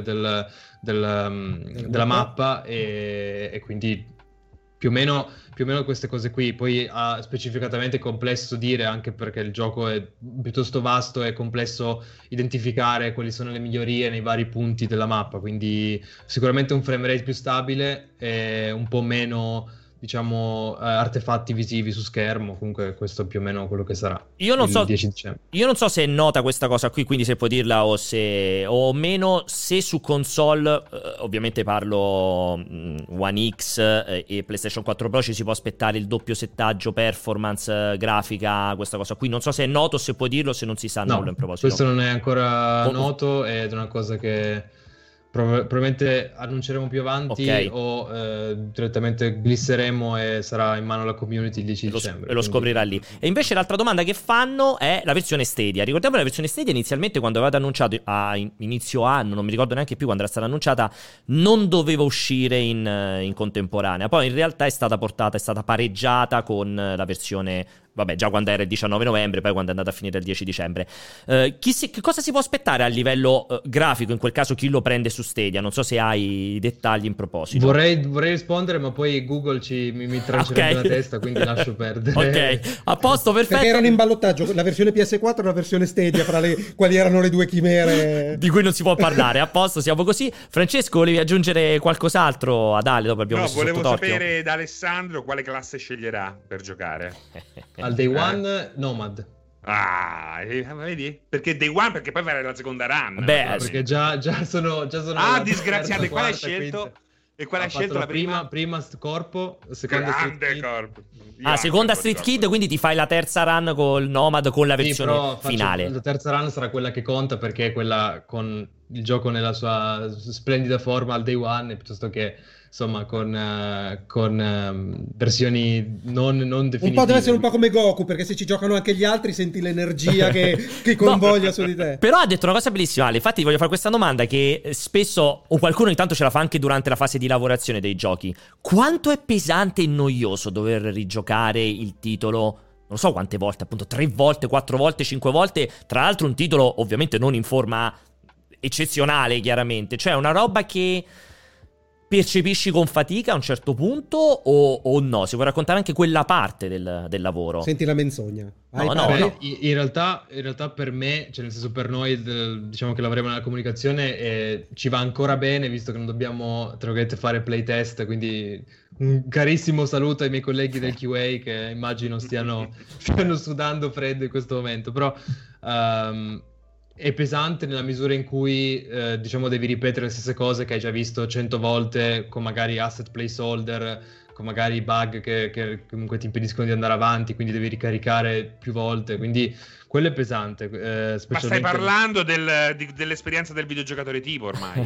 Speaker 15: della mappa e quindi più o meno queste cose qui. Poi specificatamente è complesso dire, anche perché il gioco è piuttosto vasto, è complesso identificare quali sono le migliorie nei vari punti della mappa, quindi sicuramente un frame rate più stabile e un po' meno, diciamo, artefatti visivi su schermo. Comunque questo è più o meno quello che sarà.
Speaker 1: Io non so
Speaker 15: 10 dicembre.
Speaker 1: Io non so se è nota questa cosa qui, quindi se puoi dirla o meno, se su console, ovviamente parlo One X e PlayStation 4 Pro, ci si può aspettare il doppio settaggio performance grafica, questa cosa qui. Non so se è noto, se puoi dirlo, se non si sa nulla in proposito.
Speaker 15: Questo non è ancora noto ed è una cosa che probabilmente annunceremo più avanti, o direttamente glisseremo e sarà in mano alla community il 10 dicembre.
Speaker 1: E lo scoprirà lì. E invece l'altra domanda che fanno è la versione Stadia. Ricordiamo la versione Stadia inizialmente, quando avevate annunciato a inizio anno, non mi ricordo neanche più quando era stata annunciata, non doveva uscire in contemporanea. Poi in realtà è stata pareggiata con la versione vabbè, già quando era il 19 novembre, poi quando è andato a finire il 10 dicembre. Che cosa si può aspettare a livello grafico, in quel caso chi lo prende su Stadia? Non so se hai dettagli in proposito.
Speaker 15: Vorrei rispondere, ma poi Google mi trancerebbe la testa, quindi lascio perdere.
Speaker 1: Ok, a posto, perfetto.
Speaker 3: Perché erano in ballottaggio la versione PS4 e la versione Stadia, fra le quali erano le due chimere
Speaker 1: di cui non si può parlare. A posto, siamo così. Francesco, volevi aggiungere qualcos'altro ad Ale? Dopo abbiamo messo
Speaker 2: volevo
Speaker 1: sotto
Speaker 2: sapere da Alessandro quale classe sceglierà per giocare.
Speaker 15: Al day one Nomad.
Speaker 2: Ah, vedi? Perché day one, perché poi verrà la seconda run.
Speaker 15: Beh, perché già sono
Speaker 2: disgraziato. E quale hai scelto?
Speaker 15: Quinta.
Speaker 2: E quale hai scelto la prima?
Speaker 15: Prima Corpo, seconda
Speaker 2: Grande Corpo.
Speaker 1: Seconda Street Kid, quindi ti fai la terza run col Nomad con la versione finale.
Speaker 15: La terza run sarà quella che conta, perché è quella con il gioco nella sua splendida forma al day one, piuttosto che insomma con versioni non definitive.
Speaker 3: Un po' deve essere un po' come Goku, perché se ci giocano anche gli altri senti l'energia che convoglia su di te.
Speaker 1: Però ha detto una cosa bellissima, Ale. Infatti voglio fare questa domanda che spesso, o qualcuno intanto ce la fa anche durante la fase di lavorazione dei giochi. Quanto è pesante e noioso dover rigiocare il titolo? Non so quante volte, appunto 3 volte, 4 volte, 5 volte. Tra l'altro un titolo ovviamente non in forma eccezionale, chiaramente. Cioè una roba che percepisci con fatica a un certo punto o no? Si può raccontare anche quella parte del lavoro?
Speaker 3: Senti la menzogna.
Speaker 15: No. In realtà per me, cioè nel senso per noi diciamo che lavoriamo nella comunicazione, ci va ancora bene, visto che non dobbiamo tra virgolette fare playtest, quindi un carissimo saluto ai miei colleghi del QA che immagino stiano sudando freddo in questo momento, però è pesante nella misura in cui diciamo devi ripetere le stesse cose che hai già visto 100 volte, con magari asset placeholder, con magari bug che comunque ti impediscono di andare avanti, quindi devi ricaricare più volte, quindi quello è pesante. Specialmente...
Speaker 2: Ma stai parlando dell'esperienza del videogiocatore tipo ormai,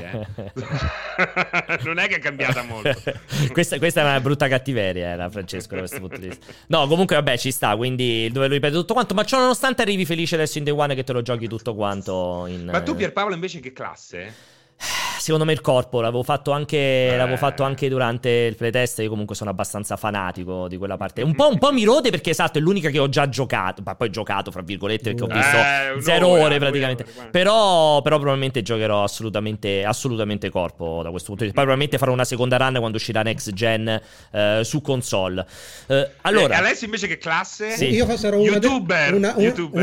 Speaker 2: non è che è cambiata molto.
Speaker 1: Questa è una brutta cattiveria, Francesco, da questo punto di vista. No, comunque vabbè, ci sta, quindi doverlo ripetere tutto quanto, ma ciò nonostante arrivi felice adesso in Day One che te lo giochi tutto quanto
Speaker 2: Ma tu Pierpaolo invece che classe?
Speaker 1: Secondo me il corpo l'avevo fatto anche durante il playtest. Io comunque sono abbastanza fanatico di quella parte. Un po' mi rode perché esatto è l'unica che ho già giocato, ma poi giocato fra virgolette perché ho visto 0 ore praticamente. Però probabilmente giocherò assolutamente corpo da questo punto di vista. Poi probabilmente farò una seconda run quando uscirà next gen su console. Allora
Speaker 2: Alessio invece che classe?
Speaker 3: Sì. Io sarò una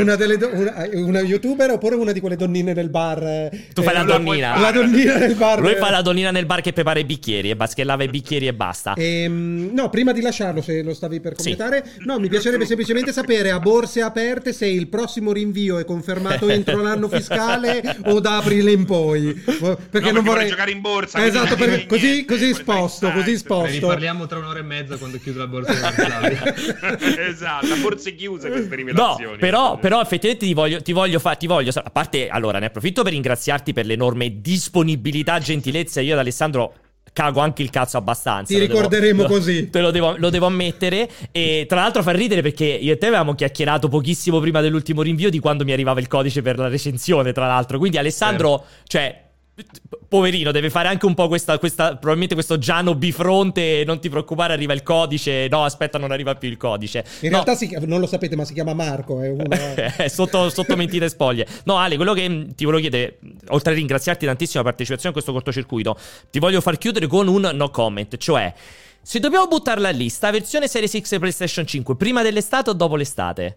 Speaker 3: youtuber oppure una di quelle donnine del bar.
Speaker 1: Tu fai la donnina.
Speaker 3: La donnina nel bar.
Speaker 1: Lui fa la donnina nel bar che prepara i bicchieri che lava i bicchieri e basta.
Speaker 3: No, prima di lasciarlo, se lo stavi per commentare, no, mi piacerebbe semplicemente sapere a borse aperte se il prossimo rinvio è confermato entro l'anno fiscale o da aprile in poi. Perché non vorrei
Speaker 2: giocare in borsa.
Speaker 3: Esatto, così sposto.
Speaker 15: Riparliamo tra un'ora e mezza quando chiudo la borsa fiscale.
Speaker 2: Esatto, la borsa è chiusa queste rivelazioni.
Speaker 1: No, però effettivamente ti voglio a parte, allora ne approfitto per ringraziarti per l'enorme disponibilità, gentilezza. Io ad Alessandro cago anche il cazzo abbastanza.
Speaker 3: Ti ricorderemo così.
Speaker 1: Lo devo ammettere. E tra l'altro fa ridere perché io e te avevamo chiacchierato pochissimo prima dell'ultimo rinvio di quando mi arrivava il codice per la recensione, tra l'altro. Quindi Alessandro, cioè poverino, deve fare anche un po' questa probabilmente questo Giano bifronte. Non ti preoccupare, arriva il codice. No, aspetta, non arriva più il codice.
Speaker 3: In realtà non lo sapete, ma si chiama Marco. È
Speaker 1: sotto mentite e spoglie. No, Ale, quello che ti volevo chiedere, oltre a ringraziarti tantissimo la partecipazione a questo cortocircuito, ti voglio far chiudere con un no comment. Cioè, se dobbiamo buttarla lì, sta versione Series X e PlayStation 5 prima dell'estate o dopo l'estate?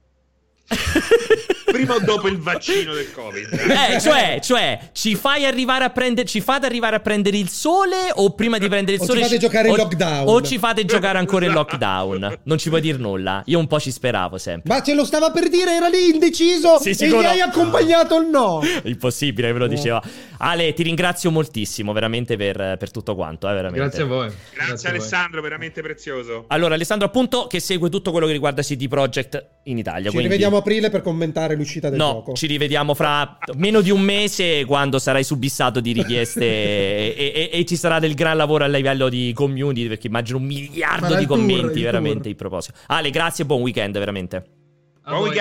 Speaker 2: Prima o dopo il vaccino del Covid?
Speaker 1: Cioè ci fate arrivare a prendere il sole o prima di prendere il sole
Speaker 3: ci fate giocare in lockdown?
Speaker 1: O ci fate giocare ancora in lockdown? Non ci puoi dire nulla. Io un po' ci speravo sempre.
Speaker 3: Ma ce lo stava per dire, era lì indeciso e gli hai accompagnato il no.
Speaker 1: Impossibile, ve lo diceva. Ale, ti ringrazio moltissimo veramente per tutto quanto, veramente.
Speaker 15: Grazie a voi.
Speaker 2: Grazie Alessandro, veramente prezioso.
Speaker 1: Allora Alessandro appunto che segue tutto quello che riguarda CD Projekt in Italia.
Speaker 3: Ci rivediamo a aprile per commentare l'uscita del gioco.
Speaker 1: No, ci rivediamo fra meno di un mese quando sarai subissato di richieste e ci sarà del gran lavoro a livello di community, perché immagino 1 miliardo di commenti veramente in proposito. Ale, grazie e buon weekend veramente.
Speaker 2: Buon weekend.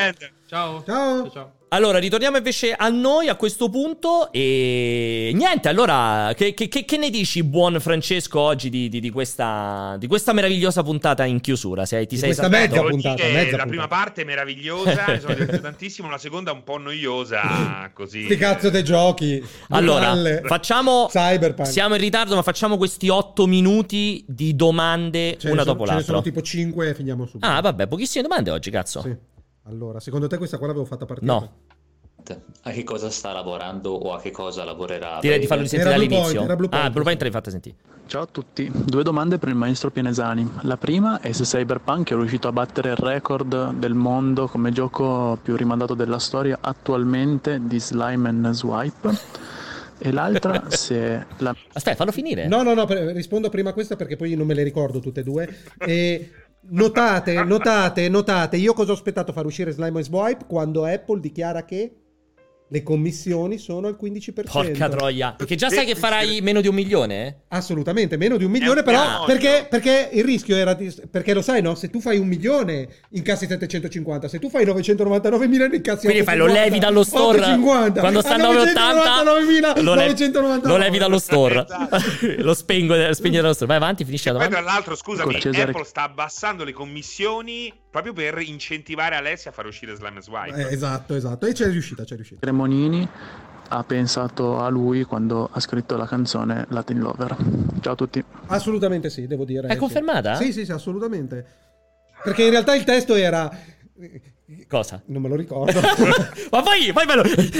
Speaker 15: Ciao.
Speaker 1: Allora, ritorniamo invece a noi a questo punto e niente, allora, che ne dici, buon Francesco, oggi di questa meravigliosa puntata in chiusura?
Speaker 3: Questa mezza puntata.
Speaker 2: La prima parte è meravigliosa, mi sono divertito tantissimo, la seconda un po' noiosa, così.
Speaker 3: Sti cazzo dei giochi.
Speaker 1: Allora, facciamo
Speaker 3: Cyberpunk.
Speaker 1: Siamo in ritardo, ma facciamo questi 8 minuti di domande una dopo l'altra.
Speaker 3: Ce ne sono tipo 5 e finiamo subito.
Speaker 1: Ah, vabbè, pochissime domande oggi, cazzo.
Speaker 3: Sì. Allora, secondo te questa qua l'avevo fatta partire?
Speaker 1: No.
Speaker 13: A che cosa sta lavorando o a che cosa lavorerà?
Speaker 1: Direi di farlo risentire dall'inizio.
Speaker 3: Blue Point.
Speaker 1: Blue Point l'hai fatta sentire.
Speaker 8: Ciao a tutti, 2 domande per il maestro Pianesani. La prima è se Cyberpunk è riuscito a battere il record del mondo come gioco più rimandato della storia attualmente di Slime and Swipe. E l'altra se la...
Speaker 1: Aspetta, fallo finire.
Speaker 3: No, rispondo prima a questa perché poi non me le ricordo tutte e due. E notate, io cosa ho aspettato far uscire Slime and Swipe quando Apple dichiara che le commissioni sono al 15%.
Speaker 1: Porca troia. Perché già sai che farai meno di 1 milione?
Speaker 3: Assolutamente, meno di 1 milione, però perché il rischio era perché lo sai, no? Se tu fai 1 milione incassi 750, se tu fai 999.000 ne incassi 850.
Speaker 1: Quindi lo levi dallo store
Speaker 3: 850.
Speaker 1: Quando sta a 980
Speaker 3: 999.
Speaker 1: Lo levi dallo store. Lo spegni dallo store. Vai avanti, finisci la
Speaker 2: Poi
Speaker 1: domanda.
Speaker 2: tra l'altro, scusami, Apple sta abbassando le commissioni proprio per incentivare Alessia a far uscire Slime and Swipe.
Speaker 3: Esatto. E c'è riuscita.
Speaker 8: Cremonini ha pensato a lui quando ha scritto la canzone Latin Lover. Ciao a tutti.
Speaker 3: Assolutamente sì, devo dire.
Speaker 1: È confermata?
Speaker 3: Sì, assolutamente. Perché in realtà il testo era...
Speaker 1: Cosa?
Speaker 3: Non me lo ricordo.
Speaker 1: Ma poi bello.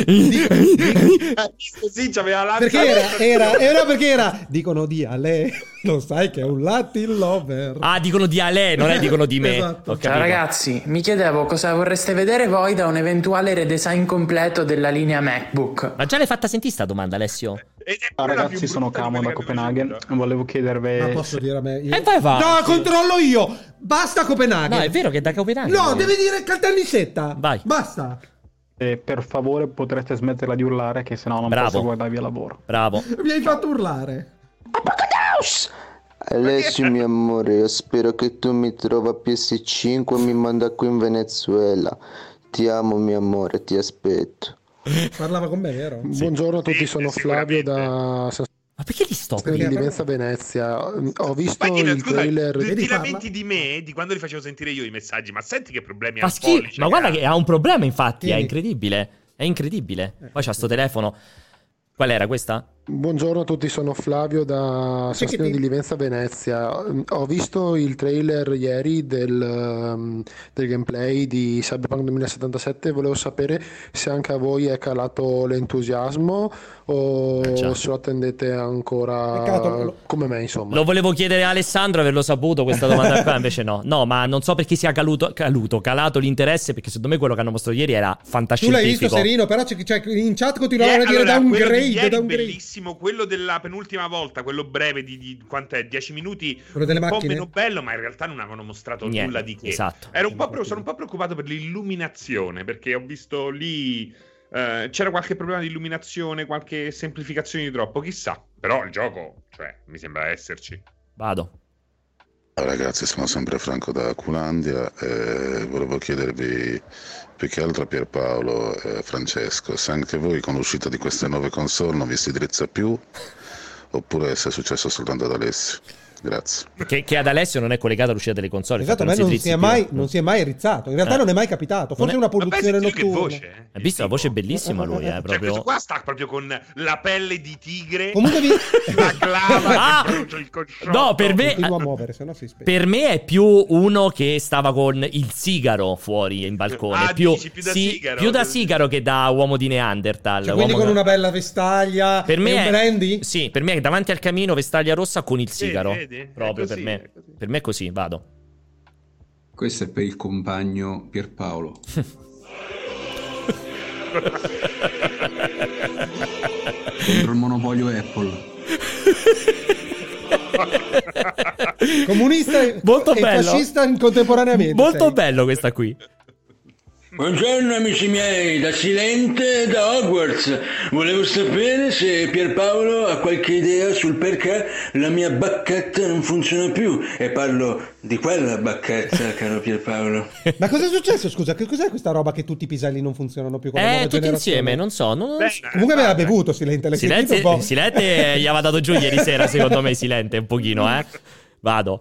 Speaker 2: Sì, c'aveva la...
Speaker 3: Perché era dicono di Ale, lo sai che è un Latin Lover.
Speaker 1: Ah, dicono di Ale, non è dicono di me.
Speaker 3: Esatto.
Speaker 14: Ciao ragazzi, mi chiedevo cosa vorreste vedere voi da un eventuale redesign completo della linea MacBook.
Speaker 1: Ma già l'hai fatta sentire sta domanda, Alessio?
Speaker 8: Ciao ragazzi, sono Camo da Copenaghen. Volevo chiedervi...
Speaker 3: Ma posso dire a me?
Speaker 1: vai.
Speaker 3: No, controllo io. Basta Copenaghen.
Speaker 1: No, è vero che è da Copenaghen.
Speaker 3: No, devi dire Caltanissetta.
Speaker 1: Vai.
Speaker 3: Basta.
Speaker 8: Per favore potreste smetterla di urlare che sennò non posso guardare via lavoro.
Speaker 1: Bravo.
Speaker 3: Mi hai fatto urlare.
Speaker 16: Alessio mio amore, io spero che tu mi trovi a PS5 e mi manda qui in Venezuela. Ti amo mio amore, ti aspetto.
Speaker 3: Parlava con me, vero?
Speaker 17: Buongiorno a tutti, sono Flavio da...
Speaker 1: Ma perché li sto?
Speaker 17: Di Livenza Venezia. Ho visto il trailer.
Speaker 2: Ti lamenti di me di quando li facevo sentire io i messaggi, ma senti che problemi
Speaker 1: ha. Ma guarda che ha un problema, infatti, è incredibile. Poi c'ha sto telefono. Qual era questa?
Speaker 17: Buongiorno a tutti, sono Flavio da Sassuolo di Livenza Venezia. Ho visto il trailer ieri del gameplay di Cyberpunk 2077. Volevo sapere se anche a voi è calato l'entusiasmo o se lo attendete ancora come me, insomma.
Speaker 1: Lo volevo chiedere a Alessandro, averlo saputo questa domanda qua, invece no, ma non so perché sia calato l'interesse, perché secondo me quello che hanno mostrato ieri era fantascientifico.
Speaker 3: Tu l'hai visto, Serino, però in chat continuavano a dire downgrade.
Speaker 2: Bellissimo, quello della penultima volta, quello breve di quant'è? 10 minuti,
Speaker 3: quello delle
Speaker 2: un
Speaker 3: macchine.
Speaker 2: po' meno bello, ma in realtà non avevano mostrato nulla di che.
Speaker 1: Esatto.
Speaker 2: Sono un po' preoccupato per l'illuminazione, perché ho visto lì c'era qualche problema di illuminazione, qualche semplificazione di troppo, chissà. Però il gioco, mi sembra esserci.
Speaker 1: Vado.
Speaker 10: Ragazzi, sono sempre Franco da Culandia e volevo chiedervi più che altro a Pierpaolo e Francesco se anche voi con l'uscita di queste nuove console non vi si drizza più oppure se è successo soltanto ad Alessio. Grazie.
Speaker 1: Che ad Alessio non è collegato all'uscita delle console.
Speaker 3: Esatto, a me non si è mai rizzato. In realtà non è mai capitato. Forse è una produzione notturna.
Speaker 1: Hai visto? La voce è bellissima lui, proprio.
Speaker 2: Questo qua sta proprio con la pelle di tigre.
Speaker 3: Comunque
Speaker 2: la clava il
Speaker 1: no, per me
Speaker 3: continua a muovere, se no si spegne.
Speaker 1: Per me è più uno che stava con il sigaro fuori in balcone. Più da sigaro che da uomo di Neanderthal.
Speaker 3: Quindi con una bella vestaglia.
Speaker 1: Per me
Speaker 3: un brandy?
Speaker 1: Sì, per me è davanti al camino, vestaglia rossa con il sigaro.
Speaker 2: Vedi?
Speaker 1: Proprio
Speaker 2: così,
Speaker 1: per me è così, vado.
Speaker 18: Questo è per il compagno Pierpaolo. Contro il monopolio Apple.
Speaker 3: Comunista
Speaker 1: molto
Speaker 3: e
Speaker 1: bello.
Speaker 3: Fascista contemporaneamente.
Speaker 1: Molto bello questa qui.
Speaker 19: Buongiorno amici miei, da Silente e da Hogwarts. Volevo sapere se Pierpaolo ha qualche idea sul perché la mia bacchetta non funziona più. E parlo di quella bacchetta, caro Pierpaolo.
Speaker 3: Ma cosa è successo, scusa? Che cos'è questa roba che tutti i piselli non funzionano più con la nuova
Speaker 1: tutti
Speaker 3: generazione?
Speaker 1: insieme, non so.
Speaker 3: Comunque aveva bevuto Silente.
Speaker 1: Silente gli aveva dato giù ieri sera, secondo me, Silente, un pochino, Vado.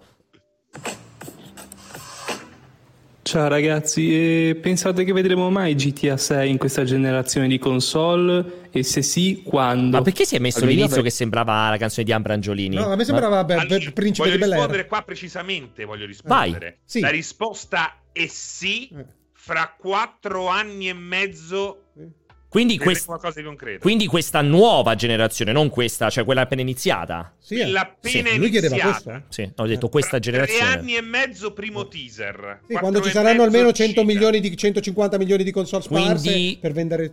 Speaker 20: Ciao ragazzi, pensate che vedremo mai GTA 6 in questa generazione di console? E se sì, quando?
Speaker 1: Ma perché si è messo all'inizio che sembrava la canzone di Ambrangiolini?
Speaker 3: No, a me sembrava Principe di Bel Air.
Speaker 2: Voglio rispondere qua precisamente, Vai.
Speaker 3: Sì.
Speaker 2: La risposta è sì, fra 4 anni e mezzo.
Speaker 1: Quindi,
Speaker 2: qualcosa di concreto.
Speaker 1: Quindi questa nuova generazione, non questa, cioè quella appena iniziata.
Speaker 2: Sì, l'appena
Speaker 3: lui chiedeva
Speaker 2: iniziata.
Speaker 3: questo.
Speaker 1: Sì, ho detto questa generazione.
Speaker 2: 3 anni e mezzo primo teaser.
Speaker 3: Sì, quando ci saranno almeno 100 milioni di 150 milioni di console sparse,
Speaker 1: quindi
Speaker 3: per vendere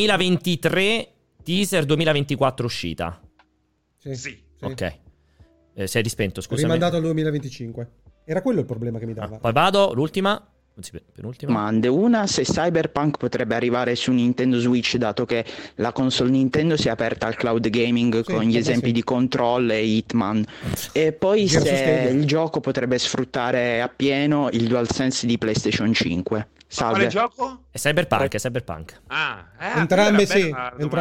Speaker 1: 2023 teaser, 2024 uscita.
Speaker 2: Sì.
Speaker 1: Ok. Sei rispento, scusa.
Speaker 3: Rimandato al 2025. Era quello il problema che mi dava.
Speaker 1: Poi vado, l'ultima. Penultima.
Speaker 21: Domande. Una, se Cyberpunk potrebbe arrivare su Nintendo Switch, dato che la console Nintendo si è aperta al cloud gaming con gli esempi di Control e Hitman. E poi se il gioco potrebbe sfruttare appieno il DualSense di PlayStation 5. Salve.
Speaker 2: Quale gioco?
Speaker 1: È Cyberpunk.
Speaker 3: Entrambe sì.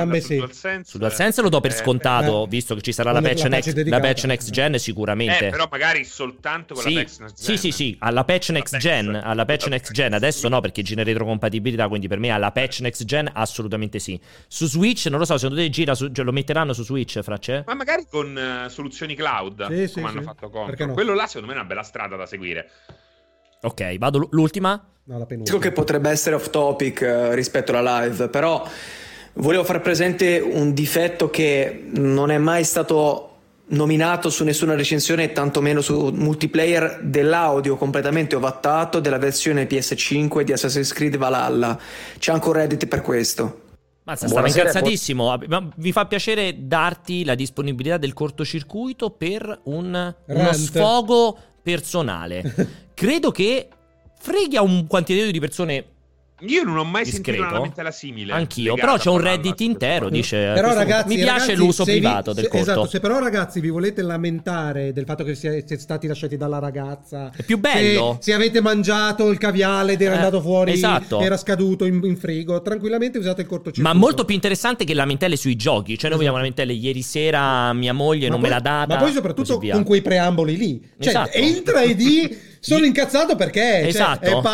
Speaker 1: Su DualSense lo do per scontato, visto che ci sarà la patch next gen sicuramente.
Speaker 2: Però magari soltanto con la patch next gen.
Speaker 1: Sì, alla patch next gen. Adesso no, perché gira retrocompatibilità, quindi per me alla patch next gen assolutamente sì. Su Switch non lo so, secondo te gira lo metteranno su Switch, Fracce?
Speaker 2: Ma magari come soluzioni cloud, come hanno fatto Control.
Speaker 3: No?
Speaker 2: Quello là secondo me è una bella strada da seguire.
Speaker 1: Ok, vado l'ultima.
Speaker 3: No, la penultima.
Speaker 22: Dico che potrebbe essere off topic rispetto alla live, però volevo far presente un difetto che non è mai stato nominato su nessuna recensione, tantomeno su multiplayer, dell'audio completamente ovattato della versione PS5 di Assassin's Creed Valhalla. C'è anche un Reddit per questo.
Speaker 1: Mazza, stava incazzatissimo. Ma vi fa piacere darti la disponibilità del cortocircuito per uno sfogo personale. Credo che freghi a un quantitativo di persone.
Speaker 2: Io non ho mai sentito una lamentela simile.
Speaker 1: Anch'io, però c'è un Reddit intero, dice.
Speaker 3: Però ragazzi,
Speaker 1: mi piace l'uso privato del corto.
Speaker 3: Esatto, se però ragazzi vi volete lamentare del fatto che siete stati lasciati dalla ragazza,
Speaker 1: è più bello.
Speaker 3: Se avete mangiato il caviale ed era andato fuori,
Speaker 1: esatto,
Speaker 3: era scaduto in frigo, tranquillamente usate il cortocircuito.
Speaker 1: Ma molto più interessante che lamentele sui giochi. Cioè noi vogliamo lamentele ieri sera mia moglie non me l'ha data.
Speaker 3: Ma poi soprattutto con quei preamboli lì. Cioè entra e di sono incazzato perché
Speaker 1: esatto,
Speaker 3: cioè,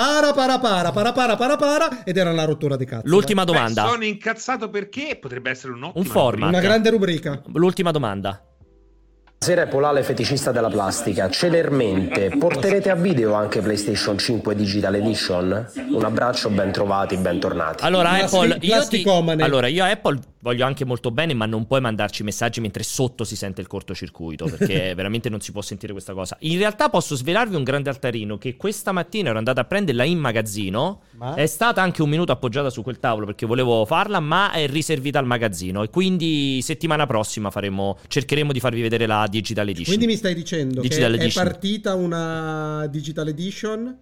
Speaker 3: para ed era una rottura di cazzo.
Speaker 1: L'ultima domanda.
Speaker 2: Sono incazzato perché potrebbe essere un
Speaker 1: format,
Speaker 3: una grande rubrica.
Speaker 1: L'ultima domanda.
Speaker 23: Buonasera, Polale feticista della plastica. Celermente, porterete a video anche PlayStation 5 Digital Edition? Un abbraccio, ben trovati, bentornati.
Speaker 1: Allora Apple, io a Apple voglio anche molto bene, ma non puoi mandarci messaggi mentre sotto si sente il cortocircuito, perché veramente non si può sentire questa cosa. In realtà posso svelarvi un grande altarino, che questa mattina ero andato a prenderla in magazzino, è stata anche un minuto appoggiata su quel tavolo perché volevo farla, ma è riservita al magazzino, e quindi settimana prossima cercheremo di farvi vedere la Digital Edition.
Speaker 3: Quindi mi stai dicendo che è partita una Digital Edition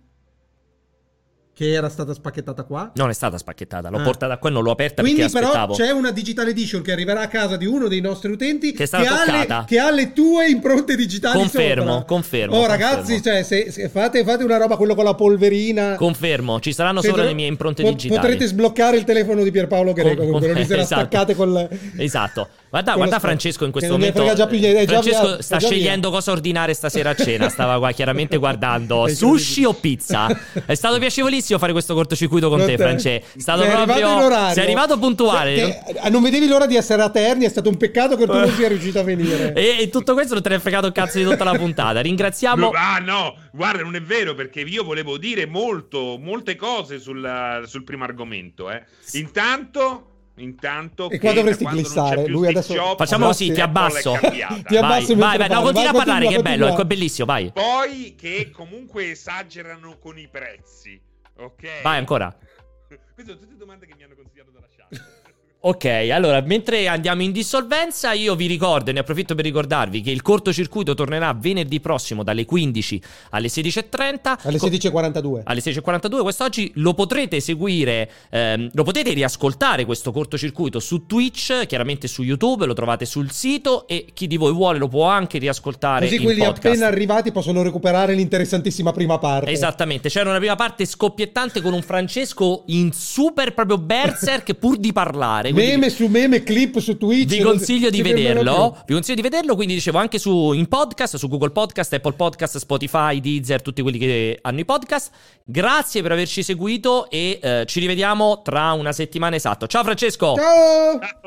Speaker 3: che era stata spacchettata qua?
Speaker 1: Non è stata spacchettata, l'ho portata qua e non l'ho aperta.
Speaker 3: Quindi
Speaker 1: perché aspettavo.
Speaker 3: Però c'è una Digital Edition che arriverà a casa di uno dei nostri utenti
Speaker 1: che ha
Speaker 3: le tue impronte digitali
Speaker 1: confermo.
Speaker 3: Ragazzi, cioè, se fate una roba, quello con la polverina.
Speaker 1: Confermo, ci saranno sopra le mie impronte digitali.
Speaker 3: Potrete sbloccare il telefono di Pierpaolo Greco con quello lì sarà staccate col.
Speaker 1: Esatto. Guarda Francesco in questo momento.
Speaker 3: Francesco
Speaker 1: sta scegliendo cosa ordinare stasera a cena. Stava qua chiaramente guardando sushi o pizza. È stato piacevolissimo fare questo cortocircuito con te, Francesco. È stato sei arrivato puntuale.
Speaker 3: Non vedevi l'ora di essere a Terni. È stato un peccato che tu non sia riuscito a venire.
Speaker 1: E tutto questo non te ne è fregato un cazzo di tutta la puntata. Ringraziamo.
Speaker 2: No, guarda, non è vero, perché io volevo dire molte cose sul primo argomento. Intanto
Speaker 3: e qua dovresti glissare. Lui adesso
Speaker 1: facciamo così, ti abbasso. Vai, no, continua a parlare, che è bello, è bellissimo, vai.
Speaker 2: Poi che comunque esagerano con i prezzi. Ok.
Speaker 1: Vai ancora.
Speaker 2: Queste sono tutte domande che mi hanno consigliato da lasciare.
Speaker 1: Ok, allora, mentre andiamo in dissolvenza, io vi ricordo e ne approfitto per ricordarvi che il cortocircuito tornerà venerdì prossimo dalle 15 alle 16.30.
Speaker 3: Alle 16.42.
Speaker 1: Alle 16.42 quest'oggi lo potrete seguire, lo potete riascoltare questo cortocircuito su Twitch, chiaramente su YouTube, lo trovate sul sito e chi di voi vuole lo può anche riascoltare
Speaker 3: così
Speaker 1: in
Speaker 3: quelli
Speaker 1: podcast.
Speaker 3: appena arrivati possono recuperare l'interessantissima prima parte.
Speaker 1: Esattamente, c'era una prima parte scoppiettante con un Francesco in super proprio berserk pur di parlare.
Speaker 3: Meme su meme, clip su Twitch.
Speaker 1: Vi consiglio di vederlo. Vi consiglio di vederlo. Quindi dicevo anche in podcast, su Google Podcast, Apple Podcast, Spotify, Deezer, tutti quelli che hanno i podcast. Grazie per averci seguito e ci rivediamo tra una settimana esatto. Ciao Francesco.
Speaker 3: Ciao.